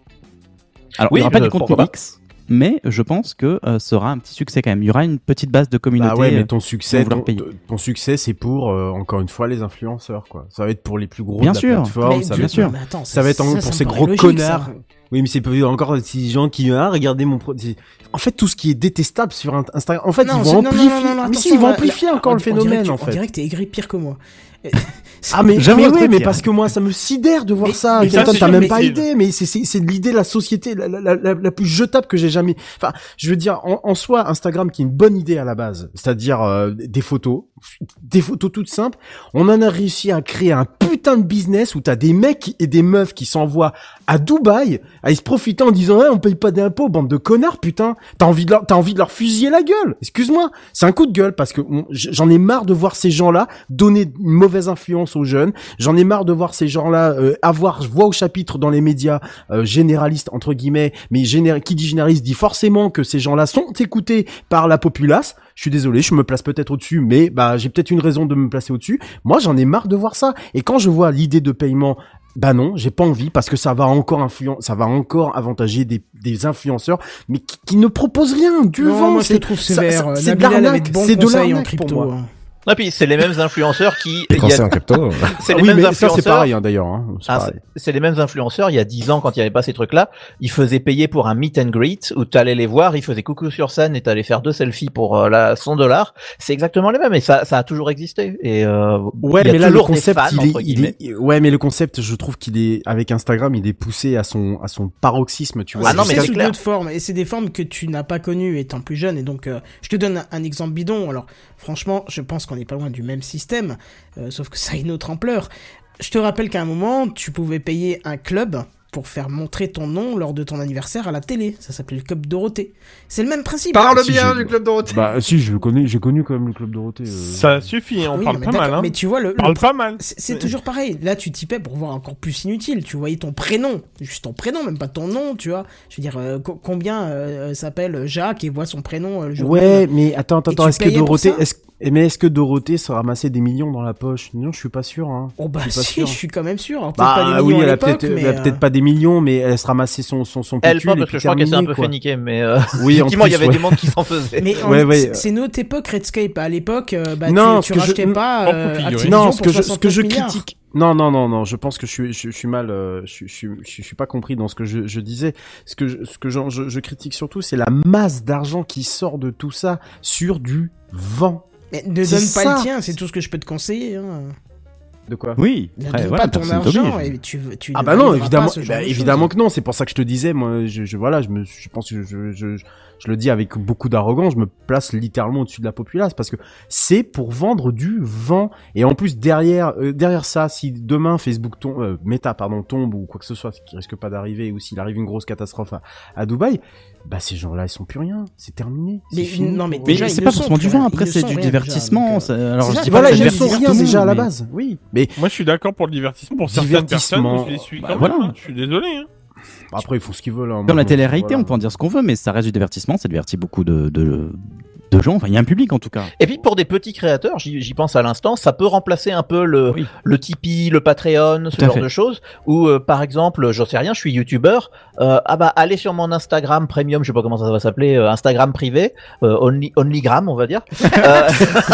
Alors, Oui, il n'y aura pas euh, du contenu pourquoi pas. X, mais je pense que euh, ça aura un petit succès quand même. Il y aura une petite base de communauté. Bah ouais, mais euh, ton succès, vont vouloir ton, payer. ton succès, c'est pour euh, encore une fois les influenceurs, quoi. Ça va être pour les plus gros Bien de la sûr. plateforme, Mais ça bien va être, sûr. mais attends, ça va être en- ça, pour ça me ces paraît gros logique, connards. ça. Oui, mais c'est pas- encore ces gens qui ah regardez mon produit. En fait, tout ce qui est détestable sur Int- Instagram, en fait, Non, ils c'est- vont non, non, amplifier. non, non, non, mais si, attention, ils vont là, amplifier là, encore on- le on dirait phénomène, que tu- en fait. On dirait que t'es aigri pire que moi. Ah mais, J'avoue mais un oui, truc, mais hein. parce que moi ça me sidère de voir Mais- ça. mais ça, Kenton, c'est t'as sûr, même mais pas c'est- idée, mais c'est c'est c'est de l'idée de la société la, la, la, la, la plus jetable que j'ai jamais. Enfin, je veux dire en, en soi Instagram qui est une bonne idée à la base, c'est-à-dire euh, des photos, des photos toutes simples. On en a réussi à créer un putain de business où t'as des mecs et des meufs qui s'envoient à Dubaï à y se profiter en disant ouais, on paye pas d'impôts, bande de connards, putain. T'as envie de leur t'as envie de leur fusiller la gueule. Excuse-moi, c'est un coup de gueule parce que on- j'en ai marre de voir ces gens-là donner une mauvaise mauvaise influence aux jeunes. J'en ai marre de voir ces gens-là euh, avoir voix au chapitre dans les médias euh, généralistes entre guillemets, mais géné- qui dit généraliste dit forcément que ces gens-là sont écoutés par la populace. Je suis désolé, je me place peut-être au-dessus, mais bah j'ai peut-être une raison de me placer au-dessus. Moi, j'en ai marre de voir ça. Et quand je vois l'idée de paiement, bah non, j'ai pas envie parce que ça va encore influen- ça va encore avantager des, des influenceurs, mais qui, qui ne proposent rien du Non, vent. moi je c'est, te trouve ça- sévère. ça- c'est de Nabila, elle avait l'arnaque. de bons C'est de conseils en l'arnaque crypto. pour moi. hein. Et puis c'est les mêmes influenceurs qui. Les il y a- conseils en crypto. C'est Ah les oui, mêmes mais ça influenceurs. c'est pareil hein, d'ailleurs. Hein. C'est Ah, pareil. c'est- c'est les mêmes influenceurs. Il y a dix ans, quand il n'y avait pas ces trucs-là, ils faisaient payer pour un meet and greet où tu allais les voir, ils faisaient coucou sur scène et tu allais faire deux selfies pour euh, la cent dollars. C'est exactement les mêmes et ça, ça a toujours existé. Et euh, Ouais, il y a mais là le toujours des concept, fans, il entre est, il guillemets. est, ouais, mais le concept, je trouve qu'il est avec Instagram, il est poussé à son, à son paroxysme, tu vois. Ah non, mais c'est c'est sous clair. d'autres formes et c'est des formes que tu n'as pas connues étant plus jeune et donc euh, je te donne un, un exemple bidon. Alors franchement, je pense qu'on n'est pas loin du même système, euh, sauf que ça a une autre ampleur. Je te rappelle qu'à un moment, tu pouvais payer un club pour faire montrer ton nom lors de ton anniversaire à la télé. Ça s'appelait le Club Dorothée. C'est le même principe. Parle Si, bien j'ai- du club Dorothée. Bah si, je connais, j'ai connu quand même le club Dorothée. euh. Ça suffit, on Oui, parle mais pas d'accord, mal, hein. Mais tu vois, le, On parle le- pas mal. c'est c'est toujours pareil. Là, tu typais pour voir encore plus inutile. Tu voyais ton prénom, juste ton prénom, même pas ton nom, tu vois. Je veux dire, euh, co- combien euh, s'appelle Jacques et voit son prénom euh, le jour même. Ouais, mais attends, attends, Et attends, tu est-ce que payais pour Dorothée, ça est-ce, mais est-ce que Dorothée se ramassait des millions dans la poche? Non, je suis pas sûr, hein. Oh bah Je suis pas si, sûr. je suis quand même sûr. Alors, peut-être pas Bah des oui, millions elle à a l'époque, peut-être, mais, elle a peut-être euh, pas des millions, mais elle se ramassait son, son, son Elle pécule pas et parce que puis je crois qu'elle s'est un terminé, peu quoi. fait niquer, mais euh, Oui, en effectivement il y plus, avait ouais. des mondes qui s'en faisaient. Mais on- Ouais, ouais. c'est- c'est notre époque Redscape. À l'époque, euh, bah, Non, tu, ce tu que je- rachetais pas Oh, euh, figurez. Activision Non, ce pour que je, ce que je soixante-neuf milliards. critique. Non, non, non, non. Je pense que je suis, je, je suis mal. euh, je, je, je, je suis pas compris dans ce que je, je disais. Ce que, je, ce que je, je, je critique surtout, c'est la masse d'argent qui sort de tout ça sur du vent. Mais ne C'est donne pas ça. le tien, c'est tout ce que je peux te conseiller. Hein. De quoi? Oui. Ne Après, donne voilà, pas ton personne argent t'oblige. et tu, tu Ah ne bah non, vivras évidemment, pas ce genre bah de évidemment choses. que non. C'est pour ça que je te disais, moi, je, je voilà, je me, je pense que je, je, je, je le dis avec beaucoup d'arrogance, je me place littéralement au-dessus de la populace parce que c'est pour vendre du vent. Et en plus derrière, euh, derrière ça, si demain Facebook tombe, euh, Meta pardon tombe ou quoi que ce soit, ce qui risque pas d'arriver, ou s'il arrive une grosse catastrophe à, à Dubaï, bah ces gens-là ils sont plus rien, c'est terminé. C'est Mais fini. non, mais Mais déjà, ils c'est ne pas sont forcément du plus vent, rien. après Ils ne c'est sont du rien divertissement. déjà, donc, c'est- Alors c'est je ça, dis Voilà, pas que ils ça ne sont divertit rien tout le déjà à monde, la mais- base. Oui, mais Moi, je suis d'accord pour le divertissement. Pour certaines personnes, Divertissement. je les suis Bah, quand voilà. même, hein. Je suis désolé, hein. après ils font ce qu'ils veulent. Hein. Comme Moi, la je- télé-réalité, voilà. on peut en dire ce qu'on veut, mais ça reste du divertissement, ça divertit beaucoup de, de, de gens. Enfin, il y a un public en tout cas. Et puis pour des petits créateurs, j'y j'y pense à l'instant, ça peut remplacer un peu le Oui. le Tipeee, le Patreon, ce Tout à genre fait. de choses. Où euh, par exemple, j'en sais rien, je suis youtubeur, euh, ah bah allez sur mon Instagram premium, je sais pas comment ça va s'appeler, euh, Instagram privé, euh, only onlygram on va dire. Euh,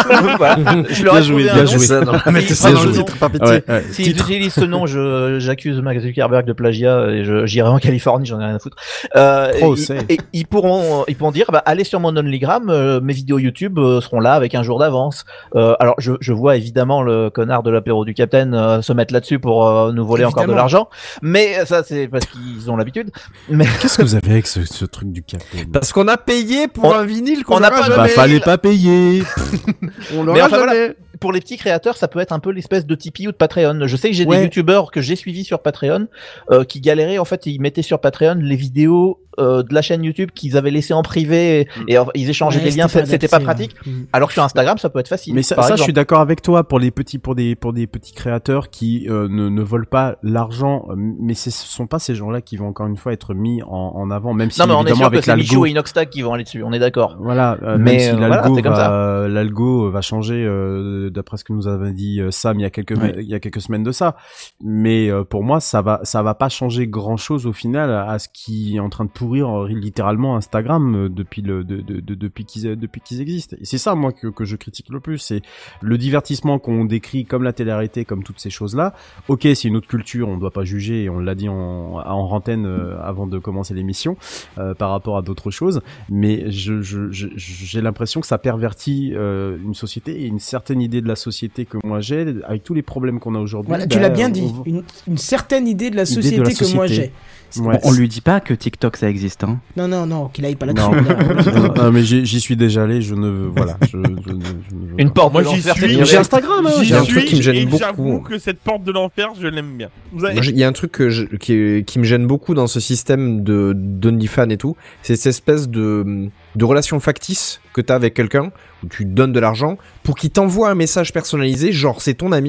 voilà. Je leur ai Bien joué, trouvé un bien nom. joué. Ça, non, S'ils mettez ça prennent dans le le nom- titre, par pitié. Ouais, ouais. S'ils Titre. utilisent ce nom, je j'accuse Mark Zuckerberg de plagiat et je j'irai en Californie, j'en ai rien à foutre. Euh, Procès. et, et ils pourront ils pourront dire bah allez sur mon onlygram, euh, mes vidéos YouTube euh, seront là avec un jour d'avance. Euh, alors je je vois évidemment le connard de l'apéro du Capitaine euh, se mettre là-dessus pour euh, nous voler encore de Évidemment. l'argent, mais ça c'est parce qu'ils ont l'habitude. Mais Qu'est-ce que vous avez avec ce, ce truc du Capitaine? Parce qu'on a payé pour On- un vinyle qu'on on n'a n'aura pas- jamais. Bah fallait pas payer. On Mais l'aura enfin, jamais. pour les petits créateurs, ça peut être un peu l'espèce de Tipeee ou de Patreon. Je sais que j'ai Ouais. des youtubeurs que j'ai suivis sur Patreon euh, qui galéraient. En fait, ils mettaient sur Patreon les vidéos euh, de la chaîne YouTube qu'ils avaient laissées en privé et, et, euh, ils échangeaient Ouais, des liens. c'était pas C'était pas adapté, pratique. ouais. Mm. Alors que sur Instagram, ça peut être facile. Mais ça, Par ça je exemple. suis d'accord avec toi pour les petits, pour des, pour des petits créateurs qui euh, ne, ne volent pas l'argent, euh, mais ce sont pas ces gens-là qui vont encore une fois être mis en, en avant, même si Non, mais on est évidemment sûr que avec c'est Michou l'algo. et Inoxtag qui vont aller dessus. On est d'accord. Voilà, euh, Mais, même si euh, voilà, l'algo c'est comme ça. va, l'algo va changer, euh, d'après ce que nous avait dit euh, Sam il y a quelques, Ouais. il y a quelques semaines de ça. Mais euh, pour moi, ça va, ça va pas changer grand-chose au final à, à ce qui est en train de pourrir euh, littéralement Instagram euh, depuis le, de, de, de- depuis qu'ils, depuis qu'ils existent. Et c'est ça moi que, que je critique le plus, c'est le divertissement qu'on décrit comme la télé-réalité, comme toutes ces choses-là. Ok, c'est une autre culture, on doit pas juger, et on l'a dit en, en antenne euh, avant de commencer l'émission euh, par rapport à d'autres choses. Mais je, je, je, j'ai l'impression que ça pervertit euh, une société et une certaine idée de la société que moi j'ai, avec tous les problèmes qu'on a aujourd'hui. Voilà, tu bah, l'as bien on- dit. Une, une certaine idée de la Idée de société la que moi société. j'ai. C'est- Ouais. On lui dit pas que TikTok ça existe, hein. Non, non, non, qu'il aille pas là-dessus. Non. là. non, mais j'y j'y suis déjà allé, je ne veux, voilà, je, je, ne- je ne veux Une pas. porte Moi, de j'y l'enfer, suis. c'est J'ai Instagram, hein, J'y j'ai un truc suis, qui me gêne et beaucoup. j'avoue que cette porte de l'enfer, je l'aime bien. Vous avez... Moi, il y a un truc que je, qui, qui me gêne beaucoup dans ce système de d'OnlyFans et tout, c'est cette espèce de, de relation factice que t'as avec quelqu'un, où tu donnes de l'argent, pour qu'il t'envoie un message personnalisé, genre c'est ton ami,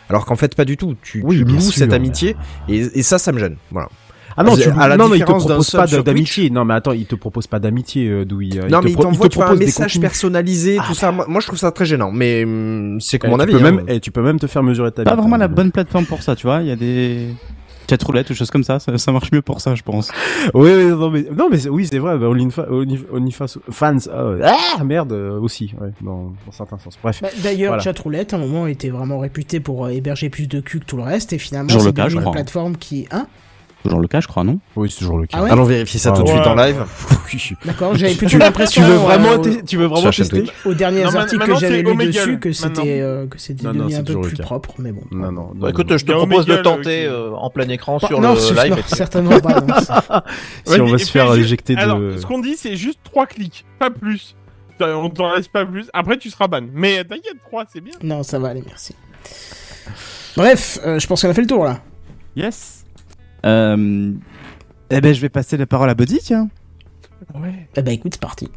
Alors qu'en fait, pas du tout. Tu, Oui, tu bien loues sûr, cette mais- amitié, et, et ça, ça me gêne. Voilà. Ah non, À tu, la non, non, il te différence d'un propose sub pas sur de- d'amitié. Non, mais attends, il te propose pas d'amitié, euh, Douy. Euh, Non, te mais il pro- t'envoie, te tu vois, un propose des message contenus. personnalisé, Ah, tout ça. Moi, moi, je trouve ça très gênant, mais hum, c'est que Eh, mon tu avis. peux hein. même, eh, tu peux même te faire mesurer ta Pas bite, vraiment hein. la bonne plateforme pour ça, tu vois. Il y a des chatroulette ou choses comme ça, ça. Ça marche mieux pour ça, je pense. Oui, oui, non, mais, non, mais c'est- oui, c'est vrai, bah, OnlyFans, Only- OnlyFans, fans, euh, ah, merde, euh, aussi, ouais, dans, dans certains sens. Bref. Bah, D'ailleurs, Voilà. Chatroulette, à un moment, était vraiment réputé pour euh, héberger plus de cul que tout le reste, et finalement, Toujours c'est le cas, devenu je une crois. plateforme qui... Hein Toujours le cas, je crois, non? Oui, c'est toujours le cas. Ah ouais Allons vérifier ça Ah, tout de ouais. suite en live. D'accord, j'avais plutôt Tu, l'impression... tu veux vraiment, euh, te- tu veux Sur vraiment la chaîne tester? Twitch. aux derniers Non, man- articles que maintenant, j'avais c'est lus Omegle, dessus que maintenant. c'était euh, que c'était Non, devenu non, c'est un peu toujours le plus cas. propre, mais bon. Non, non. Bah, écoute, je te Il y a propose de Omegle, tenter euh, euh, en plein écran Bon, sur non, le ce- live. non, et puis- certainement pas. non. Si on Vas-y, va se fais faire juste- éjecter de... Alors, ce qu'on dit, c'est juste trois clics, pas plus. On t'en laisse pas plus. Après, tu seras ban. Mais t'inquiète, trois, c'est bien. Non, ça va aller, merci. Bref, euh, je pense qu'on a fait le tour là. Yes. Euh... Eh ben, je vais passer la parole à Buddy, tiens. Ouais. Eh ben écoute, c'est parti.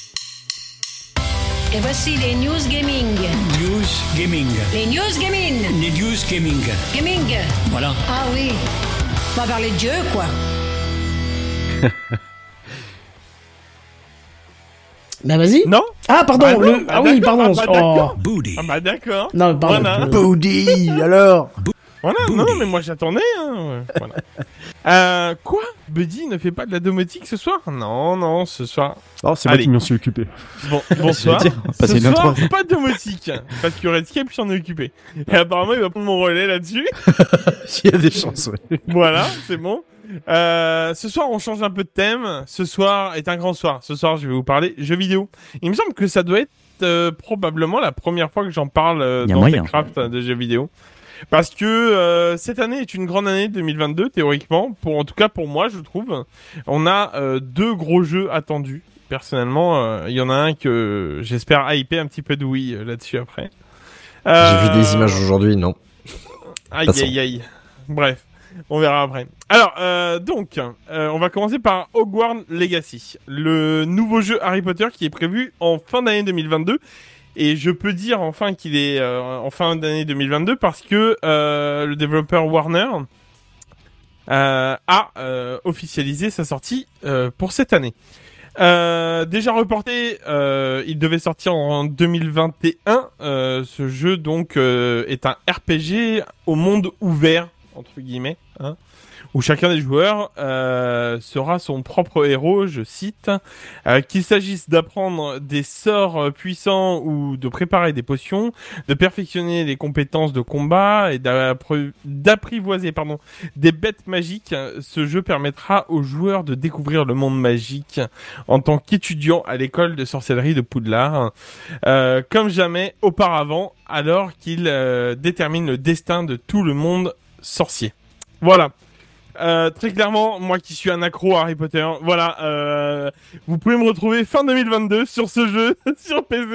Et voici les news gaming. News Gaming. Les news gaming. Les News Gaming. Gaming. Voilà. Ah oui. On va parler de jeu, quoi. Bah vas-y. Non Ah pardon, Bah non, le... bah ah oui, d'accord, pardon. ah bah oh. d'accord. Booty. Ah bah d'accord. Non, pardon. Voilà. je- Booty, alors Voilà, non, non, mais moi j'attendais. Hein. ouais, voilà. euh, quoi Buddy ne fait pas de la domotique ce soir? Non, non, ce soir. Oh, c'est moi Allez. qui m'en suis occupé. Bon, bonsoir. Je vais dire, on va passer Ce une soir, intro. pas de domotique. Parce que Redscape s'en est occupé. Et apparemment, il va prendre mon relais là-dessus. Il y a des chances, ouais. Voilà, c'est bon. Euh, ce soir, on change un peu de thème. Ce soir est un grand soir. Ce soir, je vais vous parler jeux vidéo. Il me semble que ça doit être euh, probablement la première fois que j'en parle euh, Y a dans moyen. Techcraft euh, de jeux vidéo. Parce que euh, cette année est une grande année deux mille vingt-deux, théoriquement. Pour, en tout cas, pour moi, je trouve. On a euh, deux gros jeux attendus. Personnellement, il euh, y en a un que j'espère hyper un petit peu de oui euh, là-dessus après. Euh... J'ai vu des images aujourd'hui, non. Aïe, Passons. aïe, aïe. Bref, on verra après. Alors, euh, donc, euh, on va commencer par Hogwarts Legacy, le nouveau jeu Harry Potter qui est prévu en fin d'année deux mille vingt-deux. Et je peux dire enfin qu'il est euh, en fin d'année deux mille vingt-deux parce que euh, le développeur Warner euh, a euh, officialisé sa sortie euh, pour cette année. Euh, déjà reporté, euh, il devait sortir en deux mille vingt et un. Euh, ce jeu donc euh, est un R P G au monde ouvert entre guillemets, hein, où chacun des joueurs euh, sera son propre héros, je cite, euh, qu'il s'agisse d'apprendre des sorts puissants ou de préparer des potions, de perfectionner les compétences de combat et d'appre- d'apprivoiser pardon, des bêtes magiques. Ce jeu permettra aux joueurs de découvrir le monde magique en tant qu'étudiant à l'école de sorcellerie de Poudlard, euh, comme jamais auparavant, alors qu'il euh, détermine le destin de tout le monde sorcier. Voilà. Euh, très clairement, moi qui suis un accro à Harry Potter, voilà, euh, vous pouvez me retrouver fin deux mille vingt-deux sur ce jeu, sur P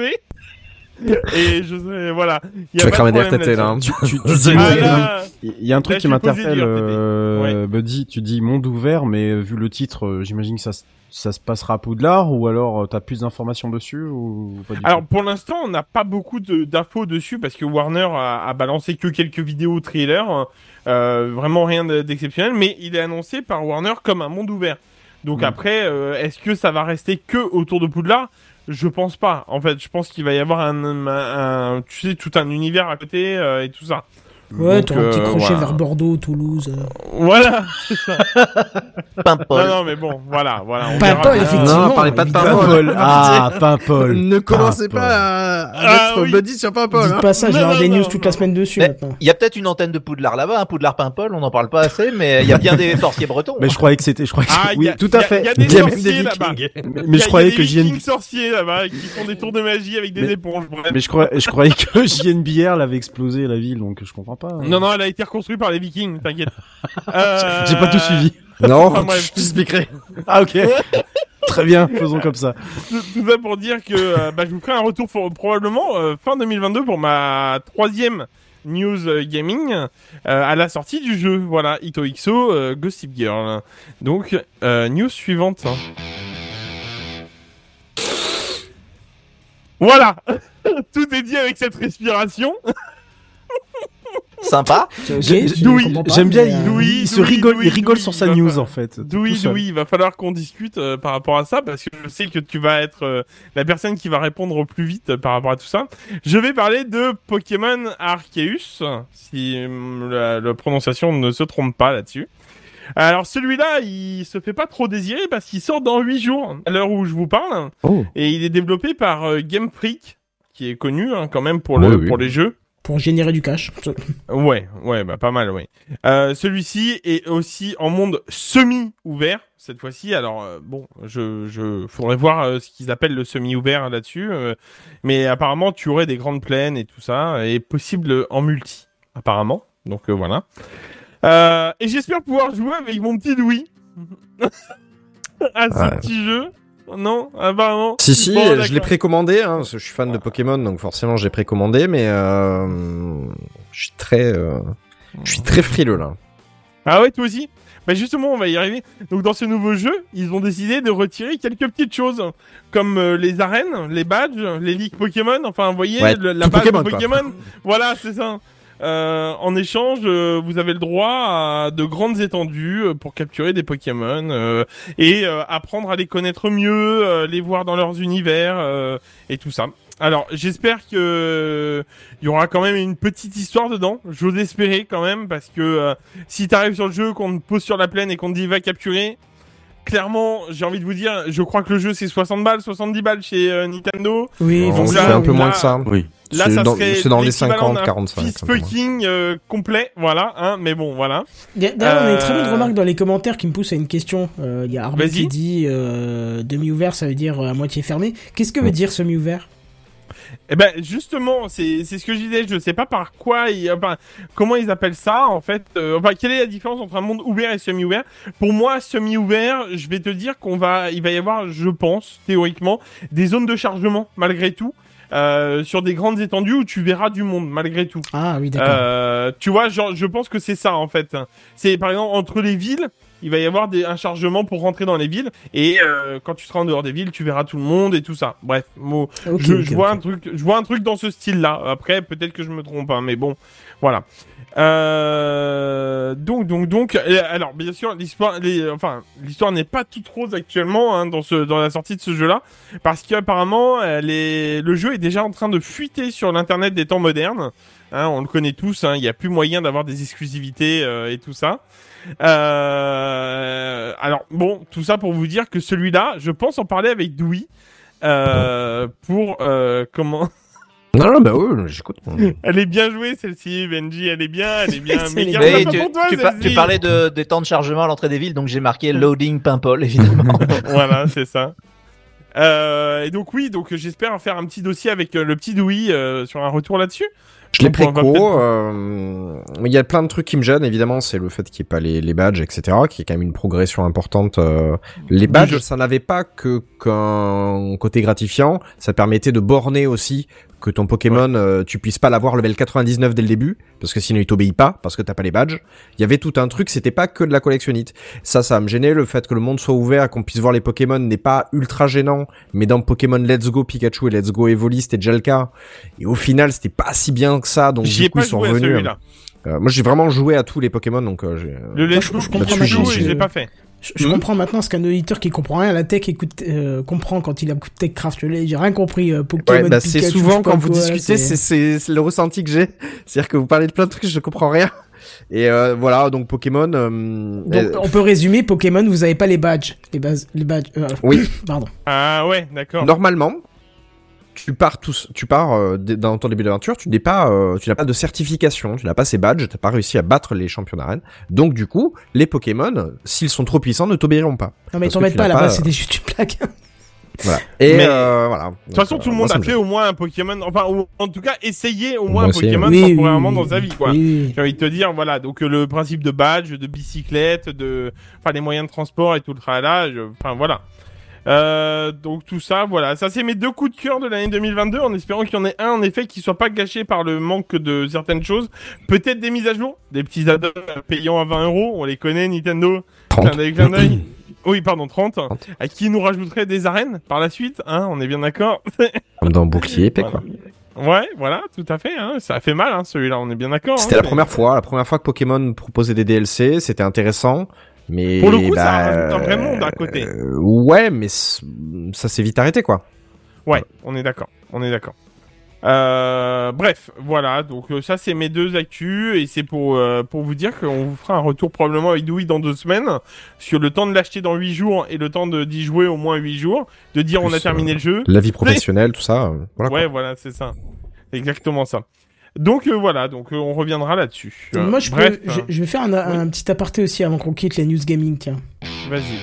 C. Et je sais, voilà. Y a Tu vas pas cramer de des R T T problème là. hein. Tu, tu, tu dis, Ah, là, il y a un truc là, qui je suis posé m'interpelle, dur, T T. euh, Buddy, tu dis monde ouvert, mais euh, vu le titre, euh, j'imagine que ça, se- ça se passera à Poudlard, ou alors euh, t'as plus d'informations dessus, ou pas du Alors tout. pour l'instant, on n'a pas beaucoup de- d'infos dessus parce que Warner a, a balancé que quelques vidéos trailers, euh, vraiment rien de- d'exceptionnel, mais il est annoncé par Warner comme un monde ouvert. Donc Mm. après, euh, est-ce que ça va rester que autour de Poudlard ? Je pense pas. En fait, je pense qu'il va y avoir un, un, un- tu sais, tout un univers à côté euh, et tout ça. Ouais, Donc, t'as un petit euh, crochet voilà. vers Bordeaux, Toulouse. euh. Voilà, c'est ça. Paimpol. Non, non, mais bon, voilà, voilà. On Paimpol, verra bien. effectivement. Non, parlez pas de évidemment. Paimpol. Ah, Paimpol. Ne commencez Paimpol. pas à, à Ah, mettre oui. Buddy sur Paimpol. Dites Hein. pas ça, j'ai Non, avoir non, des non, news non, toute la non. semaine dessus Mais maintenant. il y a peut-être une antenne de Poudlard là-bas, hein, Poudlard-Paimpol, on n'en parle pas assez, mais il y a bien des sorciers bretons. Mais je croyais que c'était, je croyais que Ah, oui, y a- tout y à a- fait. y a des Il y a même sorciers des là-bas. Vikings. Mais, Il y mais a- je croyais il y a que des J N B Vikings sorciers là-bas qui font des tours de magie avec des Mais- éponges. Bref. mais je croyais, je croyais que J N B R l'avait explosé la ville, donc je comprends pas. Non, non, elle a été reconstruite par les Vikings, t'inquiète. Euh, J'ai pas tout suivi. Non, Enfin, bref. je t'expliquerai. Ah, ok. Très bien, faisons comme ça. Tout, tout ça pour dire que euh, bah, je vous ferai un retour pour, probablement euh, fin deux mille vingt-deux pour ma troisième news euh, gaming euh, à la sortie du jeu. Voilà, Ito X O, euh, Gossip Girl. Donc, euh, news suivante. Voilà. Tout est dit avec cette respiration. Sympa. Ok, J'ai- je Louis, comprends pas, j'aime bien, mais, il, euh, Louis, il se Louis, rigole, Louis, il rigole Louis, sur sa il va news pas- en fait. tout Doui, seul. Doui, il va falloir qu'on discute euh, par rapport à ça parce que je sais que tu vas être euh, la personne qui va répondre au plus vite euh, par rapport à tout ça. Je vais parler de Pokémon Arceus, si euh, la, la prononciation ne se trompe pas là-dessus. Alors celui-là, il se fait pas trop désirer parce qu'il sort dans huit jours, à l'heure où je vous parle, Oh. et il est développé par euh, Game Freak, qui est connu hein, quand même pour, Oui, le, oui. pour les jeux. Pour générer du cash. Ouais, ouais, bah pas mal, ouais. Euh, celui-ci est aussi en monde semi-ouvert cette fois-ci. Alors euh, bon, je, je, faudrait voir euh, ce qu'ils appellent le semi-ouvert là-dessus, euh, mais apparemment tu aurais des grandes plaines et tout ça, et possible en multi, apparemment. Donc euh, voilà. Euh, et j'espère pouvoir jouer avec mon petit Louis à ce Ouais. petit jeu. Non, apparemment. Si, si, Bon, je d'accord. l'ai précommandé, hein, parce que je suis fan de Pokémon, donc forcément j'ai précommandé, mais euh, je suis très, euh, je suis très frileux là. Ah ouais, toi aussi? Bah justement, on va y arriver. Donc dans ce nouveau jeu, ils ont décidé de retirer quelques petites choses, comme euh, les arènes, les badges, les ligues Pokémon, enfin vous voyez, Ouais, le- la tout base Pokémon, de quoi. Pokémon. Voilà, c'est ça. Euh, en échange, euh, vous avez le droit à de grandes étendues euh, pour capturer des Pokémon euh, et euh, apprendre à les connaître mieux, euh, les voir dans leurs univers euh, et tout ça. Alors, j'espère que il y aura quand même une petite histoire dedans. J'ose espérer quand même parce que euh, si t'arrives sur le jeu, qu'on te pose sur la plaine et qu'on te dit va capturer, clairement, j'ai envie de vous dire, je crois que le jeu c'est soixante balles, soixante-dix balles chez euh, Nintendo. Oui, On donc fait là- un peu moins là- que ça. Oui. Là, C'est ça dans- serait c'est dans les l'équivalent cinquante, d'un quarante-cinq, fist un peu moins. fucking euh, complet, voilà, hein, mais bon, voilà. D'ailleurs, on a une très bonne Euh, remarque dans les commentaires qui me pousse à une question. Euh, Il y a Arnaud Vas-y. qui dit euh, demi-ouvert, ça veut dire euh, à moitié fermé. Qu'est-ce que veut Mm. dire semi-ouvert? Eh ben, justement, c'est c'est ce que je disais. Je sais pas par quoi, ils, enfin, comment ils appellent ça en fait. Euh, enfin, quelle est la différence entre un monde ouvert et semi-ouvert? Pour moi, semi-ouvert, je vais te dire qu'on va, il va y avoir, je pense, théoriquement, des zones de chargement malgré tout. Euh, sur des grandes étendues où tu verras du monde malgré tout. Ah oui, d'accord. Euh, tu vois, genre, je pense que c'est ça en fait. C'est par exemple entre les villes, il va y avoir des, un chargement pour rentrer dans les villes, et euh, quand tu seras en dehors des villes, tu verras tout le monde et tout ça. Bref, moi, Ok, je, ok, je vois ok. un truc, je vois un truc dans ce style-là. Après, peut-être que je me trompe, hein, mais bon, voilà. Euh, donc, donc, donc, et alors, bien sûr, l'histoire, les, enfin, l'histoire n'est pas toute rose actuellement hein, dans ce, dans la sortie de ce jeu-là, parce qu'apparemment, euh, les, le jeu est déjà en train de fuiter sur l'internet des temps modernes. Hein, on le connaît tous, hein, il n'y a plus moyen d'avoir des exclusivités euh, et tout ça. Euh, alors bon, tout ça pour vous dire que celui-là, je pense en parler avec Doui euh, pour euh, comment. Non, non, bah oui, j'écoute. Elle est bien jouée celle-ci, Benji, elle est bien, elle est bien. Mais Elle est garde Oui, ça tu, pour toi, tu, par- celle-ci. tu parlais de, des temps de chargement à l'entrée des villes, donc j'ai marqué loading Paimpol, évidemment. Voilà, c'est ça. Euh, et donc oui, donc j'espère faire un petit dossier avec euh, le petit Doui euh, sur un retour là-dessus. Je l'ai On pourra préco. peut-être- euh, Il y a plein de trucs qui me gênent, évidemment, c'est le fait qu'il n'y ait pas les, les badges, et cetera, qui est quand même une progression importante. euh. Les badges, jeu. ça n'avait pas que qu'un côté gratifiant, ça permettait de borner aussi que ton Pokémon, euh, tu puisses pas l'avoir level quatre-vingt-dix-neuf dès le début, parce que sinon il t'obéit pas, parce que t'as pas les badges. Il y avait tout un truc, c'était pas que de la collectionnite. Ça, ça me gênait, le fait que le monde soit ouvert, qu'on puisse voir les Pokémon n'est pas ultra gênant, mais dans Pokémon Let's Go Pikachu et Let's Go Evoli, c'était déjà le cas. Et au final, c'était pas si bien que ça, donc J'y ai du coup, pas ils sont joué à revenus. celui-là. Euh, moi, j'ai vraiment joué à tous les Pokémon, donc euh, j'ai... Le Moi, Let's je- Go je comprends Pikachu, là-dessus, et j'ai- je l'ai pas fait. Je, je Hmm. comprends maintenant ce qu'un auditeur qui comprend rien à la tech écoute, euh, comprend quand il a écouté TechCraft. Je l'ai- J'ai rien compris. Euh, Pokémon, Ouais, bah c'est Pikachu, je souvent sais pas quand vous quoi, discutez, c'est c'est c'est le ressenti que j'ai. C'est-à-dire que vous parlez de plein de trucs, je comprends rien. Et euh, voilà, donc Pokémon. Euh, Donc, euh, on peut résumer, Pokémon, vous avez pas les badges. Les bases, les badges. euh, Oui. Pardon. Ah ouais, d'accord. Normalement, tu pars tous, tu pars euh, dès- dans ton début d'aventure, tu n'es pas, euh, tu n'as pas de certification, tu n'as pas ces badges, t'as pas réussi à battre les champions d'arène. Donc du coup, les Pokémon, s'ils sont trop puissants, ne t'obéiront pas. Non, mais Parce t'en que mets tu pas n'as là-bas, pas, c'était juste une blague. Voilà. Et Mais- euh, voilà. De toute façon, tout le monde a fait au moins un Pokémon, enfin, ou en tout cas, essayé au moins Moi un aussi, Pokémon Oui, oui, temporairement oui, dans oui, sa vie, quoi. oui, oui. J'ai envie de te dire, voilà, donc euh, le principe de badge, de bicyclette, de, enfin, les moyens de transport et tout le tralala, je- enfin, voilà. Euh, donc tout ça, voilà, ça c'est mes deux coups de cœur de l'année deux mille vingt-deux, en espérant qu'il y en ait un en effet qui soit pas gâché par le manque de certaines choses. Peut-être des mises à jour, des petits add-ons payants à vingt euros, on les connaît, Nintendo. trente. Clin d'œil, clin d'œil. Oui, pardon, trente. À qui nous rajouterait des arènes par la suite, hein, on est bien d'accord. Comme dans Bouclier épée, Voilà. quoi. Ouais, voilà, tout à fait. Hein. Ça a fait mal, hein, celui-là. On est bien d'accord. C'était hein, la mais- première fois, la première fois que Pokémon proposait des D L C, c'était intéressant. Mais Pour le coup, ça bah, rajoute un vrai monde à côté. euh, ouais, mais c- ça s'est vite arrêté, quoi. Ouais, on est d'accord. On est d'accord. Euh, bref, voilà. Donc euh, ça, c'est mes deux actus et c'est pour euh, pour vous dire qu'on vous fera un retour probablement avec Dewey dans deux semaines, parce que le temps de l'acheter dans huit jours et le temps de d'y jouer au moins huit jours, de dire Plus, on a terminé euh, le jeu. La vie professionnelle, tout ça, euh, voilà. Ouais, quoi. voilà, c'est ça. C'est exactement ça. Donc euh, voilà, donc euh, on reviendra là-dessus. Euh, Moi, je, peux, bref, je, euh, je vais faire un, un petit aparté aussi avant qu'on quitte les news gaming, tiens. vas-y.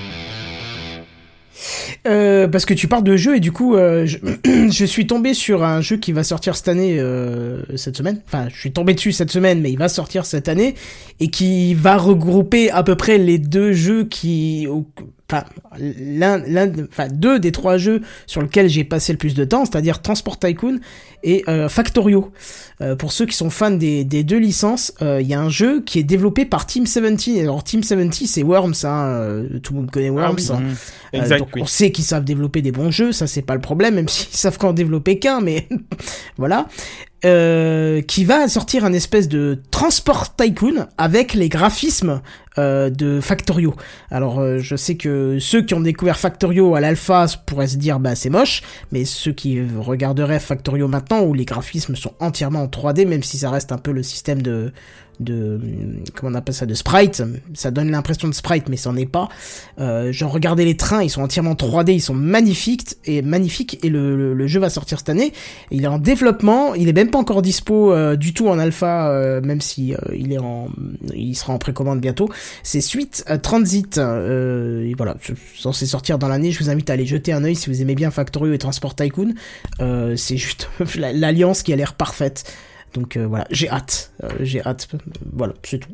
Euh, parce que tu parles de jeux et du coup, euh, je, je suis tombé sur un jeu qui va sortir cette année, euh, cette semaine. Enfin, je suis tombé dessus cette semaine, mais il va sortir cette année et qui va regrouper à peu près les deux jeux qui, enfin, l'un, l'un, enfin, deux des trois jeux sur lesquels j'ai passé le plus de temps, c'est-à-dire Transport Tycoon et euh, Factorio. Euh, pour ceux qui sont fans des, des deux licences, il euh, y a un jeu qui est développé par Team soixante-dix. Alors Team soixante-dix, c'est Worms, hein, euh, tout le monde connaît Worms. Ah oui. hein. Mmh. Euh, Exact, donc oui. on sait qu'ils savent développer des bons jeux, ça c'est pas le problème, même s'ils savent qu'en développer qu'un, mais voilà. Euh, qui va sortir un espèce de Transport Tycoon avec les graphismes euh, de Factorio. Alors euh, je sais que ceux qui ont découvert Factorio à l'alpha pourraient se dire bah c'est moche, mais ceux qui regarderaient Factorio maintenant où les graphismes sont entièrement en trois D, même si ça reste un peu le système de de comment on appelle ça, de sprite, ça donne l'impression de sprite mais c'en est pas. Euh, genre regardez les trains, ils sont entièrement trois D, ils sont magnifiques et magnifiques et le, le, le jeu va sortir cette année. Il est en développement, il est même pas encore dispo euh, du tout en alpha, euh, même si euh, il est en, il sera en précommande bientôt. C'est Suite à Transit, euh, et voilà, c'est censé sortir dans l'année. Je vous invite à aller jeter un œil si vous aimez bien Factorio et Transport Tycoon. Euh, c'est juste l'alliance qui a l'air parfaite. Donc euh, voilà, j'ai hâte, euh, j'ai hâte, voilà, c'est tout.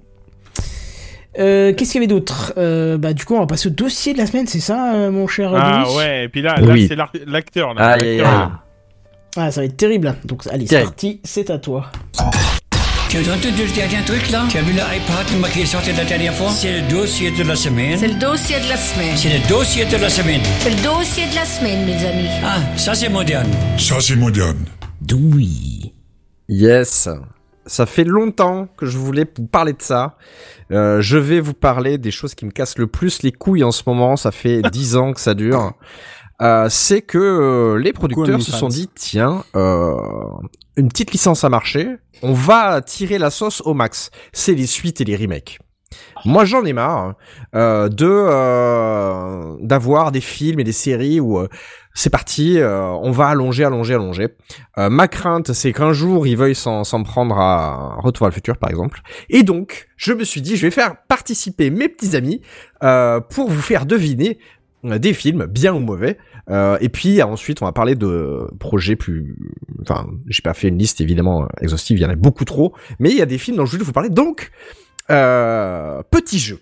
Euh, qu'est-ce qu'il y avait d'autre euh, Bah du coup on va passer au dossier de la semaine, c'est ça euh, mon cher Ah Denis ouais, et puis là, là Oui. c'est l'ar- l'acteur. Là, Aïe, aïe, l'acteur. aïe. Ah ça va être terrible, donc allez c'est Terrible. parti, c'est à toi. Tu as entendu le dernier truc là? Tu as vu l'iPad qui est sorti la dernière fois? C'est le dossier de la semaine. C'est le dossier de la semaine. C'est le dossier de la semaine. C'est le dossier de la semaine, mes amis. Ah, ça c'est moderne. Ça, c'est moderne. Oui. Yes. Ça fait longtemps que je voulais vous parler de ça. Euh, je vais vous parler des choses qui me cassent le plus les couilles en ce moment. Ça fait dix ans que ça dure. Euh, c'est que euh, les producteurs se sont dit, tiens, euh, une petite licence à marché, on va tirer la sauce au max. C'est les suites et les remakes. Moi, j'en ai marre euh, de euh, d'avoir des films et des séries où euh, c'est parti, euh, on va allonger, allonger, allonger. Euh, ma crainte, c'est qu'un jour, ils veuillent s'en, s'en prendre à Retour à le futur, par exemple. Et donc, je me suis dit, je vais faire participer mes petits amis euh, pour vous faire deviner euh, des films, bien ou mauvais. Euh, et puis ensuite, on va parler de projets plus... Enfin, j'ai pas fait une liste, évidemment, exhaustive, il y en a beaucoup trop. Mais il y a des films dont je voulais vous parler. Donc, euh, petit jeu.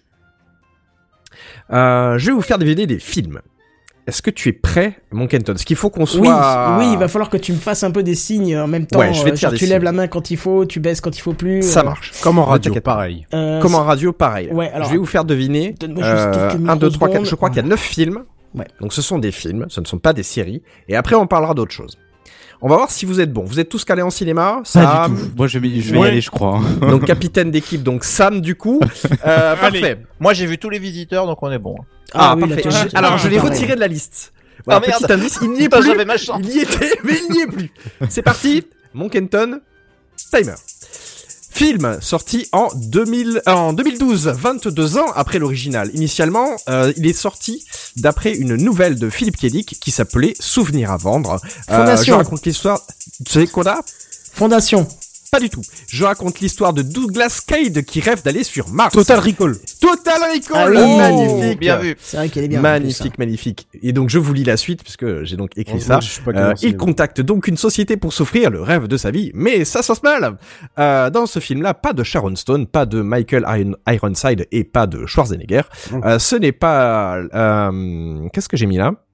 Euh, je vais vous faire deviner des films. Est-ce que tu es prêt, mon Kenton? Est-ce qu'il faut qu'on soit... Oui, oui, il va falloir que tu me fasses un peu des signes en même temps. Ouais, je vais te euh, faire genre des tu lèves signes. la main quand il faut, tu baisses quand il faut plus. Ça euh, marche. Comme en Ne radio, t'inquiète pas. pareil. euh, Comme en radio, pareil. Ouais, alors, je vais vous faire deviner donne-moi juste quelques un, deux, trois, quatre. microsecondes. Je crois qu'il y a neuf films. Ouais. Donc ce sont des films, ce ne sont pas des séries. Et après, on parlera d'autres choses. On va voir si vous êtes bons. Vous êtes tous calés en cinéma. Pas Sam, du tout. Moi, je vais, je vais Ouais. y aller, je crois. donc capitaine d'équipe, donc Sam du coup. Euh, Allez. parfait. Moi, j'ai vu tous les visiteurs, donc on est bon. Ah, oui, là, parfait. tu- J'ai- tu- Alors, tu- je l'ai pareil. retiré de la liste. Voilà, Ah, merde. petit indice, il n'y est Putain, plus. j'avais ma chance. Il y était, mais il n'y est plus. C'est parti. Mon Kenton. Timer. Film sorti en deux mille, euh, en deux mille douze, vingt-deux ans après l'original. Initialement, euh, il est sorti d'après une nouvelle de Philippe Kédic qui s'appelait Souvenir à vendre. Euh, Fondation. je raconte l'histoire. Tu sais quoi là? Fondation. Pas du tout. Je raconte l'histoire de Douglas Cade qui rêve d'aller sur Mars. Total Recall. Total Recall. Ah oui. Magnifique. Bien vu. C'est vrai qu'elle est bien. en plus, Magnifique, magnifique. Et donc je vous lis la suite puisque j'ai donc écrit Heureusement ça. que je suis pas Euh, calé en il cinéma. contacte donc une société pour s'offrir le rêve de sa vie, mais ça se passe mal. Euh, dans ce film-là, pas de Sharon Stone, pas de Michael Iron- Ironside et pas de Schwarzenegger. Mmh. Euh, ce n'est pas... Euh, Qu'est-ce que j'ai mis là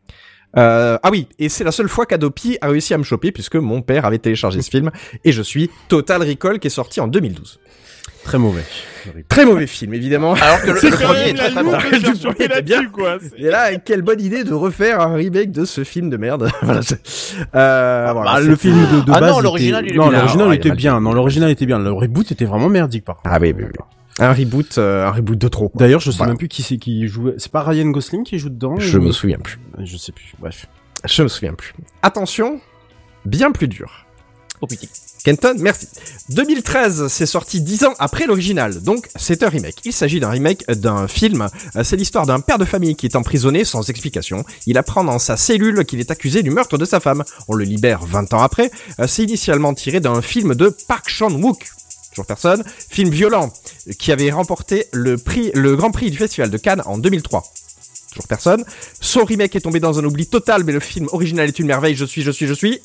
Euh, ah oui, et c'est la seule fois qu'Adopi a réussi à me choper puisque mon père avait téléchargé ce film et je suis Total Recall qui est sorti en deux mille douze. Très mauvais. Très mauvais film, évidemment. Alors que le, le premier est très très bon. Le premier était bien. Quoi. Et là, quelle bonne idée de refaire un remake de ce film de merde. Voilà. Euh, voilà, bah, le film de, de ah base. non, l'original, était... il est non, bien. l'original Ah, était ouais, bien. Non, l'original était bien. Le reboot était vraiment merdique, par contre. Ah oui, oui, oui. Un reboot, euh, un reboot de trop. Quoi. D'ailleurs, je sais voilà. même plus qui c'est qui jouait. C'est pas Ryan Gosling qui joue dedans. Je ou... me souviens plus. Je sais plus. Bref. Je me souviens plus. Attention, bien plus dur. Oh putain. Kenton, merci. deux mille treize, c'est sorti dix ans après l'original, donc c'est un remake. Il s'agit d'un remake d'un film. C'est l'histoire d'un père de famille qui est emprisonné sans explication. Il apprend dans sa cellule qu'il est accusé du meurtre de sa femme. On le libère vingt ans après. C'est initialement tiré d'un film de Park Chan-wook. Toujours personne. Film violent qui avait remporté le prix, le Grand Prix du Festival de Cannes en deux mille trois. Toujours personne. Son remake est tombé dans un oubli total, mais le film original est une merveille. Je suis, je suis, je suis.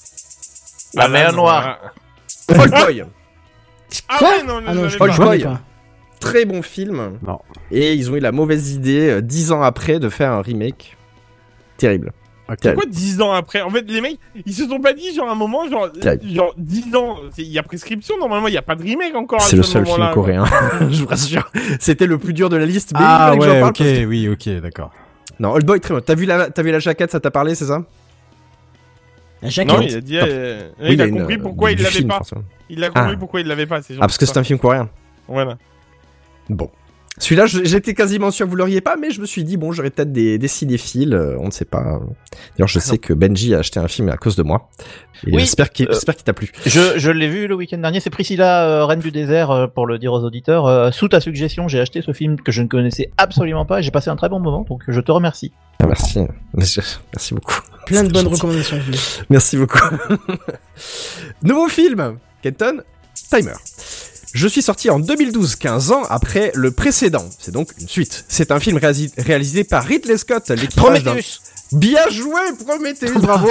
La mer noire. Old Boy. Ah Quoi ouais, non, Ah non, je je Old je connais Boy. pas. Très bon film. Non. Et ils ont eu la mauvaise idée, euh, dix ans après, de faire un remake. Terrible. Pourquoi dix ans après? En fait, les mecs, ils se sont pas dit, genre, à un moment, genre, Terrible. genre dix ans, il y a prescription, normalement, il y a pas de remake encore. C'est à le ce seul film moment-là, coréen. Je vous rassure. C'était le plus dur de la liste. Mais Ah il fallait que j'en ouais, parle ok, parce que- oui, ok, d'accord. Non, Old Boy, très bon. T'as vu la, t'as vu la jaquette, ça t'a parlé, c'est ça? La jaquette. Non, il a dit, euh, Oui, il a une, compris euh, pourquoi du il l'avait film, pas. forcément. Il a compris Ah. pourquoi il l'avait pas, c'est Ah, parce que c'est un film coréen. Voilà. Bon. Celui-là, je- j'étais quasiment sûr que vous l'auriez pas, mais je me suis dit, bon, j'aurais peut-être des, des cinéphiles, euh, on ne sait pas. D'ailleurs, je sais que Benji a acheté un film à cause de moi. Et Oui, j'espère qu'il, euh, j'espère qu'il t'a plu. Je, je l'ai vu le week-end dernier, c'est Priscilla, euh, Reine du désert, euh, pour le dire aux auditeurs. Euh, sous ta suggestion, j'ai acheté ce film que je ne connaissais absolument pas et j'ai passé un très bon moment, donc je te remercie. Ah, merci. Merci beaucoup. Plein de C'est bonnes gentil. recommandations. Julie. Merci beaucoup. Nouveau film, Kenton, Timer. Je suis sorti en deux mille douze, quinze ans après le précédent. C'est donc une suite. C'est un film réasi- réalisé par Ridley Scott, l'équipage d'un... Prometheus. Bien joué, Prometheus, bravo.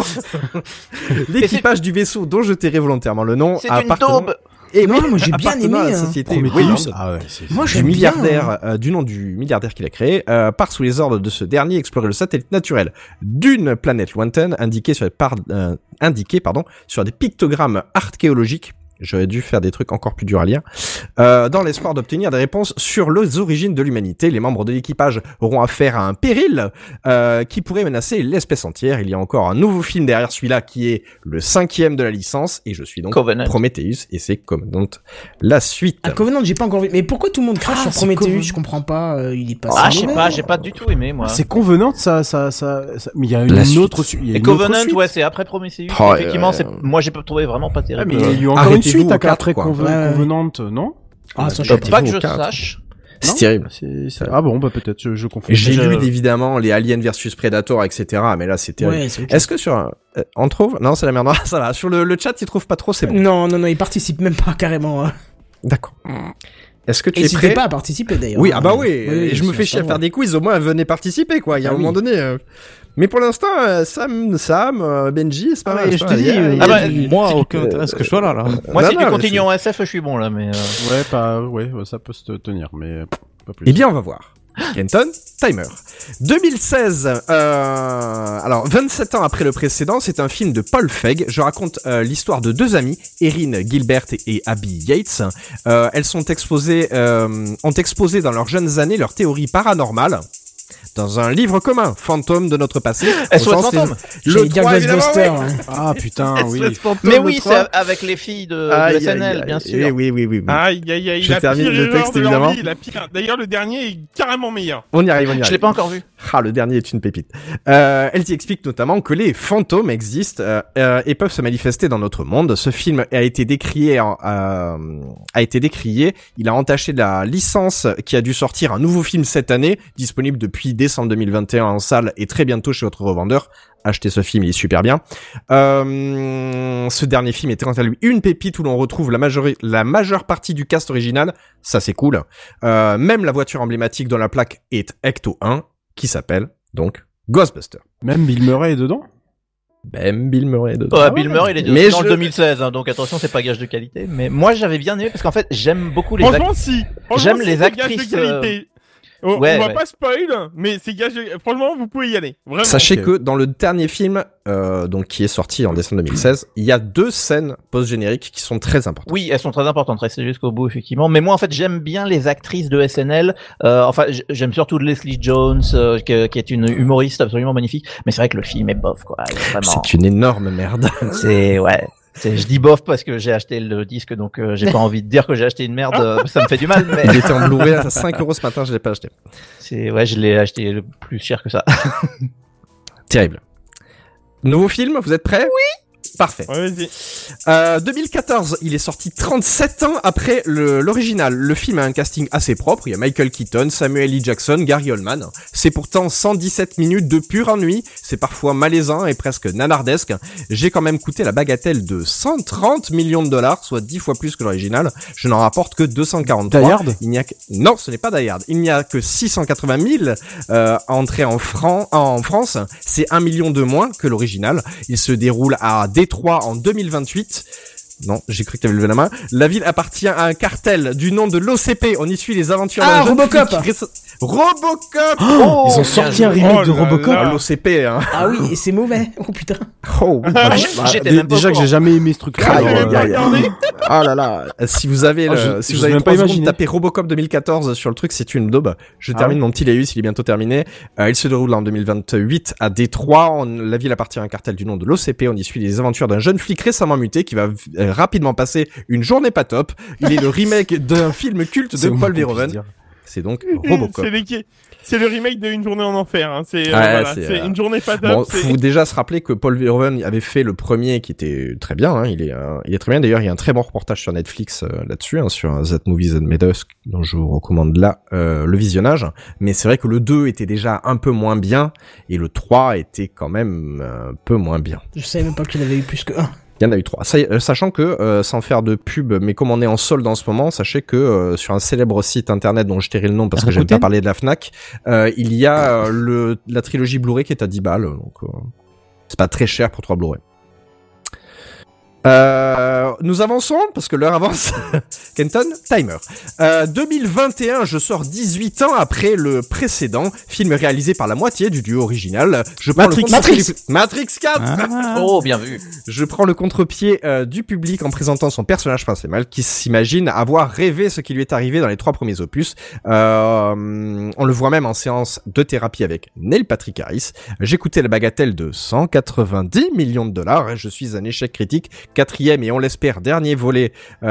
L'équipage du vaisseau dont je tairai volontairement le nom. C'est une appartenant- daube. Et Non, oui, moi, j'ai bien appartenant aimé, à la hein. société Prometheus, Wayland, ah ouais, c'est... Moi, du j'aime bien. milliardaire, hein. euh, du nom du milliardaire qu'il a créé, euh, part sous les ordres de ce dernier explorer le satellite naturel d'une planète lointaine indiqué sur, les par- euh, indiqué, pardon, sur des pictogrammes archéologiques. J'aurais dû faire des trucs encore plus durs à lire. Euh, dans l'espoir d'obtenir des réponses sur les origines de l'humanité, les membres de l'équipage auront affaire à un péril euh, qui pourrait menacer l'espèce entière. Il y a encore un nouveau film derrière celui-là qui est le cinquième de la licence, et je suis donc Covenant. Prometheus, et c'est Covenant la suite. Ah, Covenant, j'ai pas encore vu. Mais pourquoi tout le monde crache Ah, sur c'est Prometheus Covenant. Je comprends pas. euh, il est pas. Ah, si je sais mauvais. pas, j'ai pas du tout aimé, moi. C'est Convenant, ça, ça, ça, ça... Mais il y a une La suite. autre suite. il y a Et une autre Covenant, suite. ouais, c'est après Prometheus. Oh, Effectivement, euh, c'est, moi, j'ai pas trouvé vraiment pas Ah, terrible. mais il y a eu encore Arrêtez-vous une suite au à quatre, après quoi. Conve- Ouais, ouais. Convenant, non? Ah, ça, Euh, j'ai pas que je au quatre. sache. C'est Non terrible. C'est, c'est... Ah bon, bah peut-être, je, je confonds. J'ai Je- lu évidemment les Aliens versus Predator, et cetera. Mais là, c'est terrible. Ouais, c'est ok. Est-ce que sur un... euh, on trouve? Non, c'est la merde. Non, ça va. Sur le, le chat, ils trouvent pas trop, c'est bon. Non, non, non, il participe même pas carrément. hein. D'accord. Est-ce que tu es N'hésitez prêt? pas à participer d'ailleurs. Oui, hein. ah bah oui. Oui, et je me c'est fais chier à ça, faire ouais. des quiz. Au moins, venez participer, quoi. Il y a Ah un oui. moment donné. euh. Mais pour l'instant, euh, Sam, Sam, euh, Benji, c'est pas Ah mal. ouais, c'est je pas te mal. dis, Il y a- euh, il y a ah bah, du- moi, aucun intérêt à ce que je sois là, là. Moi, Non, si non, tu mais continues c'est- en S F, je suis bon, là, mais, euh... Ouais, pas, ouais, ça peut se tenir, mais pas plus. Eh bien, on va voir. Kenton, Timer. deux mille seize, euh, alors vingt-sept ans après le précédent, c'est un film de Paul Feig. Je raconte euh, l'histoire de deux amies, Erin Gilbert et Abby Yates. Euh, elles sont exposées, euh, ont exposé dans leurs jeunes années leurs théories paranormales dans un livre commun, Fantôme de notre passé. S O S Au sens, Fantôme. le J'allais dire trois, évidemment, Ghostbuster. oui. ouais. Ah putain, oui. S O S Fantôme, Mais le oui, trois. c'est avec les filles de, de Aïe, S N L, aïe, bien aïe. sûr. Eh oui, oui, oui, oui. Aïe, aïe, aïe, Je la termine pire le erreur texte, de leur évidemment. vie, la pire. D'ailleurs, le dernier est carrément meilleur. On y arrive, on y arrive. Je l'ai pas encore vu. Ah, le dernier est une pépite. Euh, elle t'y explique notamment que les fantômes existent euh, euh, et peuvent se manifester dans notre monde. Ce film a été décrié, en, euh, a été décrié. Il a entaché la licence qui a dû sortir un nouveau film cette année, disponible depuis décembre deux mille vingt et un en salle et très bientôt chez votre revendeur. Achetez ce film, il est super bien. Euh, ce dernier film était quant à lui une pépite où l'on retrouve la majeure, la majeure partie du cast original. Ça, c'est cool. Euh, même la voiture emblématique dans la plaque est Ecto un, qui s'appelle donc Ghostbuster. Même Bill Murray est dedans? Ben, Bill Murray est dedans. Ouais, Bill Murray, il est Mais dans je- le deux mille seize, hein, donc attention, c'est pas gage de qualité. Mais moi, j'avais bien aimé parce qu'en fait, j'aime beaucoup les Franchement, acteurs. si. Franchement, J'aime si, les c'est gage de actrices, qualité. On, Ouais, on va ouais. pas spoil, mais c'est gagé. Franchement, vous pouvez y aller. Vraiment. Sachez ok. que dans le dernier film, euh, donc qui est sorti en décembre deux mille seize, il y a deux scènes post-génériques qui sont très importantes. Oui, elles sont très importantes, restez jusqu'au bout, effectivement. Mais moi, en fait, j'aime bien les actrices de S N L. Euh, enfin, j- j'aime surtout Leslie Jones, euh, que- qui est une humoriste absolument magnifique. Mais c'est vrai que le film est bof, quoi. Il est Vraiment. C'est une énorme merde. C'est ouais. C'est, je dis bof parce que j'ai acheté le disque, donc euh, j'ai pas envie de dire que j'ai acheté une merde. euh, ça me fait du mal, mais Il était en Blu-ray à cinq euros ce matin, je l'ai pas acheté. c'est ouais, je l'ai acheté le plus cher que ça. Terrible. Nouveau film, vous êtes prêts? Oui. Parfait. Ouais, vas-y. Euh, deux mille quatorze, il est sorti trente-sept ans après le, l'original. Le film a un casting assez propre. Il y a Michael Keaton, Samuel L. Jackson, Gary Oldman. C'est pourtant cent dix-sept minutes de pur ennui. C'est parfois malaisant et presque nanardesque. J'ai quand même coûté la bagatelle de cent trente millions de dollars, soit dix fois plus que l'original. Je n'en rapporte que deux cent quarante-trois. Die Hard Il n'y a que... Non, ce n'est pas Die Hard. Il n'y a que six cent quatre-vingt mille euh, entrées en, Fran... en France. C'est un million de moins que l'original. Il se déroule à Détroit en deux mille vingt-huit. Non, j'ai cru que t'avais levé la main. La ville appartient à un cartel du nom de l'O C P. On y suit les aventures Ah, d'un jeune Robocop. flic réce- Robocop. Oh, Ils ont bien sorti joué. un remake Oh de là Robocop. là. Ah, l'O C P, hein. Ah oui, et c'est mauvais. Oh putain. Oh. Ah, j'ai- Bah, j'étais dé- même pas au déjà que courant. j'ai jamais aimé ce truc-là. Aïe, alors, aïe, euh, aïe, aïe. Ah là là, si vous avez, Oh, le, je- si je vous avez même trois pas secondes, imaginé. tapez Robocop deux mille quatorze sur le truc, c'est une daube. Je Ah termine ouais. mon petit laïus, il est bientôt terminé. Euh, il se déroule en deux mille vingt-huit à Détroit. On- la ville appartient à un cartel du nom de l'O C P. On y suit les aventures d'un jeune flic récemment muté qui va euh, rapidement passer une journée pas top. Il est le remake d'un film culte de c'est Paul moins qu'on puisse Verhoeven. dire. C'est donc Robocop. C'est, l'équi- c'est le remake de Une journée en enfer. Hein. C'est, euh, Ouais, voilà, c'est, c'est euh, une journée pas top. Bon, c'est... faut déjà se rappeler que Paul Verhoeven avait fait le premier qui était très bien. Hein, il est, euh, il est très bien. D'ailleurs, il y a un très bon reportage sur Netflix euh, là-dessus, hein, sur That Movies That Made Us, dont je vous recommande là euh, le visionnage. Mais c'est vrai que le deux était déjà un peu moins bien et le trois était quand même un peu moins bien. Je savais même pas qu'il avait eu plus que un. Il y en a eu trois. Ça, euh, sachant que, euh, sans faire de pub, mais comme on est en solde en ce moment, sachez que euh, sur un célèbre site internet dont je tairai le nom parce que j'aime Rakuten pas parler de la Fnac, euh, il y a euh, le la trilogie Blu-ray qui est à dix balles. Donc euh, c'est pas très cher pour trois Blu-ray. Euh, nous avançons parce que l'heure avance. Kenton, timer. Euh, deux mille vingt et un, je sors dix-huit ans après le précédent film réalisé par la moitié du duo original. Je prends Matrix. le contre- Matrix. Matrix quatre. Ah. Oh, bien vu. Je prends le contre-pied euh, du public en présentant son personnage principal qui s'imagine avoir rêvé ce qui lui est arrivé dans les trois premiers opus. Euh, on le voit même en séance de thérapie avec Neil Patrick Harris. J'ai coûté la bagatelle de cent quatre-vingt-dix millions de dollars. Je suis un échec critique. Quatrième et on l'espère dernier volet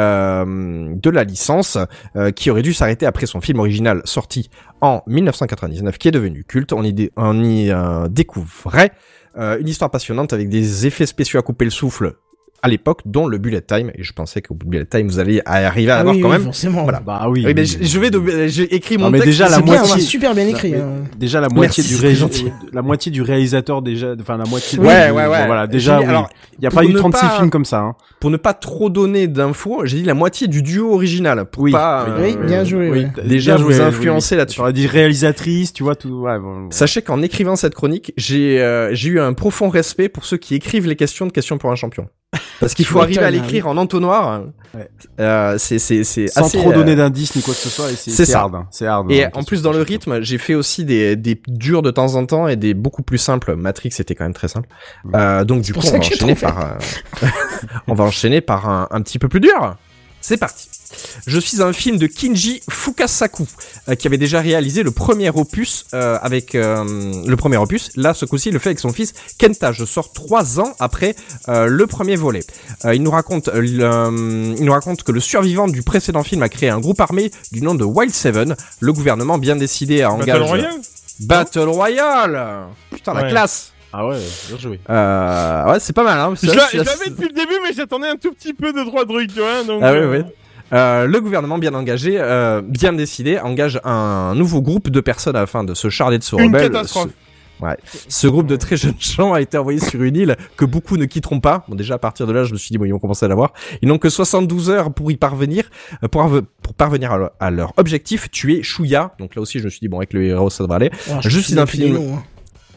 euh, de la licence euh, qui aurait dû s'arrêter après son film original sorti en dix-neuf cent quatre-vingt-dix-neuf qui est devenu culte. On y, dé- on y euh, découvrait euh, une histoire passionnante avec des effets spéciaux à couper le souffle à l'époque, dont le bullet time. Et je pensais qu'au bullet time, vous allez arriver à Ah l'avoir oui, quand oui, même. forcément. Voilà. Bah oui. Oui, mais oui, je, oui. je vais de, j'ai écrit mon Non, mais texte. déjà, la C'est bien, moitié- c'est super bien écrit. Mais hein. Déjà la moitié Merci, du c'est réal- gentil. la moitié du réalisateur déjà, enfin la moitié. Ouais, du- ouais, ouais. bon, voilà, déjà, J'ai mis- oui. alors, il y a pour pas eu ne trente-six pas- films comme ça. Hein. Pour ne pas trop donner d'infos, j'ai dit la moitié du duo original. Pour Oui. pas, Oui, euh, bien joué. ouais. t'as- Déjà, bien vous joué, influencez oui. là-dessus. T'aurais dit réalisatrice, tu vois tout. Ouais, bon. Sachez qu'en écrivant cette chronique, j'ai euh, j'ai eu un profond respect pour ceux qui écrivent les questions de questions pour un champion. Parce qu'il faut Tu arriver à m'étonnes, l'écrire en entonnoir. Ouais. Euh, c'est c'est c'est Sans assez, trop euh, donner d'indices ni quoi que ce soit. et C'est c'est c'est ça. hard. hein. C'est hard. Et hein, en plus dans le rythme, j'ai fait aussi des des durs de temps en temps et des beaucoup plus simples. Matrix était quand même très simple. Euh, donc du pour coup, ça on va que j'ai enchaîner trop par euh, on va enchaîner par un, un petit peu plus dur. C'est parti. Je suis un film de Kinji Fukasaku euh, qui avait déjà réalisé le premier opus euh, avec euh, le premier opus. Là, ce coup-ci, il le fait avec son fils Kenta. Je sors trois ans après euh, le premier volet. Euh, il nous raconte, euh, le, euh, il nous raconte que le survivant du précédent film a créé un groupe armé du nom de Wild Seven. Le gouvernement bien décidé à Battle engager Royale. Battle Royale. Putain, la Ouais. classe. Ah ouais, bien joué. Euh, ouais, c'est pas mal. Hein. Je, Ça, l'a- c'est- je l'avais depuis le début, mais j'attendais un tout petit peu de trois trucs, tu vois. Donc, Ah oui, euh, oui. Euh, le gouvernement bien engagé, euh, bien décidé, engage un nouveau groupe de personnes afin de se charger de ce Une rebelle. catastrophe. Ce... Ouais. Ce groupe de très jeunes gens a été envoyé sur une île que beaucoup ne quitteront pas. Bon, déjà, à partir de là, je me suis dit, bon, ils vont commencer à l'avoir. Ils n'ont que soixante-douze heures pour y parvenir, euh, pour, arve- pour parvenir à leur, à leur objectif, tuer Shuya. Donc là aussi, je me suis dit, bon, avec le héros, ça devrait aller. Oh, Je suis me un souviens film- plus des noms, hein.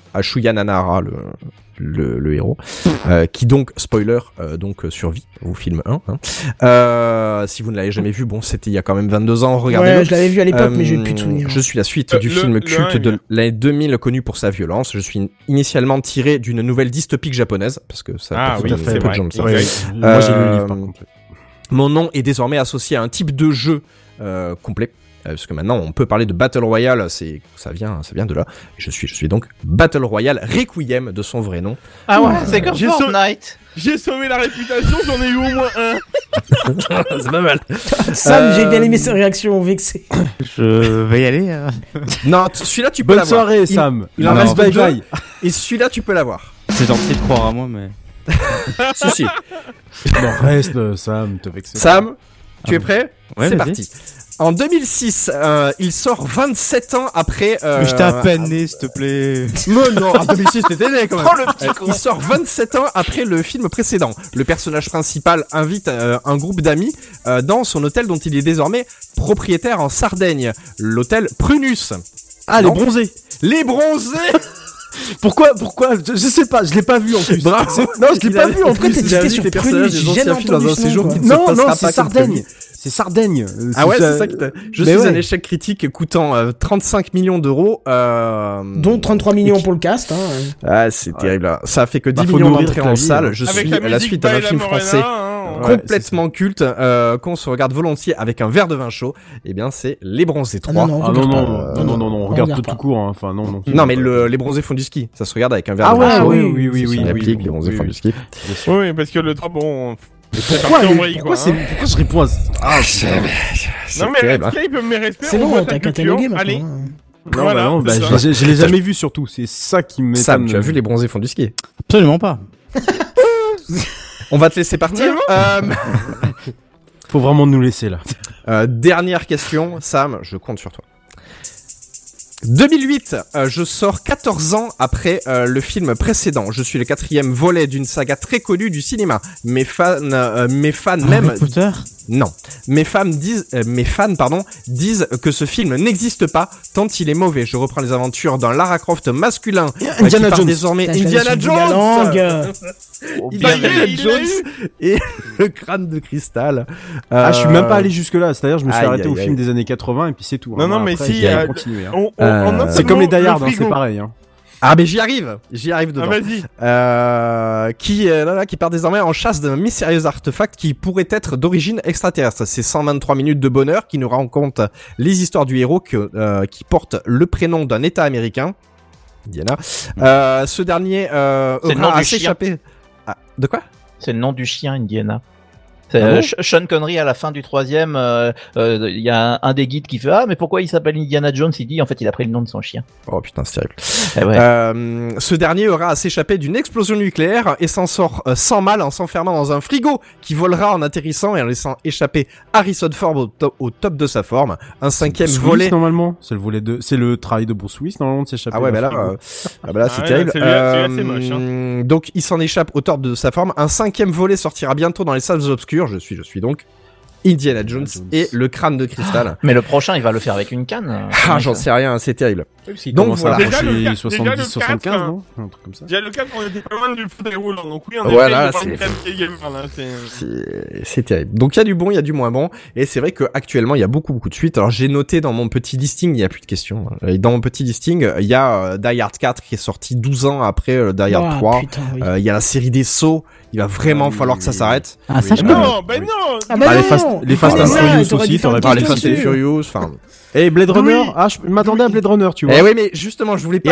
Ashuya Nanahara, le le, le héros, euh, qui donc spoiler euh, donc euh, survit au film un. Hein. Euh, si vous ne l'avez jamais vu, bon, c'était il y a quand même vingt-deux ans. Regardez-le. Ouais, je l'avais vu à l'époque, euh, mais j'ai plus de souvenirs. Je suis la suite Euh, du le- film le culte un est de bien. l'année deux mille connu pour sa violence. Je suis initialement tiré d'une nouvelle dystopique japonaise parce que ça. Ah oui, personne- c'est peu de vrai. gens le savent. Ouais, Exact. moi j'ai lu le livre par Euh, contre. Mon nom est désormais associé à un type de jeu euh, complet. Euh, Parce que maintenant on peut parler de Battle Royale, c'est ça vient ça vient de là. Et je suis je suis donc Battle Royale Requiem de son vrai nom. Ah ouais, c'est comme J'ai Fortnite. J'ai sauvé la réputation, j'en ai eu au moins un. C'est pas mal. Sam, Euh, j'ai bien aimé ses réactions vexées. Je vais y aller. hein. Non, t- celui-là tu peux Bonne l'avoir. soirée, Il- Sam. Il en Non, reste bye deux. bye. Et celui-là tu peux l'avoir. C'est gentil de croire à moi, mais. Si si. Non, reste, euh, Sam, te vexer. Sam, tu Ah es bon. prêt? Ouais, C'est vas-y. parti. En deux mille six, euh, il sort vingt-sept ans après. Euh, Mais j'étais à peine né, s'il te plaît. Mais non, en deux mille six, t'étais né quand même. Oh le petit Euh, con. il sort vingt-sept ans après le film précédent. Le personnage principal invite euh, un groupe d'amis euh, dans son hôtel dont il est désormais propriétaire en Sardaigne, l'hôtel Prunus. Ah, les Non. bronzés. Les bronzés. Pourquoi, pourquoi je, je sais pas, je l'ai pas vu en plus. Bravo. C'est- Non, je l'ai Il pas a- vu en Pourquoi plus. t'es Il a cité vu sur les personnages Prunus? des J'ai anciens jamais films dans entendu un ce nom, séjour quoi. qui ne se Non, non, passera c'est pas comme Sardaigne. prévu. C'est Sardaigne. Euh, Ah ouais, ça- c'est ça que t'as. Je Mais suis ouais. un échec critique coûtant euh, trente-cinq millions d'euros. Euh... Dont trente-trois millions pour le cast. Hein. Ah, c'est terrible. Là. Ça a fait que dix Bah, faut millions nourrir d'entrées en Clavier, salle. hein. Je Avec suis la à la musique suite d'un Baila film Morena, français hein. Ouais, complètement culte euh, qu'on se regarde volontiers avec un verre de vin chaud. Eh bien, c'est Les Bronzés Ah trois. non, non, Ah non, regarde non, pas. non, non, non, non, non, On regarde regarde tout pas. court, hein. Enfin, non, non. Non, mais le, Les Bronzés font du ski. Ça se regarde avec un verre Ah de vin ouais, chaud. oui, oui, oui, C'est oui, une oui, réplique, oui, Les Bronzés oui, font oui. du ski. Oui, oui, parce que le trois, bon. C'est Pourquoi, parti en mais vrille, pourquoi, quoi, c'est- hein. pourquoi je réponds à ce- Ah, c'est... Non, mais terrible, hein. Redscape, mes respects. C'est on bon, voit t'as ta catalogué culture. Allez. maintenant. hein. Non, Voilà, bah non, bah, c'est je, ça. je- je l'ai jamais vu surtout. C'est ça qui m'étonne. Sam, tu as vu Les Bronzés font du ski. Absolument pas. On va te laisser partir. Euh, Faut vraiment nous laisser là. euh, dernière question. Sam, je compte sur toi. deux mille huit, euh, je sors quatorze ans après euh, le film précédent. Je suis le quatrième volet d'une saga très connue du cinéma. Mes fans, euh, mes fans même, Harry Potter. non, mes fans disent, euh, mes fans pardon, disent que ce film n'existe pas tant il est mauvais. Je reprends les aventures d'un Lara Croft masculin, euh, Indiana qui part Jones. désormais Putain, je Indiana l'avais sur le bout de la Jones. langue. Indiana Ça y est, il l'a Jones et le crâne de cristal. Ah, je suis même pas allé Euh, jusque là. C'est-à-dire, je me suis aïe, arrêté aïe, au aïe. film des années quatre-vingts et puis c'est tout. Non, hein. non, mais Après, si, il a euh, continué, hein. On, on, Euh, on note C'est comme les seulement Die Hard, le hein, c'est frigo. pareil. Hein. Ah mais j'y arrive, j'y arrive Ah, dedans. vas-y. Euh, qui euh, là, là, qui part désormais en chasse d'un mystérieux artefact qui pourrait être d'origine extraterrestre. C'est cent vingt-trois minutes de bonheur qui nous raconte les histoires du héros que, euh, qui porte le prénom d'un État américain. Diana. Euh, ce dernier euh, C'est le nom aura du à chien. s'échapper. Ah, de quoi? C'est le nom du chien, Indiana. C'est, Ah euh, bon Sh- Sean Connery à la fin du troisième, euh, euh, il y a un, un des guides qui fait ah mais pourquoi il s'appelle Indiana Jones? Il dit en fait il a pris le nom de son chien. Oh putain, c'est terrible. Eh ouais. Euh, ce dernier aura à s'échapper d'une explosion nucléaire et s'en sort euh, sans mal en s'enfermant dans un frigo qui volera en atterrissant et en laissant échapper Harrison Ford au, to- au top de sa forme. Un cinquième Bruce volet. Willis, normalement. C'est le volet de, c'est le travail de Bruce Willis, normalement, de s'échapper. Ah ouais, d'un bah là, frigo. euh, ah bah là, c'est Ah ouais, terrible. celui-là- celui-là, c'est moche, hein. Donc, il s'en échappe au top de sa forme. Un cinquième volet sortira bientôt dans les salles obscures. Je suis, je suis donc Indiana Jones, Jones. et le crâne de cristal. Mais le prochain il va le faire avec une canne. Ah, j'en sais rien, c'est terrible. Il Donc commence voilà. à Déjà, le approcher quatre- soixante-dix, déjà, le soixante-quinze, quatre, non? Un truc comme ça. Déjà, le quatre, on était pas loin du fauteuil roulant. Donc, oui, on Voilà, est c'est- une crème qui est gamer, là. C'est... C'est c'est terrible. Donc il y a du bon, il y a du moins bon, et c'est vrai que actuellement il y a beaucoup beaucoup de suites. Alors j'ai noté dans mon petit listing, il y a plus de questions. Et dans mon petit listing, il y a euh, Die Hard quatre qui est sorti douze ans après euh, Die Hard Ah, trois. putain, oui. Euh, Il y a la série des sauts. Il va vraiment Ah oui, falloir oui, que ça oui. s'arrête. Ah, ça, je Oui. connais. Non, ben Oui. non! Ah bah Bah, les non, Fast- les Fast Ah, and ça, Furious t'aurais dû aussi, faire t'aurais ton pas les truc Fast and dessus. Furious, enfin. Et Blade Runner. Oui. Ah, je m'attendais à Blade Runner, tu vois. Eh oui, mais justement, je voulais Et pas.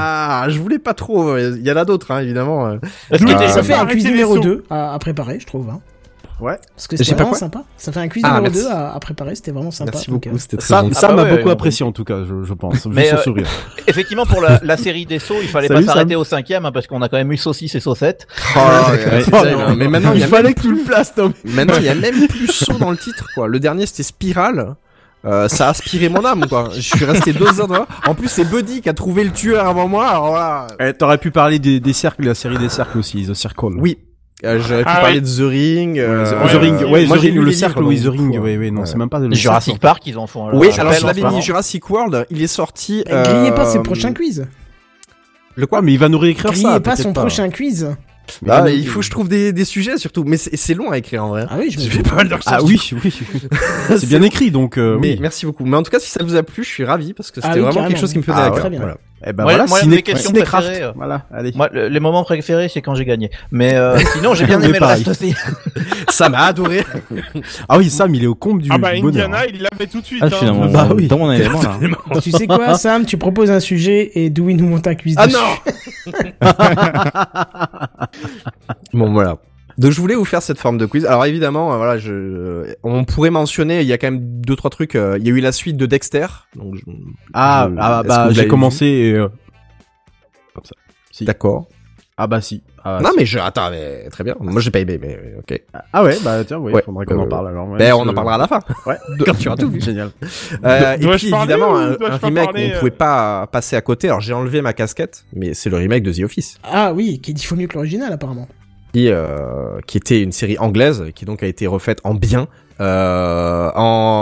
à Tron. Je voulais pas trop. Il y en a d'autres, hein, évidemment. euh. Parce que Ah, t'es- Ça fait un Arrêtez quiz les numéro sauts. deux à, à préparer, je trouve. Hein. Ouais. Parce que J'ai c'était pas vraiment quoi sympa. Ça fait un quiz Ah, numéro merci. deux à, à préparer, c'était vraiment sympa. Merci donc, beaucoup. euh, C'était très Ça, gentil. ça Ah bah m'a ouais, beaucoup ouais, apprécié en tout cas, je, je pense. Vu Mais, son euh, sourire. effectivement pour la, la série des sauts il fallait Salut, pas s'arrêter Sam. au cinquième hein, parce qu'on a quand même eu saucisse et saucette. Oh, ouais, c'est Oh, terrible, non, hein. Mais maintenant, il y il a fallait même, que tu le places, Tom. maintenant, il y a même plus saut dans le titre, quoi. Le dernier, c'était Spirale. Euh, ça a aspiré mon âme, quoi. Je suis resté deux heures dans. En plus, c'est Buddy qui a trouvé le tueur avant moi. Alors voilà. Eh, t'aurais pu parler des, des cercles, la série des cercles aussi, The Circle. Oui. Euh, j'aurais pu Ah parler ouais. de The Ring. euh, The, Ouais, The Ring, ouais, ouais, moi, The j'ai Ring, lu le les cercle, livres, oui, The donc, Ring, ouais. oui, oui, non, Ouais. c'est même pas le Jurassic cercle. Park ils en font. Oui, un alors appel je en l'avais ce mis moment. Jurassic World. Il est sorti. Grillez pas euh, ces prochains quiz. Le quoi? Ah, mais il va nous réécrire Criez ça. pas t'inquiète son prochain quiz. Mais Ah, il va nous- il faut que je trouve des, des sujets surtout, mais c'est, c'est long à écrire en vrai. Ah oui, je me J'ai fait pas mal de recherches. Ah oui, oui. C'est bien écrit, donc euh, Mais oui. merci beaucoup. Mais en tout cas, si ça vous a plu, je suis ravi parce que Ah c'était oui, vraiment carrément. quelque chose qui me faisait Ah à ouais, cœur. très bien. Voilà. Eh ben Moi, voilà, moi, ciné, mes questions Cinécraft. préférées, euh, Voilà, allez. Moi, le- les moments préférés, c'est quand j'ai gagné. Mais euh, sinon, j'ai bien Mais aimé le pareil. reste aussi. Ça m'a adoré. Ah oui, Sam, il est au comble du, Ah bah du bonheur. Indiana, il l'avait tout de suite. Ah, je suis hein. dans mon, Bah oui. dans mon élément là. Tu sais quoi, Sam? Tu proposes un sujet et Dewey nous monte un quiz Ah dessus. non. Bon voilà. Donc je voulais vous faire cette forme de quiz. Alors évidemment, euh, voilà, je, euh, on pourrait mentionner, il y a quand même deux trois trucs. euh, Il y a eu la suite de Dexter. Donc je- Ah, je- ah est-ce bah que vous j'ai l'avez commencé et... euh, Comme ça. Si. vu D'accord. Ah bah si. Ah, non si. mais je attends, mais très bien. Moi j'ai pas aimé, mais ok. Ah ouais, bah tiens, ouais, Ouais. faudrait qu'on Euh, en parle alors. Ouais, ben parce on en que- parlera à la fin. Ouais. Quand tu auras tout vu. Génial. Euh, et Dois-je puis parler évidemment ou un, dois-je un pas remake parler, qu'on euh pouvait pas passer à côté. Alors j'ai enlevé ma casquette, mais c'est le remake de The Office. Ah oui, qui est dix fois mieux que l'original apparemment. Qui, euh, qui était une série anglaise, qui donc a été refaite en bien euh,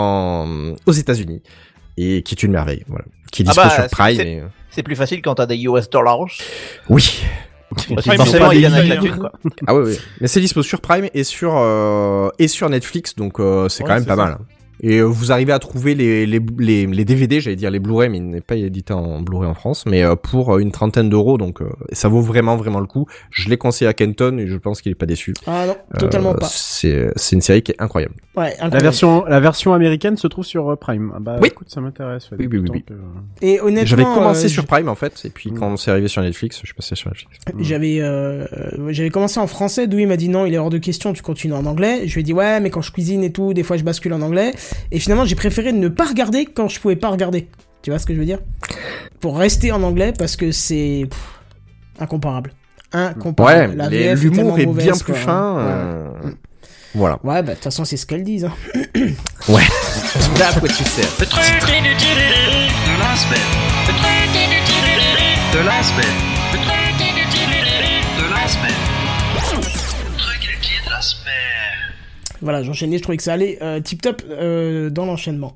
en aux États-Unis et qui est une merveille. Voilà. Qui est Ah dispo bah, sur c'est- Prime. c'est- Et... C'est plus facile quand t'as des U S dollars. Oui. Parce que Prime, forcément, c'est il pas gagne avec des la millions. thune, quoi. Ah oui, oui. Mais c'est dispo sur Prime et sur euh, et sur Netflix, donc euh, c'est Ouais, quand même c'est pas ça. mal. hein. Et euh, vous arrivez à trouver les les les, les D V D, j'allais dire les Blu-ray, mais il n'est pas édité en Blu-ray en France, mais euh, pour euh, une trentaine d'euros, donc euh, ça vaut vraiment vraiment le coup. Je l'ai conseillé à Kenton et je pense qu'il est pas déçu. Ah non, totalement Euh, pas. C'est c'est une série qui est incroyable. Ouais, La incroyable. version, la version américaine se trouve sur euh, Prime. Ah bah Oui. écoute, ça m'intéresse. ouais, Oui, depuis oui, le oui, temps que- Et honnêtement, J'avais commencé euh, sur Prime en fait, et puis Mm. quand c'est arrivé sur Netflix, je suis passé sur Netflix. J'avais euh, euh, j'avais commencé en français, Dewey m'a dit non, il est hors de question, tu continues en anglais. Je lui ai dit ouais, mais quand je cuisine et tout, des fois je bascule en anglais. Et finalement, j'ai préféré ne pas regarder quand je pouvais pas regarder. Tu vois ce que je veux dire? Pour rester en anglais parce que c'est pff, incomparable. Incomparable. Ouais, La les- V F l'humour tellement est mauvaise, bien plus quoi. fin. Ouais. euh, Voilà. Ouais, bah de toute façon, c'est ce qu'elles disent. Hein. Ouais. That's what you said. Le truc inutile de la semaine. Le truc inutile de la semaine. Le truc inutile de la semaine. Le truc inutile de la semaine. Voilà, j'enchaînais, je trouvais que ça allait euh, tip top euh, dans l'enchaînement.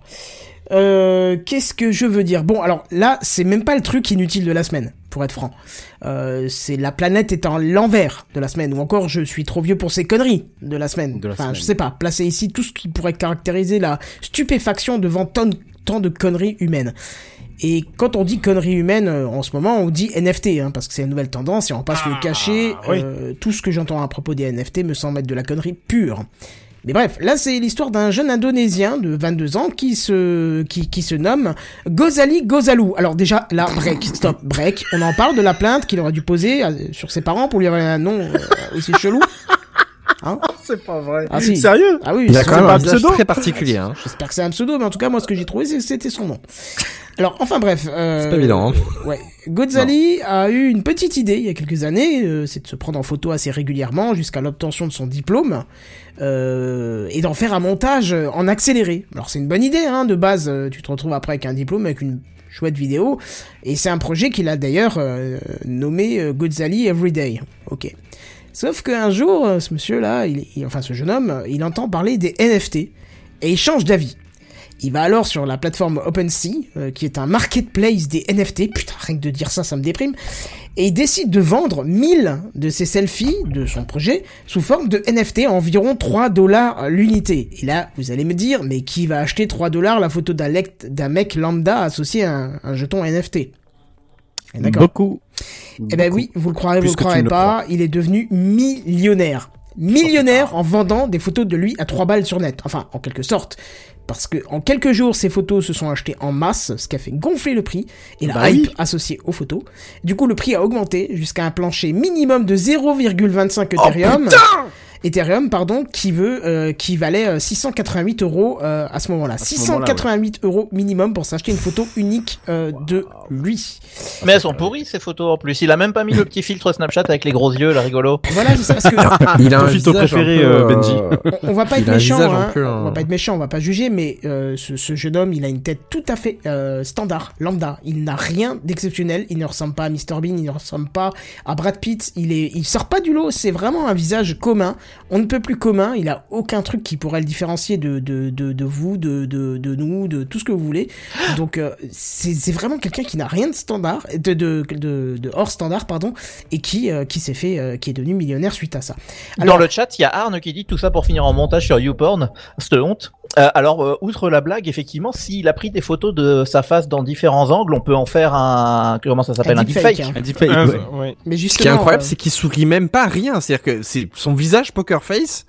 Euh, qu'est-ce que je veux dire? Bon, alors là, c'est même pas le truc inutile de la semaine, pour être franc. Euh, c'est la planète est en l'envers de la semaine, ou encore je suis trop vieux pour ces conneries de la semaine. De la enfin, semaine. je sais pas, placer ici tout ce qui pourrait caractériser la stupéfaction devant tant, tant de conneries humaines. Et quand on dit conneries humaines, euh, en ce moment, on dit N F T, hein, parce que c'est une nouvelle tendance, et on passe le cacher. oui. Euh, tout ce que j'entends à propos des N F T me semble être de la connerie pure. Mais bref, là c'est l'histoire d'un jeune Indonésien de vingt-deux ans qui se qui, qui se nomme Gozali Gozalou. Alors déjà, là, break, stop, break. On en parle de la plainte qu'il aurait dû poser euh, sur ses parents pour lui avoir un nom euh, aussi chelou. Hein? C'est pas vrai. Ah si. Sérieux? Ah oui, Il a c'est quand même pas un un visage pseudo. très particulier. Hein. J'espère que c'est un pseudo, mais en tout cas, moi, ce que j'ai trouvé, c'est que c'était son nom. Alors, enfin bref. Euh, C'est pas évident. Hein. Ouais. Gozali a eu une petite idée il y a quelques années, euh, c'est de se prendre en photo assez régulièrement jusqu'à l'obtention de son diplôme euh, et d'en faire un montage en accéléré. Alors c'est une bonne idée, hein, de base, euh, tu te retrouves après avec un diplôme, avec une chouette vidéo, et c'est un projet qu'il a d'ailleurs euh, nommé euh, Gozali Everyday. Ok. Sauf qu'un jour, euh, ce monsieur-là, il, il- enfin ce jeune homme, euh, il entend parler des N F T et il change d'avis. Il va alors sur la plateforme OpenSea, euh, qui est un marketplace des N F T. Putain, rien que de dire ça, ça me déprime. Et il décide de vendre mille de ses selfies de son projet sous forme de N F T à environ trois dollars l'unité. Et là, vous allez me dire, mais qui va acheter trois dollars la photo d'un lect- d'un mec lambda associé à un, un jeton N F T? D'accord. Beaucoup. Eh ben oui, vous le croirez, Plus vous le que tu croirez ne le pas, il est devenu millionnaire. Millionnaire en vendant des photos de lui à trois balles sur net. Enfin, en quelque sorte. Parce que en quelques jours, ces photos se sont achetées en masse, ce qui a fait gonfler le prix et la Bah hype oui. associée aux photos. Du coup, le prix a augmenté jusqu'à un plancher minimum de zéro virgule vingt-cinq Oh, Ethereum. Ethereum, pardon, qui veut, euh, qui valait euh, six cent quatre-vingt-huit euros euh, à ce moment-là. ce six cent moment-là, quatre-vingt-huit euros minimum pour s'acheter une photo unique euh, de lui. Mais elles sont pourries ces photos en plus. Il a même pas mis le petit filtre Snapchat avec les gros yeux, là, rigolo. Voilà, c'est ça, parce que Il a Ton un photo visage préféré, un peu, euh, Benji. on, on va pas Il être a un méchant, visage un hein. peu, hein. On va pas être méchant, on va pas juger, mais euh, ce, ce jeune homme, il a une tête tout à fait euh, standard, lambda. Il n'a rien d'exceptionnel. Il ne ressemble pas à mister Bean, il ne ressemble pas à Brad Pitt. Il est, il sort pas du lot. C'est vraiment un visage commun on ne peut plus commun, il a aucun truc qui pourrait le différencier de de de, de vous, de, de de nous, de tout ce que vous voulez. Donc euh, c'est c'est vraiment quelqu'un qui n'a rien de standard, de de de, de hors standard pardon, et qui euh, qui s'est fait euh, qui est devenu millionnaire suite à ça. Alors, dans le chat, il y a Arne qui dit tout ça pour finir en montage sur YouPorn. Cette honte. Euh, alors, euh, outre la blague, effectivement, s'il a pris des photos de sa face dans différents angles, on peut en faire un, comment ça s'appelle, un deepfake. Hein. Un deepfake, Ah, ouais. ouais. Mais Ce justement, qui est incroyable, euh, c'est qu'il sourit même pas à rien. C'est-à-dire que c'est son visage poker face.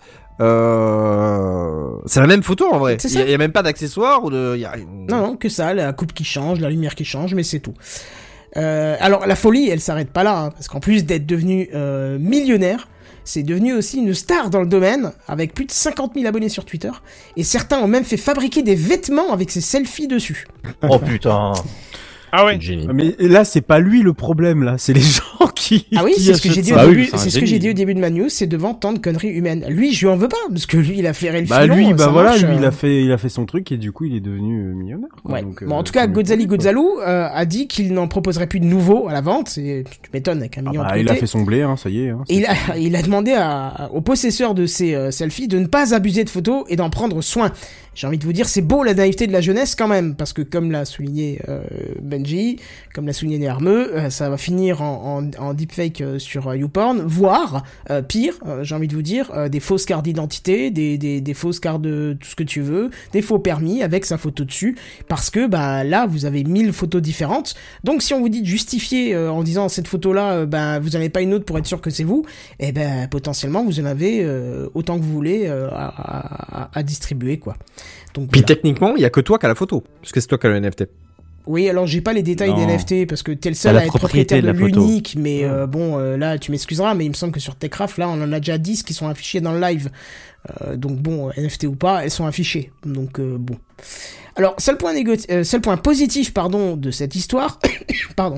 Euh... C'est la même photo en vrai. C'est Il ça. y, a- il y a même pas d'accessoires ou de. Il y a... non non que ça, la coupe qui change, la lumière qui change, mais c'est tout. Euh, alors la folie, elle s'arrête pas là, hein, parce qu'en plus d'être devenu euh, millionnaire, c'est devenu aussi une star dans le domaine, avec plus de cinquante mille abonnés sur Twitter, et certains ont même fait fabriquer des vêtements avec ses selfies dessus. Oh putain. Ah ouais. Génie. Mais là, c'est pas lui le problème, là. C'est les gens qui. Ah oui, qui c'est ce que achètent j'ai dit ça. au Bah oui, début, c'est un c'est ce que génie. j'ai dit au début de ma news, c'est devant tant de conneries humaines. Lui, je lui en veux pas, parce que lui, il a flairé le Bah filon. lui, euh, bah ça voilà, marche, lui, il euh. a fait, il a fait son truc et du coup, il est devenu euh, millionnaire. quoi. Ouais. Donc, Bon, en euh, tout cas, tant mieux Godzali pour lui, quoi. Godzalou euh, a dit qu'il n'en proposerait plus de nouveaux à la vente. C'est, tu m'étonnes avec un Ah million bah, de il côté. a fait son blé, hein, ça y est. Hein, Et il a, il a demandé à, aux possesseurs de ces euh, selfies de ne pas abuser de photos et d'en prendre soin. J'ai envie de vous dire, c'est beau la naïveté de la jeunesse quand même, parce que comme l'a souligné euh, Benji, comme l'a souligné Nermeux, euh, ça va finir en, en, en deepfake euh, sur euh, YouPorn, voire, euh, pire, euh, j'ai envie de vous dire, euh, des fausses cartes d'identité, des, des, des fausses cartes de tout ce que tu veux, des faux permis avec sa photo dessus, parce que bah là, vous avez mille photos différentes. Donc si on vous dit de justifier euh, en disant cette photo-là, euh, bah, vous n'en avez pas une autre pour être sûr que c'est vous, et ben potentiellement vous en avez euh, autant que vous voulez euh, à, à, à distribuer, quoi. Donc, Puis voilà. techniquement, il y a que toi qui as la photo, parce que c'est toi qui as le N F T. Oui, alors j'ai pas les détails Non. des N F T parce que t'es le T'as seul la à être propriété propriétaire de de, la photo. l'unique, mais euh, bon, euh, là tu m'excuseras, mais il me semble que sur Techcraft, là on en a déjà dix qui sont affichés dans le live. Euh, donc bon, N F T ou pas, elles sont affichées. Donc euh, bon. Alors, seul point, négo- euh, seul point positif pardon, de cette histoire, pardon.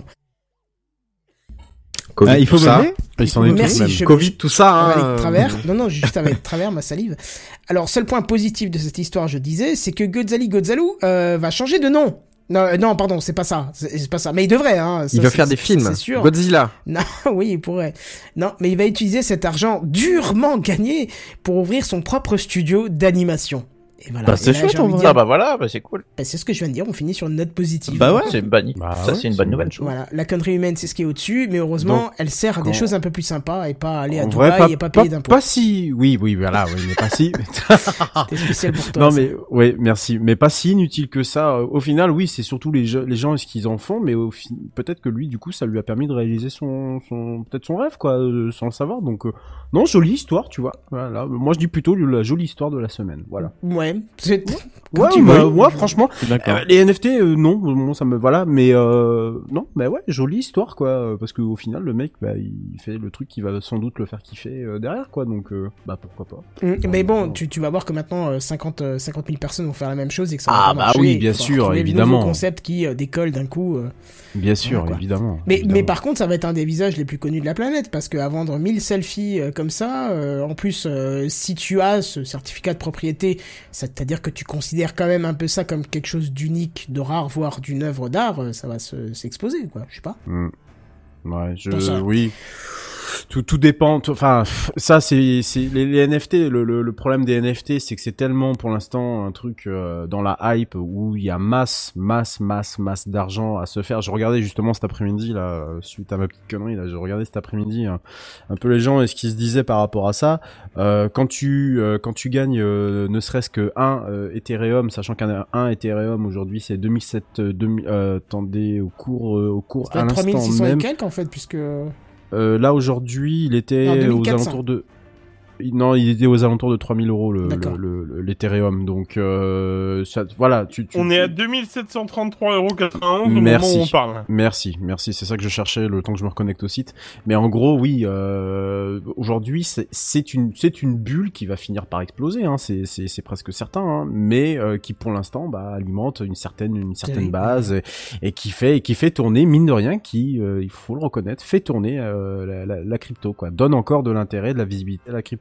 Covid, Ah, il faut tout ça. meubler Il s'en est tous Merci, même. je- Covid, tout ça. Ça va Hein, aller de euh, travers. Non, non, juste avec de travers ma salive. Alors, seul point positif de cette histoire, je disais, c'est que Godzali Godzalou euh, va changer de nom. Non, euh, non, pardon, c'est pas ça. C'est c'est pas ça. Mais il devrait, hein. Ça, Il va c'est- faire des c'est- films. C'est sûr. Godzilla. Non, oui, il pourrait. Non, mais il va utiliser cet argent durement gagné pour ouvrir son propre studio d'animation. Et voilà. Bah, c'est Et là, chouette, j'ai envie en de vrai. Ah dire, bah voilà, bah c'est cool. bah, c'est ce que je viens de dire. On finit sur une note positive. Bah ouais. C'est une bonne, Bah ça ouais, c'est une c'est bonne une nouvelle. bonne chose. Voilà, la connerie humaine, c'est ce qui est au-dessus, mais heureusement, Donc, elle sert à des quand- choses un peu plus sympas et pas aller à En Dubaï vrai, pas, et pas payer pas, d'impôts. pas si, oui, oui, voilà, oui, mais pas si. C'était spécial pour toi. Non ça. mais ouais, merci, mais pas si inutile que ça. Au final, oui, c'est surtout les, je- les gens ce qu'ils en font, mais au fi- peut-être que lui, du coup, ça lui a permis de réaliser son, son peut-être son rêve, quoi, euh, sans le savoir. Donc euh, non, jolie histoire, tu vois. Voilà. Moi, je dis plutôt la jolie histoire de la semaine. Voilà. Ouais, c'est... Ouais, Comme tu bah, veux. moi, franchement, Je suis d'accord. euh, les N F T, euh, non, bon, ça me voilà, mais euh, non, mais ouais, jolie histoire, quoi, euh, parce qu'au final, le mec, bah, il fait le truc qui va sans doute le faire kiffer euh, derrière, quoi. Donc, euh, bah pourquoi pas. Mm, mais bon, non. tu, tu vas voir que maintenant euh, cinquante mille personnes vont faire la même chose et que ça Ah, va pas bah marcher. oui, bien Il faudra sûr, trouver de évidemment. nouveaux concepts qui euh, décollent d'un coup. euh. Bien sûr, Ouais, quoi. évidemment. Mais, évidemment. mais par contre, ça va être un des visages les plus connus de la planète parce qu'à vendre mille selfies euh, comme ça, euh, en plus, euh, si tu as ce certificat de propriété, c'est-à-dire que tu considères quand même un peu ça comme quelque chose d'unique, de rare, voire d'une œuvre d'art, euh, ça va se, s'exposer, quoi. Je sais pas. Mm. Ouais, je, Pour ça. oui. Tout, tout dépend. tout- Enfin, pff, ça, c'est, c'est les, les N F T. Le, le, le problème des N F T, c'est que c'est tellement, pour l'instant, un truc euh, dans la hype où il y a masse, masse, masse, masse d'argent à se faire. Je regardais justement cet après-midi là, suite à ma petite connerie là, je regardais cet après-midi hein, un peu les gens et ce qu'ils se disaient par rapport à ça. Euh, quand tu, euh, quand tu gagnes, euh, ne serait-ce que un euh, Ethereum, sachant qu'un un Ethereum aujourd'hui c'est deux mille sept, euh, deux mille, euh, attendez, au cours, euh, au cours Ça à va être trois mille six cents l'instant et même. quelques en fait, puisque. Euh, là aujourd'hui, il était Non, deux mille aux quatre cents. alentours de. Non, il était aux alentours de trois mille euros le, D'accord. le, le- l'Ethereum. Donc euh, ça, voilà, tu, tu. On tu- est à deux mille sept cent trente-trois euros quatre-vingt-onze au Merci. moment où on parle. Merci, merci. C'est ça que je cherchais le temps que je me reconnecte au site. Mais en gros, oui, euh, aujourd'hui, c'est, c'est une, c'est une bulle qui va finir par exploser. Hein, c'est, c'est, c'est presque certain. Hein, mais euh, qui, pour l'instant, bah, alimente une certaine, une certaine Oui. base et, et qui fait, et qui fait tourner, mine de rien, qui, euh, il faut le reconnaître, fait tourner euh, la, la, la crypto. Quoi, donne encore de l'intérêt, de la visibilité à la crypto.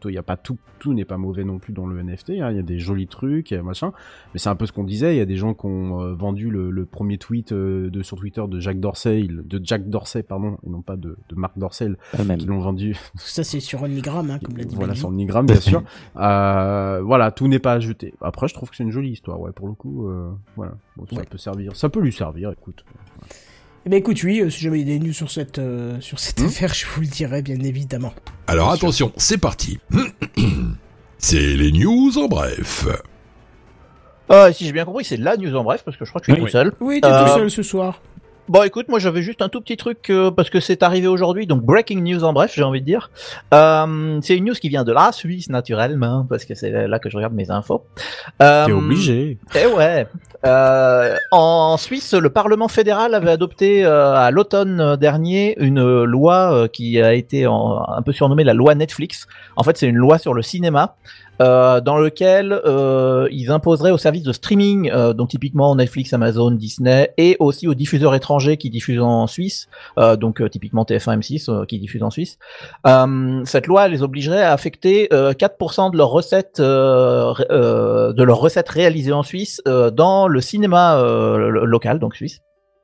crypto, il y a pas tout, tout n'est pas mauvais non plus dans le N F T. Hein. Il y a des jolis trucs, machin. Mais c'est un peu ce qu'on disait. Il y a des gens qui ont euh, vendu le, le premier tweet euh, de sur Twitter de Jack Dorsey, de Jack Dorsey, pardon, et non pas de, de Mark Dorsey, qui l'ont vendu. Ça c'est sur Omnigram, hein, comme l'a dit. Voilà, Benji. sur Omnigram, bien sûr. euh, voilà, tout n'est pas à jeter. Après, je trouve que c'est une jolie histoire, ouais, pour le coup. Euh, voilà, bon, ça Ouais. peut servir, ça peut lui servir. Écoute. Eh ben écoute, oui, euh, si jamais il y a des news sur cette, euh, sur cette Mmh. affaire, je vous le dirai, bien évidemment. Alors attention, c'est parti. C'est les news en bref. Euh, si j'ai bien compris, c'est la news en bref, parce que je crois que je suis Oui. tout seul. Oui, t'es Euh, tout seul ce soir. Bon, écoute, moi j'avais juste un tout petit truc euh, parce que c'est arrivé aujourd'hui, donc breaking news en bref, j'ai envie de dire. Euh, c'est une news qui vient de la Suisse naturellement, parce que c'est là que je regarde mes infos. Euh, T'es obligé. Eh ouais. Euh, en Suisse, le Parlement fédéral avait adopté euh, à l'automne dernier une loi euh, qui a été en- un peu surnommée la loi Netflix. En fait, c'est une loi sur le cinéma. Euh, dans lequel euh, ils imposeraient aux services de streaming, euh, donc typiquement Netflix, Amazon, Disney, et aussi aux diffuseurs étrangers qui diffusent en Suisse, euh, donc euh, typiquement T F un, M six euh, qui diffusent en Suisse. Euh, cette loi les obligerait à affecter euh, quatre pour cent de leurs recettes, euh, ré- euh, de leurs recettes réalisées en Suisse euh, dans le cinéma euh, lo- local, donc suisse.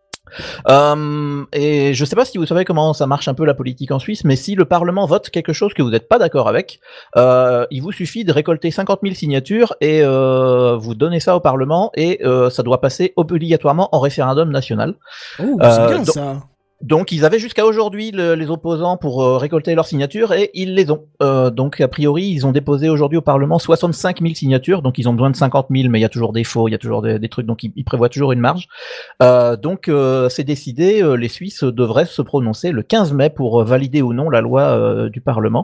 Euh, et je sais pas si vous savez comment ça marche un peu la politique en Suisse, mais si le Parlement vote quelque chose que vous n'êtes pas d'accord avec, euh, il vous suffit de récolter cinquante mille signatures et euh, vous donnez ça au Parlement et euh, ça doit passer obligatoirement en référendum national. Oh, Euh, c'est bien donc- ça. Donc ils avaient jusqu'à aujourd'hui le- les opposants pour euh, récolter leurs signatures et ils les ont. Euh, donc a priori ils ont déposé aujourd'hui au Parlement soixante-cinq mille signatures, donc ils ont besoin de cinquante mille, mais il y a toujours des faux, il y a toujours des, des trucs, donc ils, ils prévoient toujours une marge. Euh, donc euh, c'est décidé, euh, les Suisses devraient se prononcer le quinze mai pour euh, valider ou non la loi euh, du Parlement,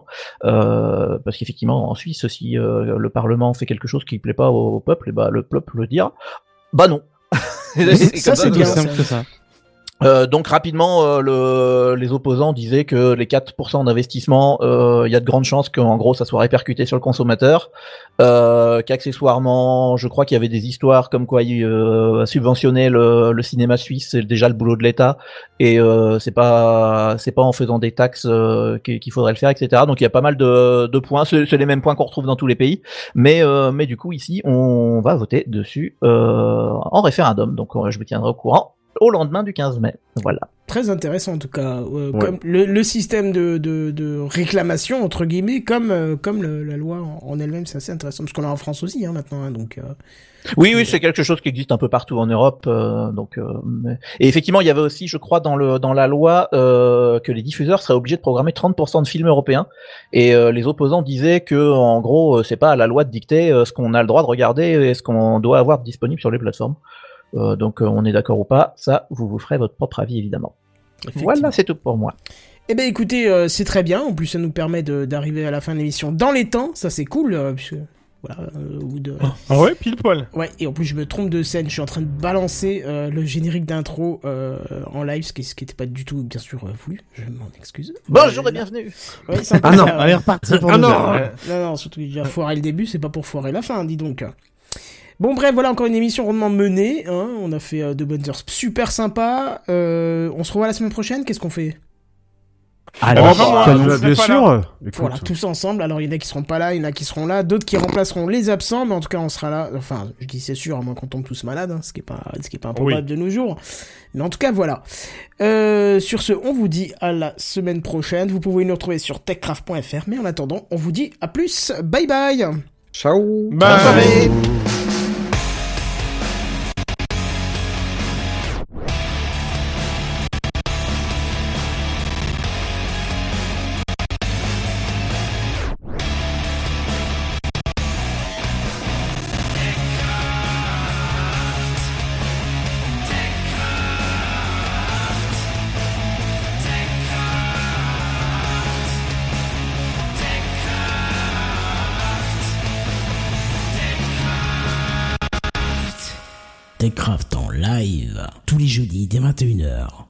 euh, parce qu'effectivement en Suisse si euh, le Parlement fait quelque chose qui plaît pas au, au peuple, et bah le peuple le dira, bah non. Et Ça, comme c'est tout bien, simple ça. que ça. Euh, donc rapidement, euh, le, les opposants disaient que les quatre pour cent d'investissement, euh, il y a de grandes chances qu'en gros ça soit répercuté sur le consommateur, euh, qu'accessoirement, je crois qu'il y avait des histoires comme quoi ils euh, subventionner le, le cinéma suisse, c'est déjà le boulot de l'État, et euh, c'est pas c'est pas en faisant des taxes euh, qu'il qu'il faudrait le faire, et cetera. Donc il y a pas mal de, de points, c'est c'est les mêmes points qu'on retrouve dans tous les pays, mais euh, mais du coup ici on va voter dessus euh, en référendum, donc euh, je me tiendrai au courant au lendemain du quinze mai. Voilà. Très intéressant en tout cas. Euh, Ouais. Comme le, le système de, de, de réclamation entre guillemets, comme euh, comme le- la loi en, en elle-même, c'est assez intéressant parce qu'on l'a en France aussi hein, maintenant. Hein, donc euh, Oui, oui, c'est quelque chose qui existe un peu partout en Europe. Euh, donc, euh, mais- et effectivement, il y avait aussi, je crois, dans le dans la loi euh, que les diffuseurs seraient obligés de programmer trente pour cent de films européens. Et euh, les opposants disaient que, en gros, euh, c'est pas à la loi de dicter euh, ce qu'on a le droit de regarder et ce qu'on doit avoir disponible sur les plateformes. Euh, donc, euh, on est d'accord ou pas, ça, vous vous ferez votre propre avis, évidemment. Voilà, c'est tout pour moi. Eh ben écoutez, euh, c'est très bien. En plus, ça nous permet de- d'arriver à la fin de l'émission dans les temps. Ça, c'est cool. Euh, puisque, voilà, euh, ou de... Ah ouais, pile poil. Ouais, et en plus, je me trompe de scène. Je suis en train de balancer euh, le générique d'intro euh, en live, ce qui ce qui était pas du tout, bien sûr, euh, voulu. Je m'en excuse. Bonjour Euh, et bienvenue. Ouais, c'est un peu Ah non, ça, ouais. Allez, reparti pour Ah nous non. faire. Ouais. Non, non, surtout qu'il a foiré le début, c'est pas pour foirer la fin, dis donc. Bon, bref, voilà encore une émission rondement menée. Hein. On a fait euh, de bonnes heures super sympas. Euh, on se revoit la semaine prochaine. Qu'est-ce qu'on fait? Allez, bah, moi, soyons- je Bah, serai bien pas sûr. là. Écoute. Voilà, tous ensemble. Alors, il y en a qui seront pas là, il y en a qui seront là, d'autres qui remplaceront les absents, mais en tout cas, on sera là. Enfin, je dis c'est sûr, à moins qu'on tombe tous malades, hein, ce qui est pas, ce qui est pas improbable Oui. de nos jours. Mais en tout cas, voilà. Euh, sur ce, on vous dit à la semaine prochaine. Vous pouvez nous retrouver sur techcraft point f r, mais en attendant, on vous dit à plus. Bye bye. Ciao. Bah, Techcraft en live, tous les jeudis dès vingt et une heures.